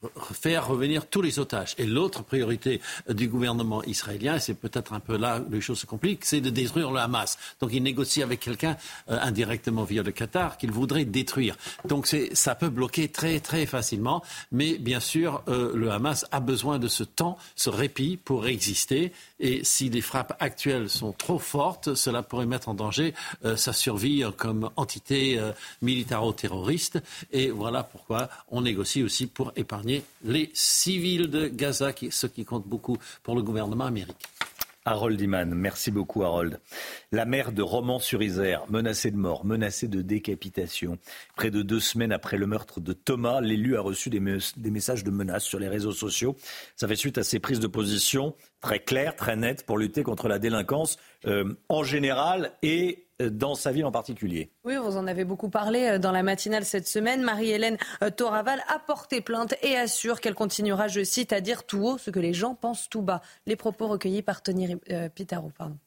faire revenir tous les otages. Et l'autre priorité du gouvernement israélien, et c'est peut-être un peu là où les choses se compliquent, c'est de détruire le Hamas. Donc il négocie avec quelqu'un euh, indirectement via le Qatar qu'il voudrait détruire. Donc c'est, ça peut bloquer très très facilement. Mais bien sûr, euh, le Hamas a besoin de ce temps, ce répit pour exister. Et si les frappes actuelles sont trop fortes, cela pourrait mettre en danger euh, sa survie euh, comme entité euh, militaro-terroriste. Et voilà pourquoi on négocie aussi pour épargner les civils de Gaza, qui, ce qui compte beaucoup pour le gouvernement américain. Harold Iman, merci beaucoup Harold. La mère de Romans-sur-Isère, menacée de mort, menacée de décapitation. Près de deux semaines après le meurtre de Thomas, l'élu a reçu des, me- des messages de menaces sur les réseaux sociaux. Ça fait suite à ses prises de position très claires, très nettes pour lutter contre la délinquance euh, en général et dans sa ville en particulier. Oui, vous en avez beaucoup parlé dans la matinale cette semaine. Marie-Hélène Toraval a porté plainte et assure qu'elle continuera, je cite, à dire tout haut ce que les gens pensent tout bas. Les propos recueillis par Tony euh, Pitaro. Pardon.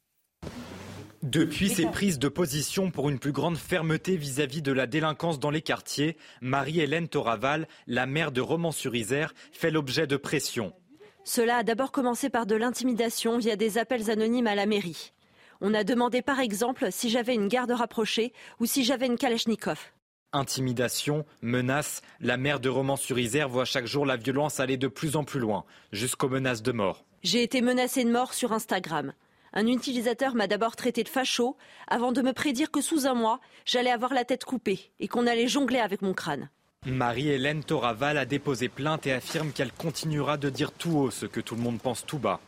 Depuis ses prises de position pour une plus grande fermeté vis-à-vis de la délinquance dans les quartiers, Marie-Hélène Toraval, la maire de Romans-sur-Isère, fait l'objet de pression. Cela a d'abord commencé par de l'intimidation via des appels anonymes à la mairie. On a demandé par exemple si j'avais une garde rapprochée ou si j'avais une Kalachnikov. Intimidation, menaces, la maire de Romans-sur-Isère voit chaque jour la violence aller de plus en plus loin, jusqu'aux menaces de mort. J'ai été menacée de mort sur Instagram. Un utilisateur m'a d'abord traité de facho avant de me prédire que sous un mois, j'allais avoir la tête coupée et qu'on allait jongler avec mon crâne. Marie-Hélène Toraval a déposé plainte et affirme qu'elle continuera de dire tout haut ce que tout le monde pense tout bas.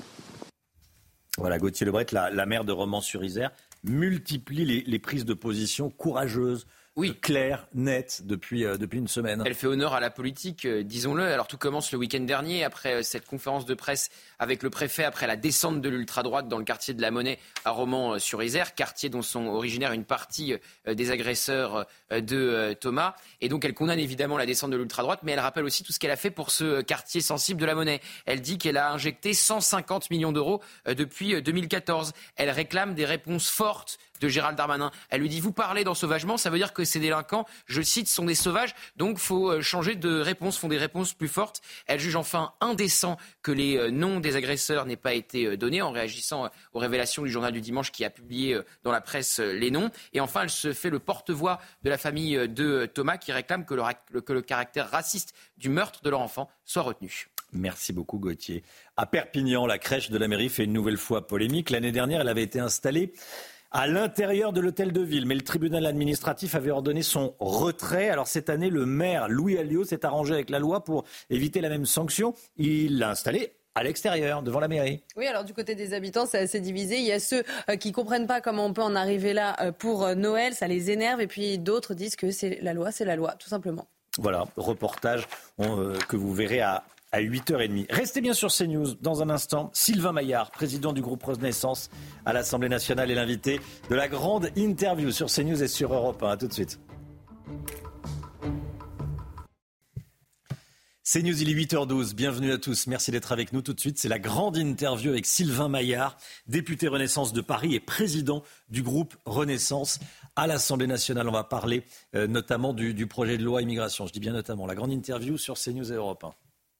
Voilà, Gauthier Lebret, la, la maire de Romans-sur-Isère, multiplie les, les prises de position courageuses, oui. claires, nettes, depuis, euh, depuis une semaine. Elle fait honneur à la politique, euh, disons-le. Alors tout commence le week-end dernier, après euh, cette conférence de presse avec le préfet, après la descente de l'ultra-droite dans le quartier de la Monnaie à Romans-sur-Isère, quartier dont sont originaires une partie euh, des agresseurs euh, de euh, Thomas. Et donc elle condamne évidemment la descente de l'ultra-droite, mais elle rappelle aussi tout ce qu'elle a fait pour ce quartier sensible de la Monnaie. Elle dit qu'elle a injecté cent cinquante millions d'euros euh, depuis euh, deux mille quatorze. Elle réclame des réponses fortes de Gérald Darmanin. Elle lui dit, vous parlez d'ensauvagement, ça veut dire que ces délinquants, je cite, sont des sauvages, donc il faut changer de réponse, font des réponses plus fortes. Elle juge enfin indécent que les noms des agresseurs n'aient pas été donnés en réagissant aux révélations du journal du dimanche qui a publié dans la presse les noms. Et enfin, elle se fait le porte-voix de la famille de Thomas qui réclame que le, que le caractère raciste du meurtre de leur enfant soit retenu. Merci beaucoup Gauthier. À Perpignan, la crèche de la mairie fait une nouvelle fois polémique. L'année dernière, elle avait été installée à l'intérieur de l'hôtel de ville, mais le tribunal administratif avait ordonné son retrait. Alors cette année, le maire Louis Alliot s'est arrangé avec la loi pour éviter la même sanction. Il l'a installée à l'extérieur, devant la mairie. Oui, alors du côté des habitants, c'est assez divisé. Il y a ceux euh, qui ne comprennent pas comment on peut en arriver là euh, pour euh, Noël, ça les énerve. Et puis d'autres disent que c'est la loi, c'est la loi, tout simplement. Voilà, reportage on, euh, que vous verrez à... à huit heures trente. Restez bien sur CNews. Dans un instant, Sylvain Maillard, président du groupe Renaissance à l'Assemblée nationale, est l'invité de la grande interview sur CNews et sur Europe un. À tout de suite. CNews, il est huit heures douze. Bienvenue à tous. Merci d'être avec nous tout de suite. C'est la grande interview avec Sylvain Maillard, député Renaissance de Paris et président du groupe Renaissance à l'Assemblée nationale. On va parler euh, notamment du, du projet de loi immigration. Je dis bien notamment. La grande interview sur CNews et Europe un.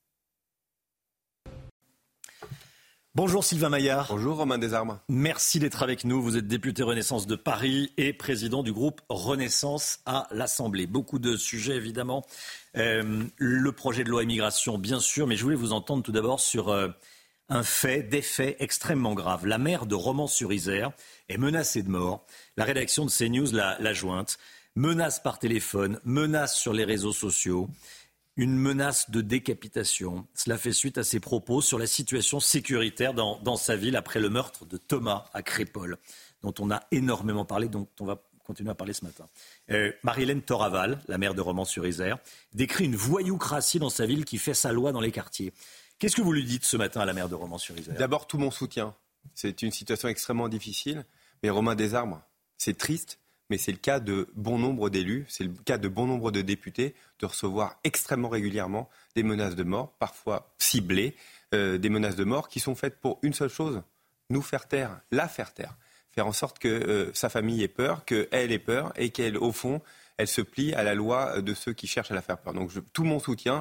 Bonjour Sylvain Maillard. Bonjour Romain Desarmes. Merci d'être avec nous. Vous êtes député Renaissance de Paris et président du groupe Renaissance à l'Assemblée. Beaucoup de sujets évidemment. Euh, le projet de loi immigration bien sûr, mais je voulais vous entendre tout d'abord sur euh, un fait, des faits extrêmement graves. La maire de Romans-sur-Isère est menacée de mort. La rédaction de CNews l'a, l'a jointe. Menace par téléphone, menace sur les réseaux sociaux. Une menace de décapitation. Cela fait suite à ses propos sur la situation sécuritaire dans, dans sa ville après le meurtre de Thomas à Crépol, dont on a énormément parlé, dont on va continuer à parler ce matin. Euh, Marie-Hélène Toraval, la maire de Romans-sur-Isère, décrit une voyoucratie dans sa ville qui fait sa loi dans les quartiers. Qu'est-ce que vous lui dites ce matin à la maire de Romans-sur-Isère ? D'abord, tout mon soutien. C'est une situation extrêmement difficile, mais Romain Desarmes, c'est triste. Mais c'est le cas de bon nombre d'élus, c'est le cas de bon nombre de députés de recevoir extrêmement régulièrement des menaces de mort, parfois ciblées, euh, des menaces de mort qui sont faites pour une seule chose, nous faire taire, la faire taire, faire en sorte que euh, sa famille ait peur, qu'elle ait peur et qu'elle, au fond, elle se plie à la loi de ceux qui cherchent à la faire peur. Donc je, tout mon soutien.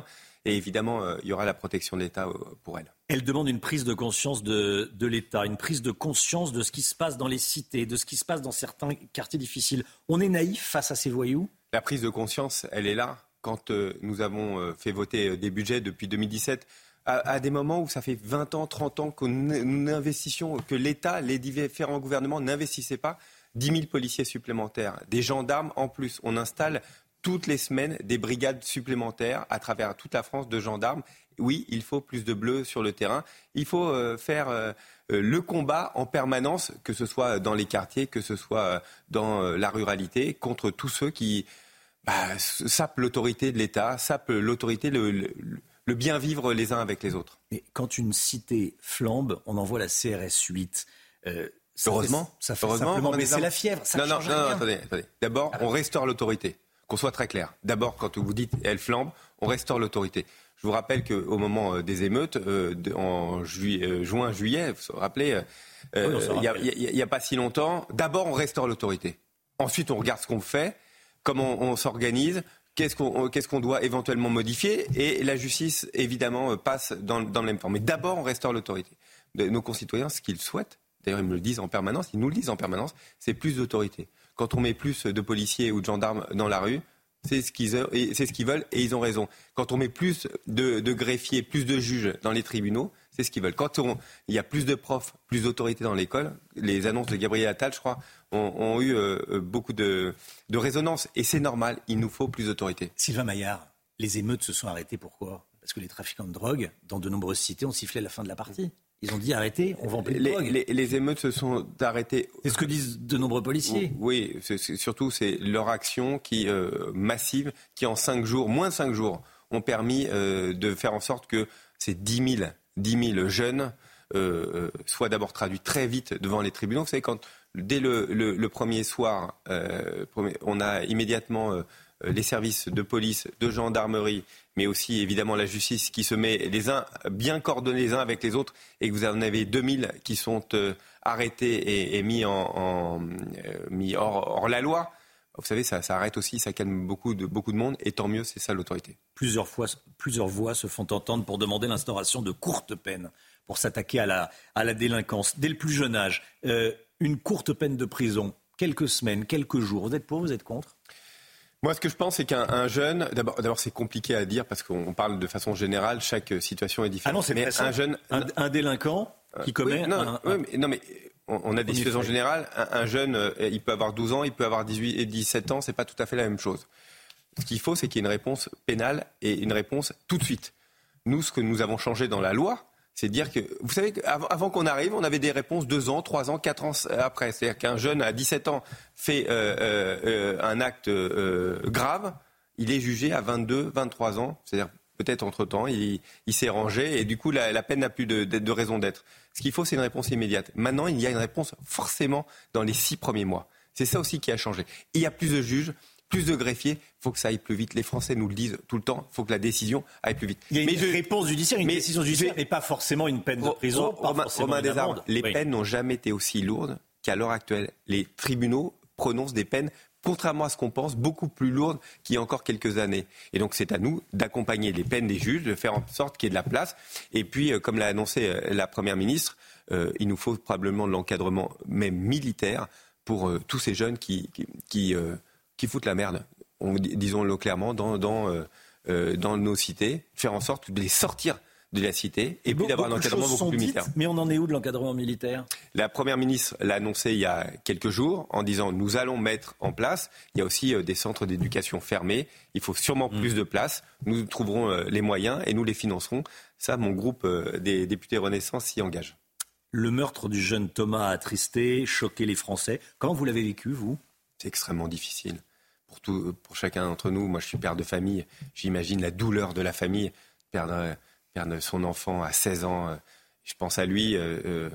Et évidemment, euh, il y aura la protection de l'État euh, pour elle. Elle demande une prise de conscience de, de l'État, une prise de conscience de ce qui se passe dans les cités, de ce qui se passe dans certains quartiers difficiles. On est naïf face à ces voyous ? La prise de conscience, elle est là. Quand euh, nous avons euh, fait voter euh, des budgets depuis deux mille dix-sept, à, à des moments où ça fait vingt ans, trente ans que nous n'investissions, que l'État, les différents gouvernements n'investissaient pas, dix mille policiers supplémentaires, des gendarmes en plus. On installe toutes les semaines des brigades supplémentaires à travers toute la France de gendarmes. Oui, il faut plus de bleus sur le terrain. Il faut euh, faire euh, le combat en permanence, que ce soit dans les quartiers, que ce soit dans euh, la ruralité, contre tous ceux qui bah, sapent l'autorité de l'État, sapent l'autorité, le, le, le bien vivre les uns avec les autres. Mais quand une cité flambe, on envoie la C R S huit. Euh, ça Heureusement, fait, ça fait Heureusement, simplement baisser la fièvre. Ça non, non, change non, non, rien. attendez, attendendez. D'abord, on restaure l'autorité. Qu'on soit très clair. D'abord, quand vous dites elle flambe, on restaure l'autorité. Je vous rappelle qu'au moment des émeutes, euh, de, en juillet, euh, juin, juillet, vous vous rappelez, euh, il n'y a, a, a pas si longtemps, d'abord on restaure l'autorité. Ensuite, on regarde ce qu'on fait, comment on, on s'organise, qu'est-ce qu'on, qu'est-ce qu'on doit éventuellement modifier, et la justice, évidemment, passe dans, dans le même temps. Mais d'abord, on restaure l'autorité. De, nos concitoyens, ce qu'ils souhaitent, d'ailleurs ils me le disent en permanence, ils nous le disent en permanence, c'est plus d'autorité. Quand on met plus de policiers ou de gendarmes dans la rue, c'est ce qu'ils, c'est ce qu'ils veulent et ils ont raison. Quand on met plus de, de greffiers, plus de juges dans les tribunaux, c'est ce qu'ils veulent. Quand on, il y a plus de profs, plus d'autorité dans l'école, les annonces de Gabriel Attal, je crois, ont, ont eu euh, beaucoup de, de résonance. Et c'est normal, il nous faut plus d'autorité. Sylvain Maillard, les émeutes se sont arrêtées pourquoi ? Parce que les trafiquants de drogue, dans de nombreuses cités, ont sifflé la fin de la partie. Ils ont dit arrêtez, on vend plus de les, drogue. Les, les émeutes se sont arrêtées. C'est ce que disent de nombreux policiers. Oui, c'est, c'est, surtout c'est leur action qui euh, massive, qui en cinq jours, moins de cinq jours, ont permis euh, de faire en sorte que ces dix mille jeunes euh, soient d'abord traduits très vite devant les tribunaux. Vous savez, quand dès le, le, le premier soir, euh, on a immédiatement euh, les services de police, de gendarmerie, mais aussi évidemment la justice qui se met les uns bien coordonnés les uns avec les autres, et que vous en avez deux mille qui sont euh, arrêtés et, et mis, en, en, euh, mis hors, hors la loi. Vous savez, ça, ça arrête aussi, ça calme beaucoup de, beaucoup de monde, et tant mieux, c'est ça l'autorité. Plusieurs fois, plusieurs voix se font entendre pour demander l'instauration de courtes peines pour s'attaquer à la, à la délinquance. Dès le plus jeune âge, euh, une courte peine de prison, quelques semaines, quelques jours. Vous êtes pour, vous êtes contre ? Moi, ce que je pense, c'est qu'un jeune, d'abord, d'abord, c'est compliqué à dire parce qu'on parle de façon générale, chaque situation est différente. Ah non, c'est mais un jeune, un, un délinquant qui commet. Oui, non, un, oui, un... Mais, non, mais on, on a des situations générales. Un, un jeune, il peut avoir douze ans, il peut avoir dix-huit et dix-sept ans, c'est pas tout à fait la même chose. Ce qu'il faut, c'est qu'il y ait une réponse pénale et une réponse tout de suite. Nous, ce que nous avons changé dans la loi, c'est de dire que, vous savez, avant, avant qu'on arrive, on avait des réponses deux ans, trois ans, quatre ans après. C'est-à-dire qu'un jeune à dix-sept ans fait euh, euh, un acte euh, grave, il est jugé à vingt-deux, vingt-trois ans. C'est-à-dire peut-être entre-temps, il, il s'est rangé et du coup, la, la peine n'a plus de, de, de raison d'être. Ce qu'il faut, c'est une réponse immédiate. Maintenant, il y a une réponse forcément dans les six premiers mois. C'est ça aussi qui a changé. Et il y a plus de juges, plus de greffiers, il faut que ça aille plus vite. Les Français nous le disent tout le temps, il faut que la décision aille plus vite. Il y a une mais je, réponse judiciaire, une mais décision judiciaire, mais pas forcément une peine de prison. Romain, pas forcément Romain une Desarmes, amende. les oui. peines n'ont jamais été aussi lourdes qu'à l'heure actuelle. Les tribunaux prononcent des peines, contrairement à ce qu'on pense, beaucoup plus lourdes qu'il y a encore quelques années. Et donc c'est à nous d'accompagner les peines des juges, de faire en sorte qu'il y ait de la place. Et puis, euh, comme l'a annoncé euh, la Première ministre, euh, il nous faut probablement de l'encadrement, même militaire, pour euh, tous ces jeunes qui, qui, qui, euh, qui foutent la merde. On, disons-le clairement, dans, dans, euh, euh, dans nos cités, faire en sorte de les sortir de la cité et, et puis d'avoir un encadrement beaucoup plus militaire. Mais on en est où de l'encadrement militaire ? La Première ministre l'a annoncé il y a quelques jours en disant nous allons mettre en place. Il y a aussi euh, des centres d'éducation fermés. Il faut sûrement mmh. plus de place. Nous trouverons euh, les moyens et nous les financerons. Ça, mon groupe euh, des députés Renaissance s'y engage. Le meurtre du jeune Thomas a attristé, choqué les Français. Comment vous l'avez vécu, vous ? C'est extrêmement difficile. Pour, tout, pour chacun d'entre nous, moi je suis père de famille, j'imagine la douleur de la famille, perdre, perdre son enfant à seize ans, je pense à lui, euh, euh,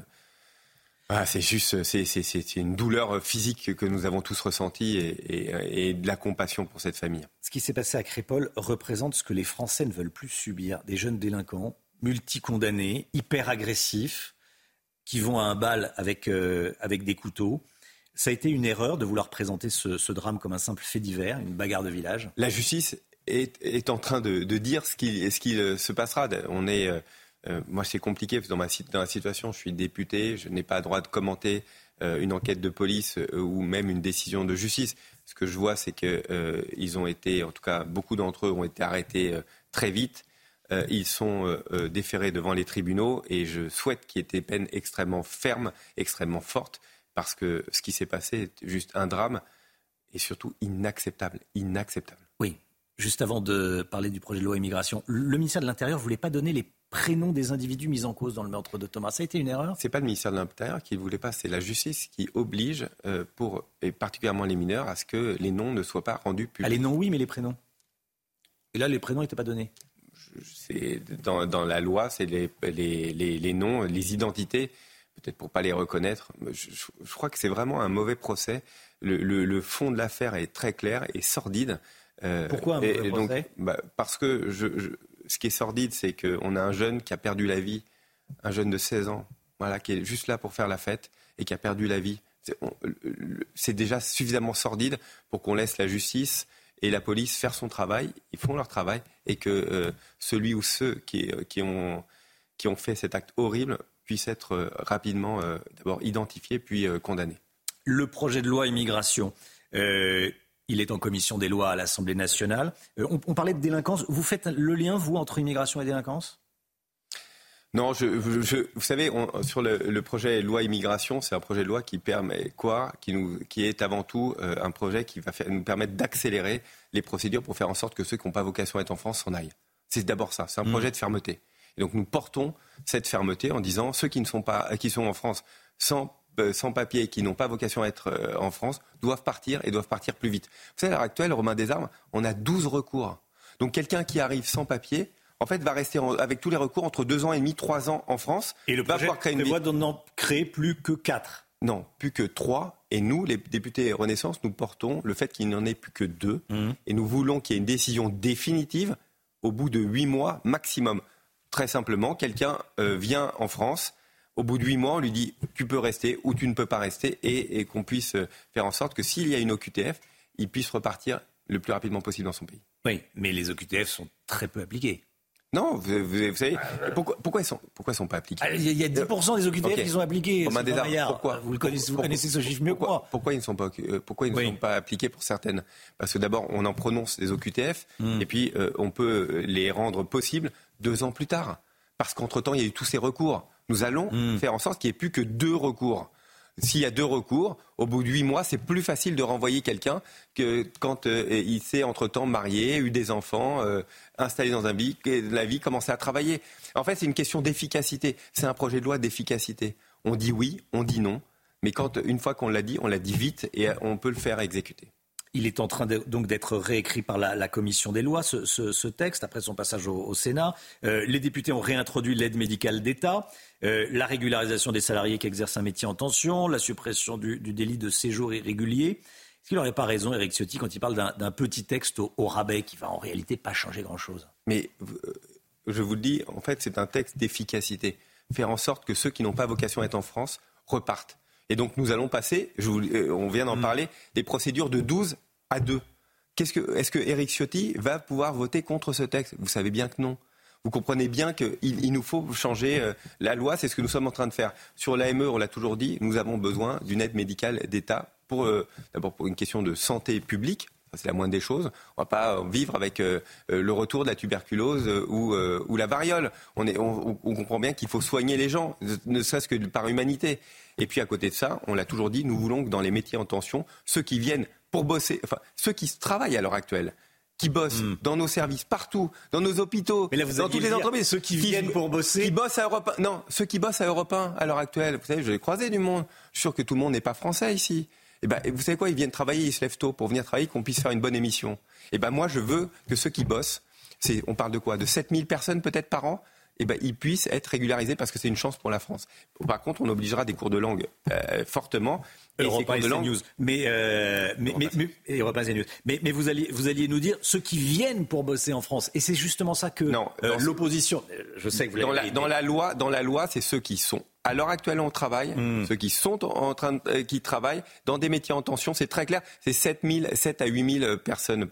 voilà, c'est juste, c'est, c'est, c'est une douleur physique que nous avons tous ressentie et, et, et de la compassion pour cette famille. Ce qui s'est passé à Crépol représente ce que les Français ne veulent plus subir, des jeunes délinquants, multicondamnés, hyper agressifs, qui vont à un bal avec, euh, avec des couteaux. Ça a été une erreur de vouloir présenter ce, ce drame comme un simple fait divers, une bagarre de village. La justice est, est en train de, de dire ce qu'il, ce qu'il se passera. On est, euh, moi, c'est compliqué parce que dans, ma, dans la situation, je suis député, je n'ai pas le droit de commenter euh, une enquête de police euh, ou même une décision de justice. Ce que je vois, c'est qu'ils euh, ont été, en tout cas, beaucoup d'entre eux ont été arrêtés euh, très vite. Euh, ils sont euh, déférés devant les tribunaux et je souhaite qu'il y ait des peines extrêmement fermes, extrêmement fortes, parce que ce qui s'est passé est juste un drame et surtout inacceptable, inacceptable. Oui, juste avant de parler du projet de loi immigration, le ministère de l'Intérieur ne voulait pas donner les prénoms des individus mis en cause dans le meurtre de Thomas. Ça a été une erreur ? C'est pas le ministère de l'Intérieur qui ne voulait pas, c'est la justice qui oblige, euh, pour, et particulièrement les mineurs, à ce que les noms ne soient pas rendus publics. Ah, les noms, oui, mais les prénoms. Et là, les prénoms n'étaient pas donnés. C'est, dans, dans la loi, c'est les, les, les, les noms, les identités, peut-être pour ne pas les reconnaître. Je, je, je crois que c'est vraiment un mauvais procès. Le, le, le fond de l'affaire est très clair et sordide. Euh, Pourquoi un mauvais et, procès donc, bah, parce que je, je, ce qui est sordide, c'est qu'on a un jeune qui a perdu la vie, un jeune de seize ans, voilà, qui est juste là pour faire la fête et qui a perdu la vie. C'est, on, c'est déjà suffisamment sordide pour qu'on laisse la justice et la police faire son travail, ils font leur travail, et que euh, celui ou ceux qui, qui, ont, qui ont fait cet acte horrible puissent être euh, rapidement euh, d'abord identifiés puis euh, condamnés. Le projet de loi immigration, euh, il est en commission des lois à l'Assemblée nationale. Euh, on, on parlait de délinquance. Vous faites le lien, vous, entre immigration et délinquance ? Non, je, je, vous savez, on, sur le, le projet de loi immigration, c'est un projet de loi qui permet quoi, qui, nous, qui est avant tout euh, un projet qui va faire, nous permettre d'accélérer les procédures pour faire en sorte que ceux qui n'ont pas vocation à être en France s'en aillent. C'est d'abord ça, c'est un mmh. projet de fermeté. Et donc nous portons cette fermeté en disant ceux qui ne sont pas, qui sont en France sans, euh, sans papier et qui n'ont pas vocation à être euh, en France doivent partir et doivent partir plus vite. Vous savez, à l'heure actuelle, Romain Desarmes, on a douze recours. Donc quelqu'un qui arrive sans papier, en fait, va rester en, avec tous les recours entre deux ans et demi, trois ans en France. Et le projet prévoit d'en créer plus que quatre. Non, plus que trois. Et nous, les députés Renaissance, nous portons le fait qu'il n'y en ait plus que deux. Mmh. Et nous voulons qu'il y ait une décision définitive au bout de huit mois maximum. Très simplement, quelqu'un euh, vient en France. Au bout de huit mois, on lui dit tu peux rester ou tu ne peux pas rester. Et, et qu'on puisse faire en sorte que s'il y a une O Q T F, il puisse repartir le plus rapidement possible dans son pays. Oui, mais les O Q T F sont très peu appliquées. Non, vous, vous, vous savez, pourquoi, pourquoi ils sont, pourquoi ils sont pas appliqués ? Il y a dix pour cent des O Q T F okay. qui sont appliqués. Pourquoi ? Vous, le connaissez, vous connaissez ce chiffre mieux pourquoi, que moi. Pourquoi ils ne sont pas, pourquoi ils ne oui. sont pas appliqués pour certaines ? Parce que d'abord, on en prononce des O Q T F, mm. et puis euh, on peut les rendre possibles deux ans plus tard. Parce qu'entre-temps, il y a eu tous ces recours. Nous allons mm. faire en sorte qu'il n'y ait plus que deux recours. S'il y a deux recours, au bout de huit mois, c'est plus facile de renvoyer quelqu'un que quand euh, il s'est entre-temps marié, eu des enfants, euh, installé dans un vie, la vie, commencé à travailler. En fait, c'est une question d'efficacité. C'est un projet de loi d'efficacité. On dit oui, on dit non, mais quand une fois qu'on l'a dit, on l'a dit vite et on peut le faire exécuter. Il est en train de, donc d'être réécrit par la, la commission des lois, ce, ce, ce texte, après son passage au, au Sénat. Euh, les députés ont réintroduit l'aide médicale d'État, euh, la régularisation des salariés qui exercent un métier en tension, la suppression du, du délit de séjour irrégulier. Est-ce qu'il n'aurait pas raison, Éric Ciotti, quand il parle d'un, d'un petit texte au, au rabais qui va en réalité pas changer grand-chose ? Mais euh, je vous le dis, en fait, c'est un texte d'efficacité. Faire en sorte que ceux qui n'ont pas vocation à être en France repartent. Et donc nous allons passer, je vous, euh, on vient d'en mmh. parler, des procédures de douze à deux. Qu'est-ce que, est-ce que Éric Ciotti va pouvoir voter contre ce texte ? Vous savez bien que non. Vous comprenez bien qu'il il nous faut changer euh, la loi, c'est ce que nous sommes en train de faire. Sur l'A M E, on l'a toujours dit, nous avons besoin d'une aide médicale d'État, pour, euh, d'abord pour une question de santé publique. C'est la moindre des choses. On ne va pas vivre avec euh, le retour de la tuberculose euh, ou, euh, ou la variole. On, est, on, on comprend bien qu'il faut soigner les gens, ne serait-ce que par humanité. Et puis à côté de ça, on l'a toujours dit, nous voulons que dans les métiers en tension, ceux qui viennent pour bosser, enfin ceux qui travaillent à l'heure actuelle, qui bossent mmh. dans nos services, partout, dans nos hôpitaux, mais là, vous dans toutes les entreprises, ceux qui, qui viennent pour bosser, qui bossent à Europe un, non, ceux qui bossent à Europe un à l'heure actuelle. Vous savez, je l'ai croisé du monde. Je suis sûr que tout le monde n'est pas français ici. Et ben, vous savez quoi, ils viennent travailler, ils se lèvent tôt pour venir travailler, qu'on puisse faire une bonne émission. Et ben moi, je veux que ceux qui bossent, c'est, on parle de quoi, de sept mille personnes peut-être par an. Eh ben, ils puissent être régularisés parce que c'est une chance pour la France. Par contre, on obligera des cours de langue euh, fortement. Europe un et CNews. Mais, euh, mais, mais, mais, Europe un et CNews. Mais, mais vous, alliez, vous alliez nous dire ceux qui viennent pour bosser en France. Et c'est justement ça que non, euh, l'opposition... Je sais que vous dans, l'avez la, dans, la loi, dans la loi, c'est ceux qui sont... À l'heure actuelle, on travaille. Mmh. Ceux qui sont en train de, euh, qui travaillent dans des métiers en tension, c'est très clair. C'est sept mille, sept à huit mille personnes par an.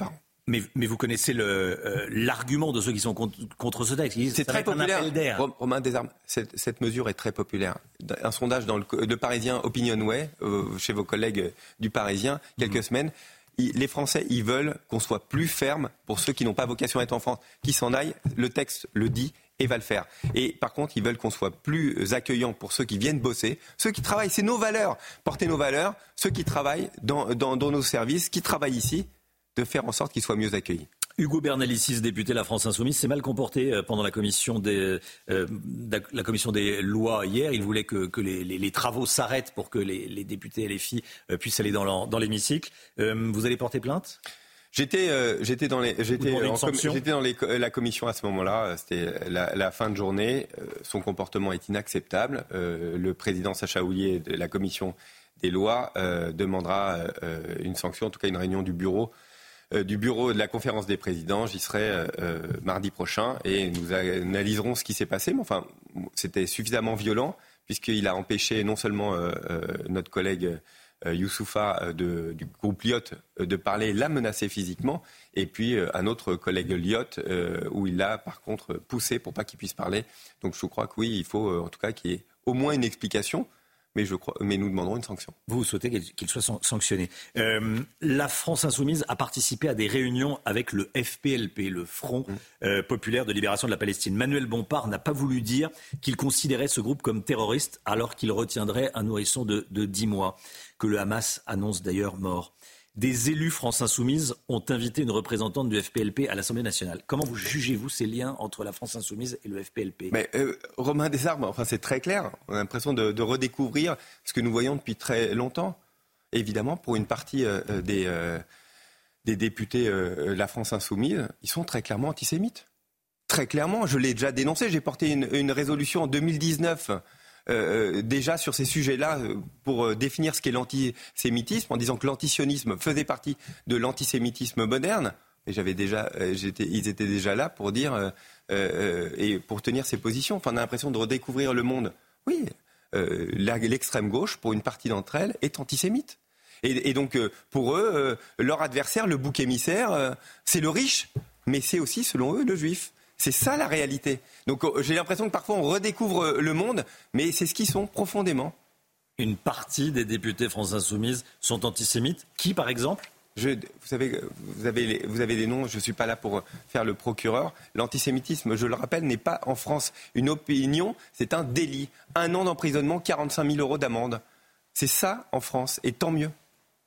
Mais, mais vous connaissez le, euh, l'argument de ceux qui sont contre, contre ce texte. Disent, c'est très populaire. Un Romain Desarmes, cette, cette mesure est très populaire. Un sondage dans le, le Parisien Opinionway, euh, chez vos collègues du Parisien, quelques mmh. semaines, il, les Français, ils veulent qu'on soit plus ferme pour ceux qui n'ont pas vocation à être en France, qui s'en aillent. Le texte le dit et va le faire. Et par contre, ils veulent qu'on soit plus accueillant pour ceux qui viennent bosser, ceux qui travaillent. C'est nos valeurs. Porter nos valeurs, ceux qui travaillent dans, dans, dans nos services, qui travaillent ici, de faire en sorte qu'ils soient mieux accueillis. Hugo Bernalicis, député de la France Insoumise, s'est mal comporté pendant la commission des, euh, la commission des lois hier. Il voulait que, que les, les, les travaux s'arrêtent pour que les, les députés et les filles puissent aller dans, dans l'hémicycle. Euh, vous allez porter plainte ? J'étais, euh, j'étais dans, les, j'étais en com- j'étais dans les, la commission à ce moment-là. C'était la, la fin de journée. Euh, son comportement est inacceptable. Euh, le président Sacha Houlié de la commission des lois euh, demandera euh, une sanction, en tout cas une réunion du bureau. Euh, du bureau de la conférence des présidents. J'y serai euh, mardi prochain et nous analyserons ce qui s'est passé. Mais enfin, c'était suffisamment violent puisqu'il a empêché non seulement euh, euh, notre collègue euh, Youssoufa euh, de, du groupe Lyotte euh, de parler, l'a menacé physiquement, et puis euh, un autre collègue Lyotte euh, où il l'a par contre poussé pour pas qu'il puisse parler. Donc je crois que oui, il faut euh, en tout cas qu'il y ait au moins une explication. Mais, je crois, mais nous demanderons une sanction. Vous souhaitez qu'il soit sanctionné. Euh, la France Insoumise a participé à des réunions avec le F P L P, le Front euh, populaire de libération de la Palestine. Manuel Bompard n'a pas voulu dire qu'il considérait ce groupe comme terroriste alors qu'il retiendrait un nourrisson de, de dix mois, que le Hamas annonce d'ailleurs mort. Des élus France Insoumise ont invité une représentante du F P L P à l'Assemblée nationale. Comment vous jugez-vous ces liens entre la France Insoumise et le F P L P ? Mais euh, Romain Desarmes, enfin c'est très clair. On a l'impression de, de redécouvrir ce que nous voyons depuis très longtemps. Et évidemment, pour une partie euh, des, euh, des députés euh, la France Insoumise, ils sont très clairement antisémites. Très clairement, je l'ai déjà dénoncé. J'ai porté une, une résolution en deux mille dix-neuf. Euh, déjà sur ces sujets-là pour euh, définir ce qu'est l'antisémitisme, en disant que l'antisionisme faisait partie de l'antisémitisme moderne. Et j'avais déjà, euh, j'étais, ils étaient déjà là pour dire euh, euh, et pour tenir ces positions. Enfin, on a l'impression de redécouvrir le monde. Oui, euh, la, l'extrême gauche, pour une partie d'entre elles, est antisémite. Et, et donc, euh, pour eux, euh, leur adversaire, le bouc émissaire, euh, c'est le riche, mais c'est aussi, selon eux, le juif. C'est ça la réalité. Donc j'ai l'impression que parfois on redécouvre le monde, mais c'est ce qu'ils sont profondément. Une partie des députés France Insoumise sont antisémites. Qui, par exemple ? Je, vous savez, vous avez, les, vous avez des noms, je ne suis pas là pour faire le procureur. L'antisémitisme, je le rappelle, n'est pas en France une opinion, c'est un délit. Un an d'emprisonnement, quarante-cinq mille euros d'amende. C'est ça en France, et tant mieux.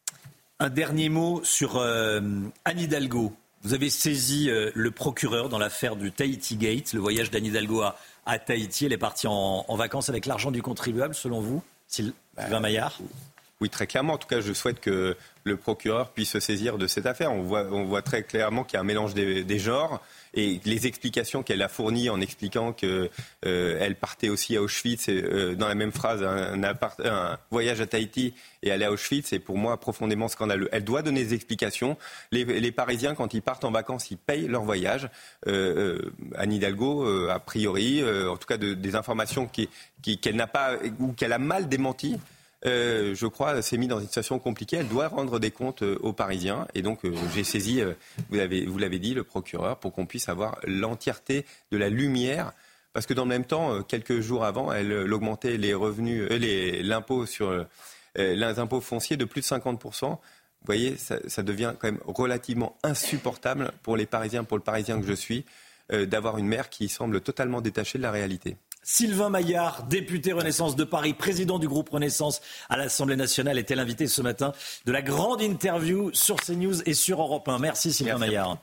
Un dernier mot sur euh, Anne Hidalgo. Vous avez saisi euh, le procureur dans l'affaire du Tahiti Gate, le voyage d'Anne Hidalgo à, à Tahiti. Elle est partie en, en vacances avec l'argent du contribuable, selon vous, Sylvain bah, Maillard ? Oui, très clairement. En tout cas, je souhaite que le procureur puisse se saisir de cette affaire. On voit, on voit très clairement qu'il y a un mélange des, des genres. Et les explications qu'elle a fournies en expliquant qu'elle euh, partait aussi à Auschwitz, et, euh, dans la même phrase, un, un, un voyage à Tahiti et aller à Auschwitz, est pour moi profondément scandaleux. Elle doit donner des explications. Les, les Parisiens, quand ils partent en vacances, ils payent leur voyage. Euh, euh, Anne Hidalgo, euh, a priori, euh, en tout cas de, des informations qui, qui, qu'elle n'a pas ou qu'elle a mal démenties, Euh, je crois, s'est mise dans une situation compliquée. Elle doit rendre des comptes euh, aux Parisiens. Et donc, euh, j'ai saisi, euh, vous, l'avez, vous l'avez dit, le procureur, pour qu'on puisse avoir l'entièreté de la lumière. Parce que dans le même temps, euh, quelques jours avant, elle, elle augmentait les revenus, euh, les, l'impôt sur euh, les impôts fonciers de plus de cinquante pour cent. Vous voyez, ça, ça devient quand même relativement insupportable pour les Parisiens, pour le Parisien que je suis, euh, d'avoir une maire qui semble totalement détachée de la réalité. Sylvain Maillard, député Renaissance de Paris, président du groupe Renaissance à l'Assemblée nationale, était l'invité ce matin de la grande interview sur CNews et sur Europe un. Merci Sylvain Merci. Maillard.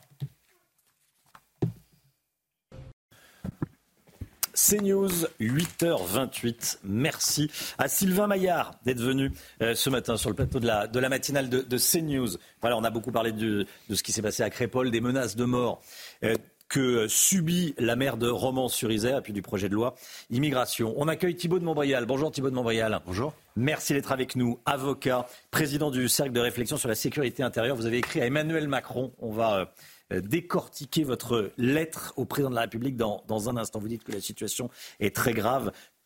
CNews, huit heures vingt-huit. Merci à Sylvain Maillard d'être venu euh, ce matin sur le plateau de la, de la matinale de, de CNews. Voilà, on a beaucoup parlé de, de ce qui s'est passé à Crépol, des menaces de mort euh, que subit la maire de Romans-sur-Isère et puis du projet de loi immigration. On accueille Thibault de Montbrial. Bonjour Thibault de Montbrial. Bonjour. Merci d'être avec nous. Avocat, président du Cercle de réflexion sur la sécurité intérieure. Vous avez écrit à Emmanuel Macron. On va euh, décortiquer votre lettre au président de la République dans, dans un instant. Vous dites que la situation est très grave.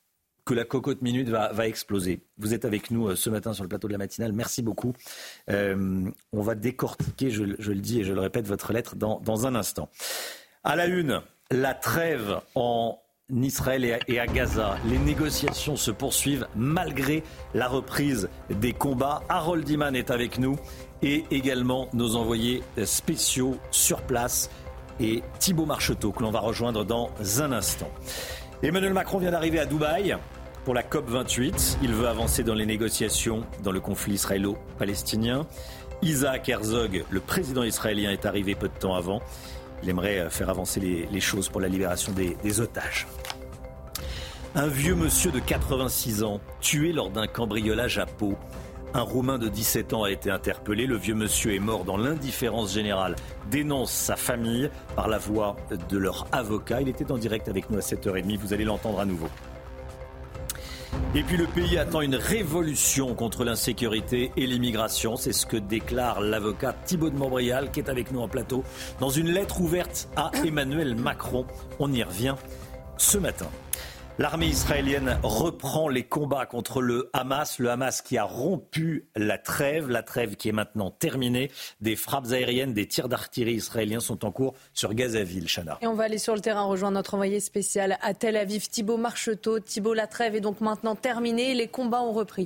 que la cocotte minute va, va exploser. Vous êtes avec nous ce matin sur le plateau de la matinale. Merci beaucoup. Euh, on va décortiquer, je, je le dis et je le répète, votre lettre dans, dans un instant. À la une, la trêve en Israël et à, et à Gaza. Les négociations se poursuivent malgré la reprise des combats. Harold Iman est avec nous et également nos envoyés spéciaux sur place et Thibault Marcheteau que l'on va rejoindre dans un instant. Emmanuel Macron vient d'arriver à Dubaï pour la COP vingt-huit. Il veut avancer dans les négociations dans le conflit israélo-palestinien. Isaac Herzog, le président israélien, est arrivé peu de temps avant. Il aimerait faire avancer les, les choses pour la libération des, des otages. Un vieux monsieur de quatre-vingt-six ans, tué lors d'un cambriolage à Pau. Un Roumain de dix-sept ans a été interpellé. Le vieux monsieur est mort dans l'indifférence générale. Dénonce sa famille par la voix de leur avocat. Il était en direct avec nous à sept heures trente. Vous allez l'entendre à nouveau. Et puis le pays attend une révolution contre l'insécurité et l'immigration. C'est ce que déclare l'avocat Thibault de Montbrial qui est avec nous en plateau dans une lettre ouverte à Emmanuel Macron. On y revient ce matin. L'armée israélienne reprend les combats contre le Hamas, le Hamas qui a rompu la trêve, la trêve qui est maintenant terminée. Des frappes aériennes, des tirs d'artillerie israéliens sont en cours sur Gazaville, Chana. Et on va aller sur le terrain rejoindre notre envoyé spécial à Tel Aviv, Thibault Marcheteau. Thibault, la trêve est donc maintenant terminée et les combats ont repris.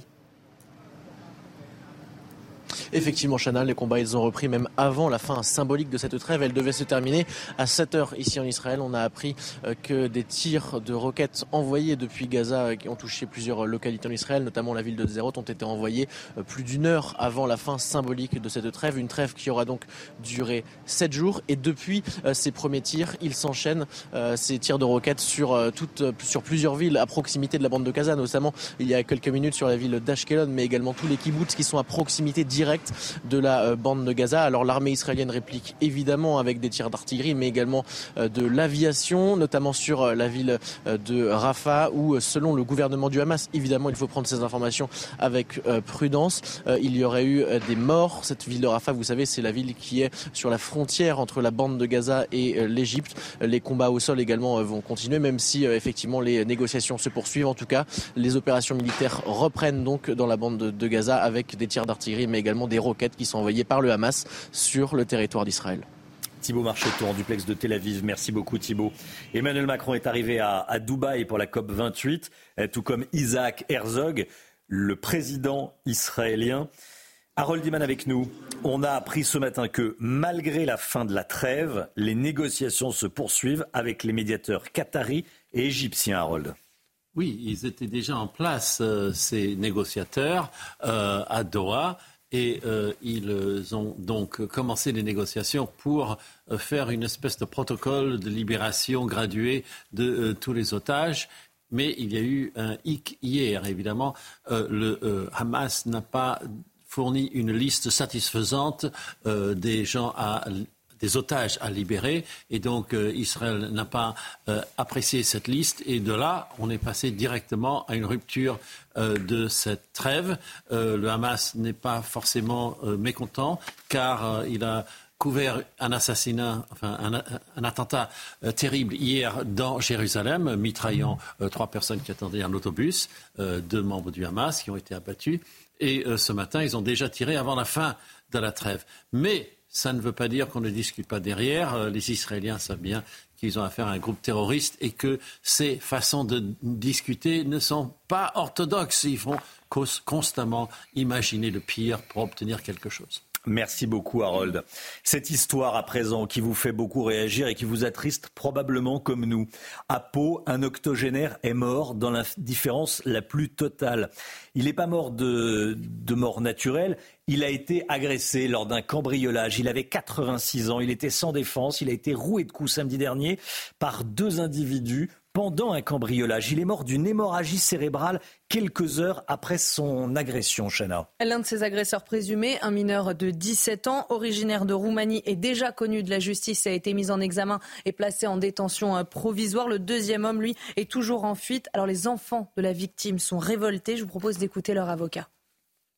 Effectivement, Chana, les combats, ils ont repris même avant la fin symbolique de cette trêve. Elle devait se terminer à sept heures ici en Israël. On a appris que des tirs de roquettes envoyés depuis Gaza qui ont touché plusieurs localités en Israël, notamment la ville de Sderot, ont été envoyés plus d'une heure avant la fin symbolique de cette trêve. Une trêve qui aura donc duré sept jours. Et depuis ces premiers tirs, ils s'enchaînent, ces tirs de roquettes, sur, toutes, sur plusieurs villes à proximité de la bande de Gaza, notamment il y a quelques minutes sur la ville d'Ashkelon, mais également tous les kibboutz qui sont à proximité directe de la bande de Gaza. Alors l'armée israélienne réplique évidemment avec des tirs d'artillerie, mais également de l'aviation, notamment sur la ville de Rafah, où selon le gouvernement du Hamas, évidemment il faut prendre ces informations avec prudence, il y aurait eu des morts. Cette ville de Rafah, vous savez, c'est la ville qui est sur la frontière entre la bande de Gaza et l'Égypte. Les combats au sol également vont continuer, même si effectivement les négociations se poursuivent. En tout cas, les opérations militaires reprennent donc dans la bande de Gaza avec des tirs d'artillerie, mais également des roquettes qui sont envoyées par le Hamas sur le territoire d'Israël. Thibault Marcheteau en duplex de Tel Aviv. Merci beaucoup Thibault. Emmanuel Macron est arrivé à, à Dubaï pour la COP vingt-huit, tout comme Isaac Herzog, le président israélien. Harold Iman avec nous. On a appris ce matin que malgré la fin de la trêve, les négociations se poursuivent avec les médiateurs qataris et égyptiens, Harold. Oui, ils étaient déjà en place, euh, ces négociateurs, euh, à Doha. Et euh, ils ont donc commencé les négociations pour euh, faire une espèce de protocole de libération graduée de euh, tous les otages. Mais il y a eu un hic hier, évidemment. Euh, le euh, Hamas n'a pas fourni une liste satisfaisante euh, des gens à des otages à libérer. Et donc, euh, Israël n'a pas euh, apprécié cette liste. Et de là, on est passé directement à une rupture euh, de cette trêve. Euh, le Hamas n'est pas forcément euh, mécontent, car euh, il a couvert un assassinat, enfin un, un attentat euh, terrible hier dans Jérusalem, mitraillant euh, trois personnes qui attendaient un autobus, euh, deux membres du Hamas qui ont été abattus. Et euh, ce matin, ils ont déjà tiré avant la fin de la trêve. Mais ça ne veut pas dire qu'on ne discute pas derrière. Les Israéliens savent bien qu'ils ont affaire à un groupe terroriste et que ces façons de discuter ne sont pas orthodoxes. Ils vont constamment imaginer le pire pour obtenir quelque chose. Merci beaucoup Harold. Cette histoire à présent qui vous fait beaucoup réagir et qui vous attriste probablement comme nous. À Pau, un octogénaire est mort dans l'indifférence la plus totale. Il n'est pas mort de, de mort naturelle, il a été agressé lors d'un cambriolage. Il avait quatre-vingt-six ans, il était sans défense, il a été roué de coups samedi dernier par deux individus pendant un cambriolage. Il est mort d'une hémorragie cérébrale quelques heures après son agression, Chana. L'un de ses agresseurs présumés, un mineur de dix-sept ans, originaire de Roumanie et déjà connu de la justice, a été mis en examen et placé en détention provisoire. Le deuxième homme, lui, est toujours en fuite. Alors les enfants de la victime sont révoltés. Je vous propose d'écouter leur avocat.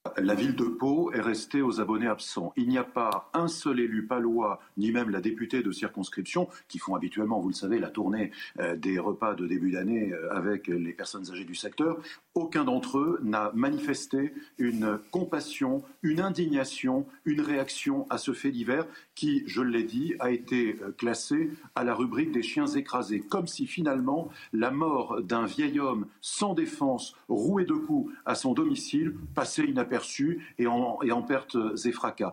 La ville de Pau est restée aux abonnés absents. Il n'y a pas un seul élu palois, ni même la députée de circonscription, qui font habituellement, vous le savez, la tournée euh, des repas de début d'année euh, avec les personnes âgées du secteur. Aucun d'entre eux n'a manifesté une compassion, une indignation, une réaction à ce fait divers qui, je l'ai dit, a été euh, classé à la rubrique des chiens écrasés. Comme si finalement la mort d'un vieil homme sans défense, roué de coups à son domicile, passait inaperçue et en, et en pertes et fracas.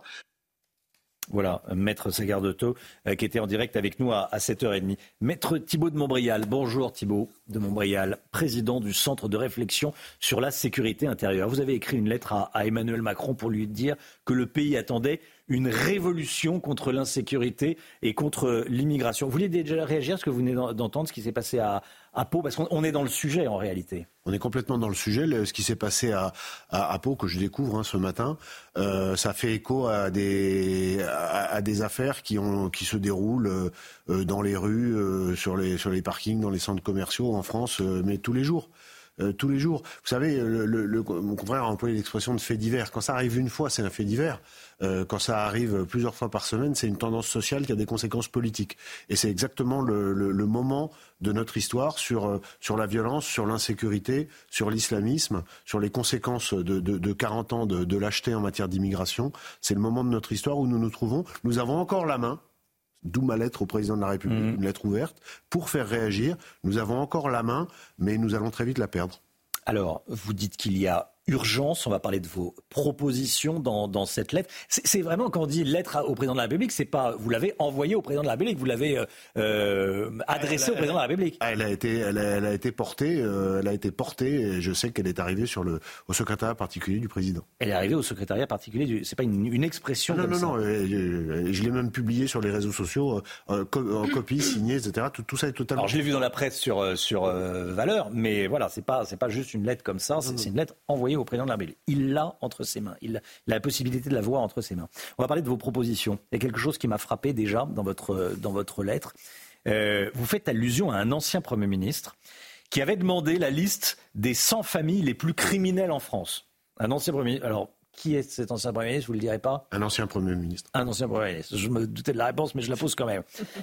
Voilà, Maître Sagardoto euh, qui était en direct avec nous à, à sept heures trente. Maître Thibault de Montbrial, bonjour Thibault de Montbrial, président du Centre de réflexion sur la sécurité intérieure. Vous avez écrit une lettre à, à Emmanuel Macron pour lui dire que le pays attendait une révolution contre l'insécurité et contre l'immigration. Vous vouliez déjà réagir à ce que vous venez d'entendre, ce qui s'est passé à, à Pau, parce qu'on est dans le sujet en réalité. On est complètement dans le sujet. Le, ce qui s'est passé à, à, à Pau, que je découvre hein, ce matin, euh, ça fait écho à des, à, à des affaires qui, ont, qui se déroulent euh, dans les rues, euh, sur, les, sur les parkings, dans les centres commerciaux en France, euh, mais tous les jours. Euh, tous les jours. Vous savez, le, le, le, mon confrère a employé l'expression de fait divers. Quand ça arrive une fois, c'est un fait divers. Euh, quand ça arrive plusieurs fois par semaine, c'est une tendance sociale qui a des conséquences politiques. Et c'est exactement le, le, le moment de notre histoire sur, euh, sur la violence, sur l'insécurité, sur l'islamisme, sur les conséquences de, de, de quarante ans de, de lâcheté en matière d'immigration. C'est le moment de notre histoire où nous nous trouvons. Nous avons encore la main. D'où ma lettre au président de la République, mmh. une lettre ouverte, pour faire réagir. Nous avons encore la main, mais nous allons très vite la perdre. Alors, vous dites qu'il y a urgence, on va parler de vos propositions dans, dans cette lettre. C'est, c'est vraiment, quand on dit lettre au président de la République, c'est pas, vous l'avez envoyée au président de la République, vous l'avez euh, adressée au président de la République. Elle a été, elle a, elle a été portée, euh, elle a été portée, et je sais qu'elle est arrivée sur le, au secrétariat particulier du président. Elle est arrivée au secrétariat particulier du, c'est pas une, une expression non, comme non, ça. Non, non, je, je l'ai même publié sur les réseaux sociaux, euh, co- en copie, signée, et cetera. Tout, tout ça est totalement. Alors je l'ai vu dans la presse sur, sur euh, Valeurs, mais voilà, c'est pas, c'est pas juste une lettre comme ça, c'est, non, c'est une lettre envoyée au président de la République. Il l'a entre ses mains. Il a la possibilité de la voir entre ses mains. On va parler de vos propositions. Il y a quelque chose qui m'a frappé déjà dans votre, dans votre lettre. Euh, vous faites allusion à un ancien Premier ministre qui avait demandé la liste des cent familles les plus criminelles en France. Un ancien Premier ministre. Alors, qui est cet ancien Premier ministre ? Vous ne le direz pas ? Un ancien Premier ministre. Un ancien Premier ministre. Je me doutais de la réponse, mais je la pose quand même.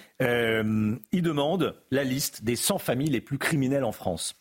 Euh, il demande la liste des cent familles les plus criminelles en France.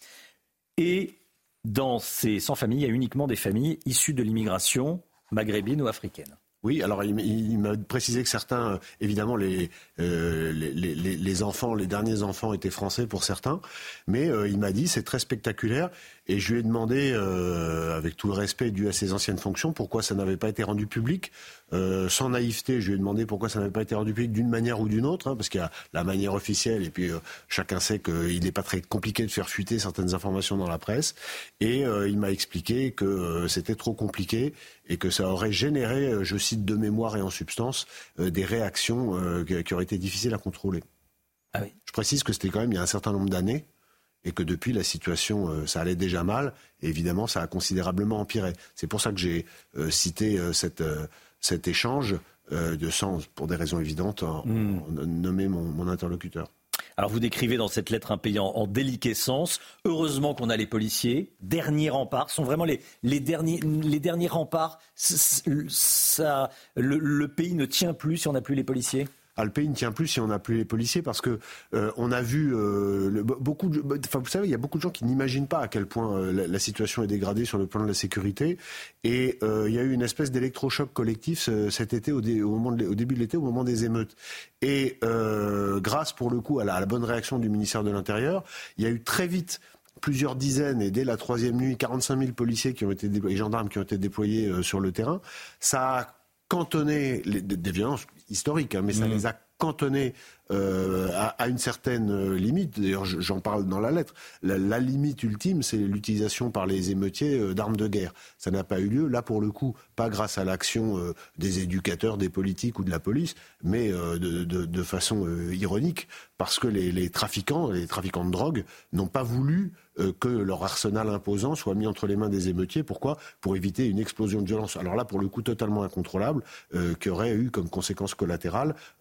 Et dans ces cent familles, il y a uniquement des familles issues de l'immigration maghrébine ou africaine. Oui, alors il, il m'a précisé que certains, évidemment, les, euh, les, les, les enfants, les derniers enfants étaient français pour certains, mais euh, il m'a dit c'est très spectaculaire et je lui ai demandé, euh, avec tout le respect dû à ses anciennes fonctions, pourquoi ça n'avait pas été rendu public. Euh, sans naïveté, je lui ai demandé pourquoi ça n'avait pas été rendu public d'une manière ou d'une autre, hein, parce qu'il y a la manière officielle et puis euh, chacun sait qu'il n'est pas très compliqué de faire fuiter certaines informations dans la presse. Et euh, il m'a expliqué que euh, c'était trop compliqué et que ça aurait généré, euh, je cite de mémoire et en substance, euh, des réactions euh, qui auraient été difficiles à contrôler. Ah oui. Je précise que c'était quand même il y a un certain nombre d'années et que depuis la situation, euh, ça allait déjà mal et évidemment ça a considérablement empiré. C'est pour ça que j'ai euh, cité euh, cette... Euh, cet échange euh, de sens, pour des raisons évidentes, en, mmh. en nommer mon, mon interlocuteur. Alors vous décrivez dans cette lettre un pays en, en déliquescence. Heureusement qu'on a les policiers. Derniers remparts, sont vraiment les, les, derniers, les derniers remparts. Ça, le, le pays ne tient plus si on n'a plus les policiers ? Ah, le pays ne tient plus si on n'a plus les policiers parce que euh, on a vu euh, le, beaucoup de, enfin vous savez il y a beaucoup de gens qui n'imaginent pas à quel point euh, la, la situation est dégradée sur le plan de la sécurité et euh, il y a eu une espèce d'électrochoc collectif euh, cet été au, dé, au, moment de, au début de l'été au moment des émeutes et euh, grâce pour le coup à la, à la bonne réaction du ministère de l'Intérieur il y a eu très vite plusieurs dizaines et dès la troisième nuit quarante-cinq mille policiers qui ont été déployés, gendarmes qui ont été déployés euh, sur le terrain. Ça a cantonné les, des, des violences historiques, hein, mais ça mmh. les a cantonnés euh, à, à une certaine limite. D'ailleurs, j'en parle dans la lettre. La, la limite ultime, c'est l'utilisation par les émeutiers euh, d'armes de guerre. Ça n'a pas eu lieu, là pour le coup, pas grâce à l'action euh, des éducateurs, des politiques ou de la police, mais euh, de, de, de façon euh, ironique, parce que les, les trafiquants, les trafiquants de drogue, n'ont pas voulu euh, que leur arsenal imposant soit mis entre les mains des émeutiers. Pourquoi ? Pour éviter une explosion de violence. Alors là, pour le coup, totalement incontrôlable, euh, qui aurait eu comme conséquence collatérale euh, de mettre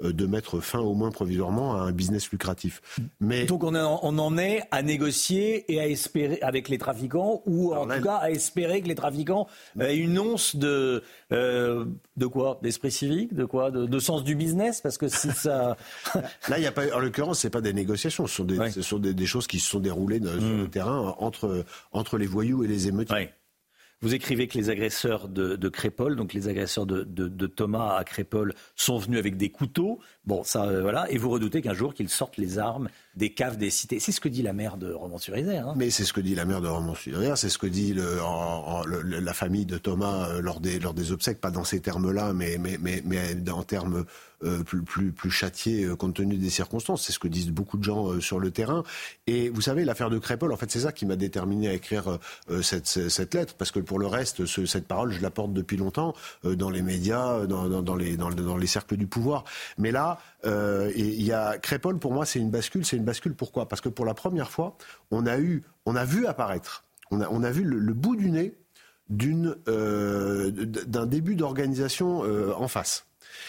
mettre fin au moins provisoirement à un business lucratif. Mais donc on, a, on en est à négocier et à espérer avec les trafiquants, ou en tout cas à espérer que les trafiquants aient une once de euh, de quoi, d'esprit civique, de quoi, de, de sens du business, parce que si ça là il y a pas, en l'occurrence c'est pas des négociations, ce sont des, ouais. ce sont des, des choses qui se sont déroulées mmh. sur le terrain entre entre les voyous et les émeutiers. Ouais. Vous écrivez que les agresseurs de, de Crépol, donc les agresseurs de, de, de Thomas à Crépol, sont venus avec des couteaux. Bon, ça, euh, voilà. Et vous redoutez qu'un jour qu'ils sortent les armes des caves des cités. C'est ce que dit la maire de Romans-sur-Isère. Hein. Mais c'est ce que dit la maire de Romans-sur-Isère. C'est ce que dit le, en, en, le, la famille de Thomas euh, lors des lors des obsèques, pas dans ces termes-là, mais mais mais mais en termes euh, plus plus plus châtiés euh, compte tenu des circonstances. C'est ce que disent beaucoup de gens euh, sur le terrain. Et vous savez, l'affaire de Crépol, en fait, c'est ça qui m'a déterminé à écrire euh, cette cette lettre, parce que pour le reste, ce, cette parole, je la porte depuis longtemps euh, dans les médias, dans, dans, dans les dans, dans les cercles du pouvoir. Mais là, euh, il y a Crépol. Pour moi, c'est une bascule. C'est une bascule. Pourquoi ? Parce que pour la première fois, on a eu, on a vu apparaître, on a, on a vu le, le bout du nez d'une, euh, d'un début d'organisation euh, en face.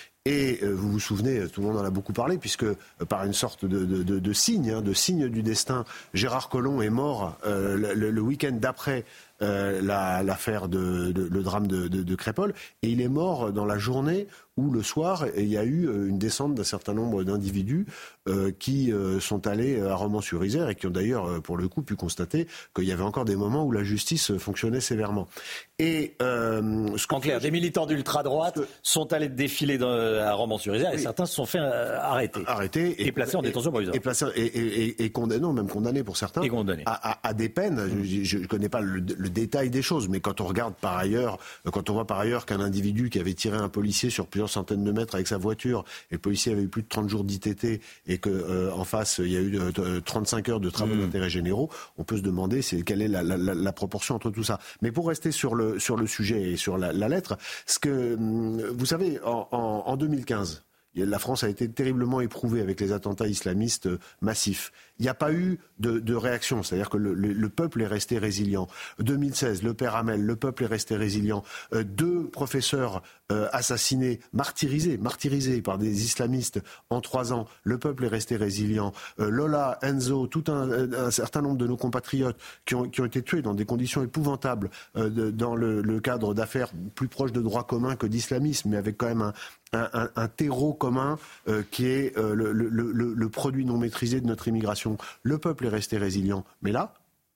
Et euh, vous vous souvenez, tout le monde en a beaucoup parlé, puisque euh, par une sorte de, de, de, de signe, hein, de signe du destin, Gérard Collomb est mort euh, le, le week-end d'après euh, la, l'affaire de, de le drame de, de, de Crépol, et il est mort dans la journée où le soir il y a eu une descente d'un certain nombre d'individus euh, qui euh, sont allés à Romans-sur-Isère et qui ont d'ailleurs pour le coup pu constater qu'il y avait encore des moments où la justice fonctionnait sévèrement. Et euh, ce en clair, des militants d'ultra-droite que... sont allés défiler dans, à Romans-sur-Isère, oui. Et certains se sont fait euh, arrêter. Arrêter et, et placés en détention provisoire. Et, placés, et, et, et, et condamnés, non, même condamnés pour certains, et condamnés. À, à, à des peines. Mmh. Je ne connais pas le, le détail des choses, mais quand on regarde par ailleurs, quand on voit par ailleurs qu'un individu qui avait tiré un policier sur plusieurs centaines de mètres avec sa voiture, et le policier avait eu plus de trente jours d'I T T, et qu'en euh, face, il y a eu euh, trente-cinq heures de travaux mmh. d'intérêt généraux, on peut se demander c'est, quelle est la, la, la, la proportion entre tout ça. Mais pour rester sur le, sur le sujet et sur la, la lettre, ce que, vous savez, en, en, en deux mille quinze, la France a été terriblement éprouvée avec les attentats islamistes massifs. Il n'y a pas eu de, de réaction, c'est-à-dire que le, le, le peuple est resté résilient. deux mille seize, le père Hamel, le peuple est resté résilient. Euh, deux professeurs euh, assassinés, martyrisés, martyrisés par des islamistes en trois ans, le peuple est resté résilient. Euh, Lola, Enzo, tout un, un certain nombre de nos compatriotes qui ont, qui ont été tués dans des conditions épouvantables euh, de, dans le, le cadre d'affaires plus proches de droit commun que d'islamisme, mais avec quand même un Un, un, un terreau commun euh, qui est euh, le, le, le, le produit non maîtrisé de notre immigration. Le peuple est resté résilient. Mais là,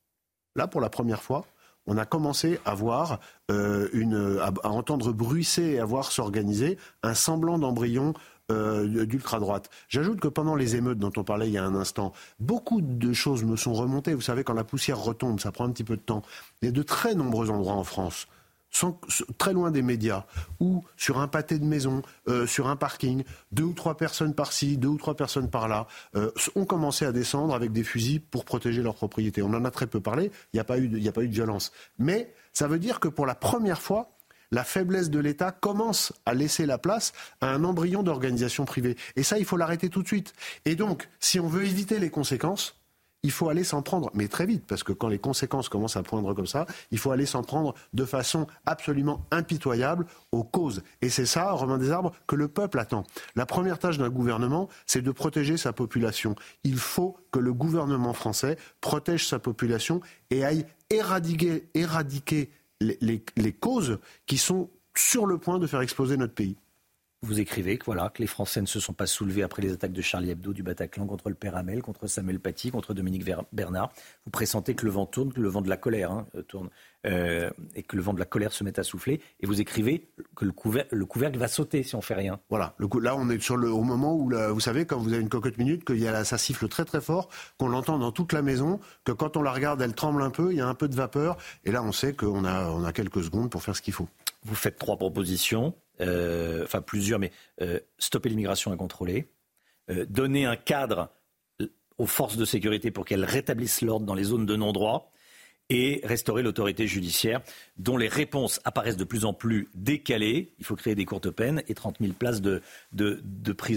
là pour la première fois, on a commencé à voir euh, une, à, à entendre bruisser et à voir s'organiser un semblant d'embryon Euh, d'ultra-droite. J'ajoute que pendant les émeutes dont on parlait il y a un instant, beaucoup de choses me sont remontées. Vous savez, quand la poussière retombe, ça prend un petit peu de temps. Il y a de très nombreux endroits en France, sans, très loin des médias, où sur un pâté de maison, euh, sur un parking, deux ou trois personnes par-ci, deux ou trois personnes par-là, euh, ont commencé à descendre avec des fusils pour protéger leur propriété. On en a très peu parlé, il n'y a pas eu de, il n'y a pas eu de violence. Mais ça veut dire que pour la première fois, la faiblesse de l'État commence à laisser la place à un embryon d'organisation privée. Et ça, il faut l'arrêter tout de suite. Et donc, si on veut éviter les conséquences, il faut aller s'en prendre, mais très vite, parce que quand les conséquences commencent à poindre comme ça, il faut aller s'en prendre de façon absolument impitoyable aux causes. Et c'est ça, Romain Desarbres, que le peuple attend. La première tâche d'un gouvernement, c'est de protéger sa population. Il faut que le gouvernement français protège sa population et aille éradiquer, éradiquer les, les, les causes qui sont sur le point de faire exploser notre pays. Vous écrivez que, voilà, que les Français ne se sont pas soulevés après les attaques de Charlie Hebdo, du Bataclan, contre le père Hamel, contre Samuel Paty, contre Dominique Bernard. Vous pressentez que le vent tourne, que le vent de la colère hein, tourne, euh, et que le vent de la colère se mette à souffler. Et vous écrivez que le, couver- le couvercle va sauter si on fait rien. Voilà. Le coup, là, on est sur le, au moment où, la, vous savez, quand vous avez une cocotte minute, qu'il y a là, ça siffle très très fort, qu'on l'entend dans toute la maison, que quand on la regarde, elle tremble un peu, il y a un peu de vapeur, et là, on sait qu'on a, on a quelques secondes pour faire ce qu'il faut. Vous faites trois propositions. Euh, enfin plusieurs, mais euh, stopper l'immigration incontrôlée, euh, donner un cadre aux forces de sécurité pour qu'elles rétablissent l'ordre dans les zones de non-droit et restaurer l'autorité judiciaire dont les réponses apparaissent de plus en plus décalées. Il faut créer des courtes peines et trente mille places de, de, de prison.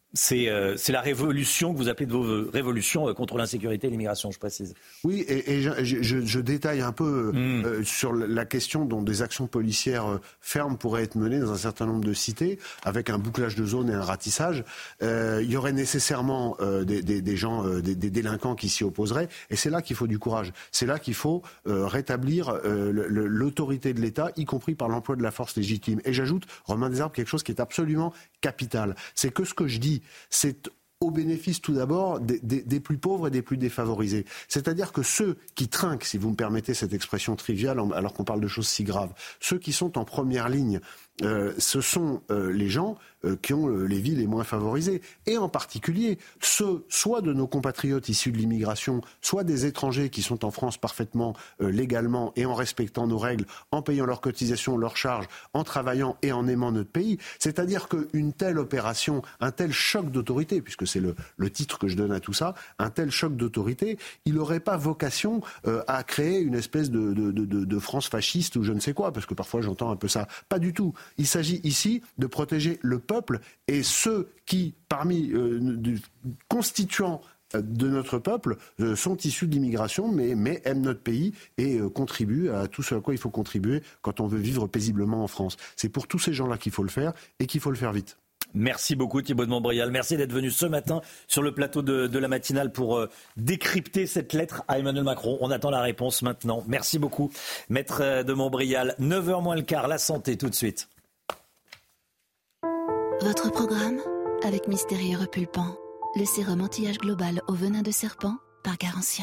C'est, euh, c'est la révolution que vous appelez de vos voeux, révolution contre l'insécurité et l'immigration, je précise. Oui, et, et je, je, je détaille un peu mmh. euh, sur la question dont des actions policières euh, fermes pourraient être menées dans un certain nombre de cités, avec un bouclage de zone et un ratissage. Euh, il y aurait nécessairement euh, des, des, des gens, euh, des, des délinquants qui s'y opposeraient, et c'est là qu'il faut du courage. C'est là qu'il faut euh, rétablir euh, le, le, l'autorité de l'État, y compris par l'emploi de la force légitime. Et j'ajoute, Romain Desarbres, quelque chose qui est absolument capital. C'est que ce que je dis, c'est au bénéfice tout d'abord des, des, des plus pauvres et des plus défavorisés. C'est-à-dire que ceux qui trinquent, si vous me permettez cette expression triviale, alors qu'on parle de choses si graves, ceux qui sont en première ligne, euh, ce sont euh, les gens euh, qui ont euh, les vies les moins favorisées. Et en particulier, ceux soit de nos compatriotes issus de l'immigration, soit des étrangers qui sont en France parfaitement euh, légalement et en respectant nos règles, en payant leurs cotisations, leurs charges, en travaillant et en aimant notre pays. C'est-à-dire qu'une telle opération, un tel choc d'autorité, puisque c'est le, le titre que je donne à tout ça, un tel choc d'autorité, il n'aurait pas vocation euh, à créer une espèce de, de, de, de France fasciste ou je ne sais quoi, parce que parfois j'entends un peu ça. Pas du tout. Il s'agit ici de protéger le peuple et ceux qui, parmi euh, du, constituants de notre peuple, euh, sont issus de l'immigration, mais, mais aiment notre pays et euh, contribuent à tout ce à quoi il faut contribuer quand on veut vivre paisiblement en France. C'est pour tous ces gens-là qu'il faut le faire et qu'il faut le faire vite. Merci beaucoup Thibaut de Montbrial. Merci d'être venu ce matin sur le plateau de, de la matinale pour euh, décrypter cette lettre à Emmanuel Macron. On attend la réponse maintenant. Merci beaucoup Maître de Montbrial. neuf heures moins le quart, la santé tout de suite. Votre programme avec Mystérieux Repulpant, le sérum anti-âge global au venin de serpent par Garantia.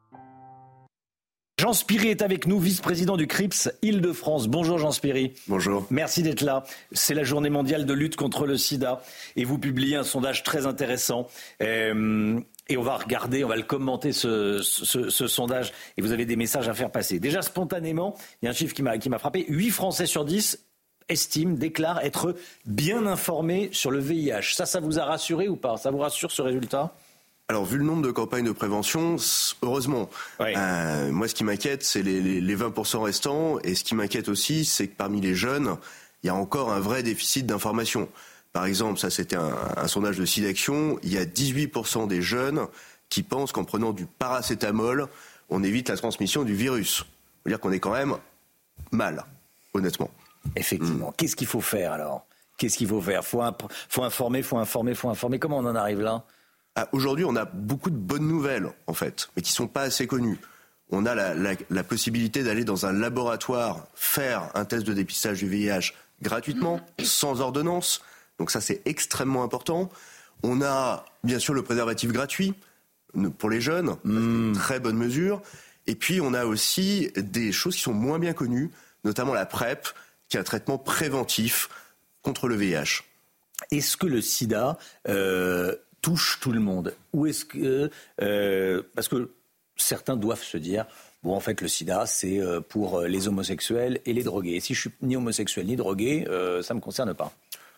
Jean Spiri est avec nous, vice-président du C R I P S Île-de-France. Bonjour Jean Spiri. Bonjour. Merci d'être là. C'est la journée mondiale de lutte contre le sida et vous publiez un sondage très intéressant. Euh, et on va regarder, on va le commenter ce, ce, ce sondage et vous avez des messages à faire passer. Déjà spontanément, il y a un chiffre qui m'a, qui m'a frappé. huit Français sur dix estiment, déclarent être bien informés sur le V I H. Ça, ça vous a rassuré ou pas ? Ça vous rassure ce résultat ? Alors, vu le nombre de campagnes de prévention, heureusement. Oui. Euh, moi, ce qui m'inquiète, c'est les, les, les vingt pour cent restants. Et ce qui m'inquiète aussi, c'est que parmi les jeunes, il y a encore un vrai déficit d'information. Par exemple, ça, c'était un, un sondage de SIDAction. Il y a dix-huit pour cent des jeunes qui pensent qu'en prenant du paracétamol, on évite la transmission du virus. Ça veut dire qu'on est quand même mal, honnêtement. Effectivement. Mmh. Qu'est-ce qu'il faut faire, alors ? Qu'est-ce qu'il faut faire ? Faut, imp- faut informer, faut informer, faut informer. Comment on en arrive là ? Ah, aujourd'hui, on a beaucoup de bonnes nouvelles, en fait, mais qui ne sont pas assez connues. On a la, la, la possibilité d'aller dans un laboratoire faire un test de dépistage du V I H gratuitement, sans ordonnance. Donc ça, c'est extrêmement important. On a, bien sûr, le préservatif gratuit pour les jeunes. Mmh. C'est une très bonne mesure. Et puis, on a aussi des choses qui sont moins bien connues, notamment la PrEP, qui est un traitement préventif contre le V I H. Est-ce que le sida euh, touche tout le monde ? Ou est-ce que... Euh, parce que certains doivent se dire, bon, en fait, le sida, c'est pour les homosexuels et les drogués. Et si je suis ni homosexuel ni drogué, euh, ça ne me concerne pas.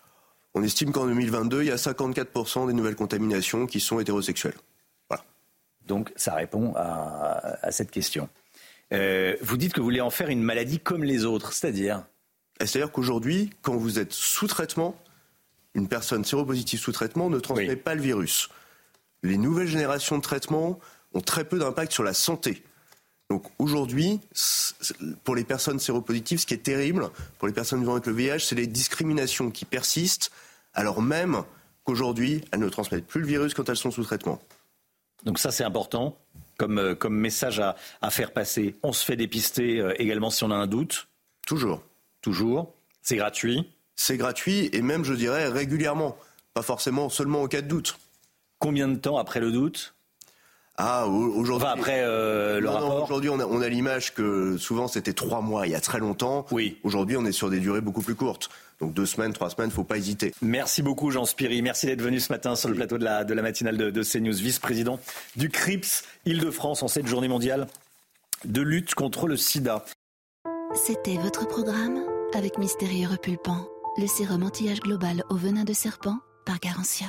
On estime qu'en deux mille vingt-deux, il y a cinquante-quatre pour cent des nouvelles contaminations qui sont hétérosexuelles. Voilà. Donc, ça répond à, à cette question. Euh, vous dites que vous voulez en faire une maladie comme les autres, c'est-à-dire ? C'est-à-dire qu'aujourd'hui, quand vous êtes sous traitement, une personne séropositive sous traitement ne transmet oui. pas le virus. Les nouvelles générations de traitements ont très peu d'impact sur la santé. Donc aujourd'hui, pour les personnes séropositives, ce qui est terrible, pour les personnes vivant avec le V I H, c'est les discriminations qui persistent, alors même qu'aujourd'hui, elles ne transmettent plus le virus quand elles sont sous traitement. Donc ça, c'est important comme, comme message à, à faire passer. On se fait dépister euh, également si on a un doute. Toujours. Toujours. C'est gratuit. C'est gratuit et même, je dirais, régulièrement. Pas forcément seulement en cas de doute. Combien de temps après le doute ? Ah, aujourd'hui. Enfin, après euh, le non, rapport. Non, aujourd'hui, on a, on a l'image que souvent c'était trois mois il y a très longtemps. Oui. Aujourd'hui, on est sur des durées beaucoup plus courtes. Donc deux semaines, trois semaines, faut pas hésiter. Merci beaucoup, Jean Spiri. Merci d'être venu ce matin sur le plateau de la, de la matinale de, de CNews, vice-président du C R I P S Île-de-France en cette journée mondiale de lutte contre le sida. C'était votre programme avec Mystérieux Repulpant, le sérum anti-âge global au venin de serpent par Garantia.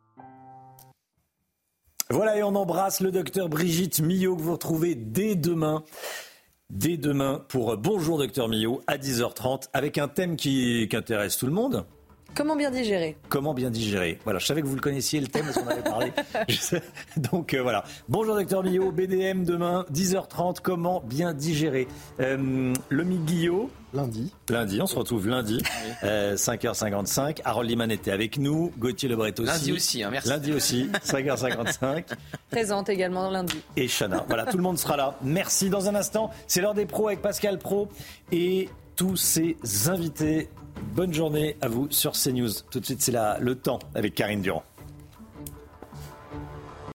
Voilà, et on embrasse le docteur Brigitte Millot que vous retrouvez dès demain. Dès demain pour Bonjour Docteur Millot à dix heures trente avec un thème qui, qui intéresse tout le monde. Comment bien digérer ? Comment bien digérer ? Voilà, je savais que vous le connaissiez, le thème, parce qu'on avait parlé. Donc euh, voilà. Bonjour docteur Millot, B D M demain, dix heures trente, comment bien digérer ? euh, Le Guillot. Lundi. Lundi, on se retrouve lundi, euh, cinq heures cinquante-cinq. Harold Liman était avec nous, Gauthier Lebret aussi. Lundi aussi, hein, merci. Lundi aussi, cinq heures cinquante-cinq. Présente également lundi. Et Chana. Voilà, tout le monde sera là. Merci. Dans un instant, c'est l'heure des pros avec Pascal Pro et tous ses invités. Bonne journée à vous sur CNews. Tout de suite, c'est la, le temps avec Karine Durand.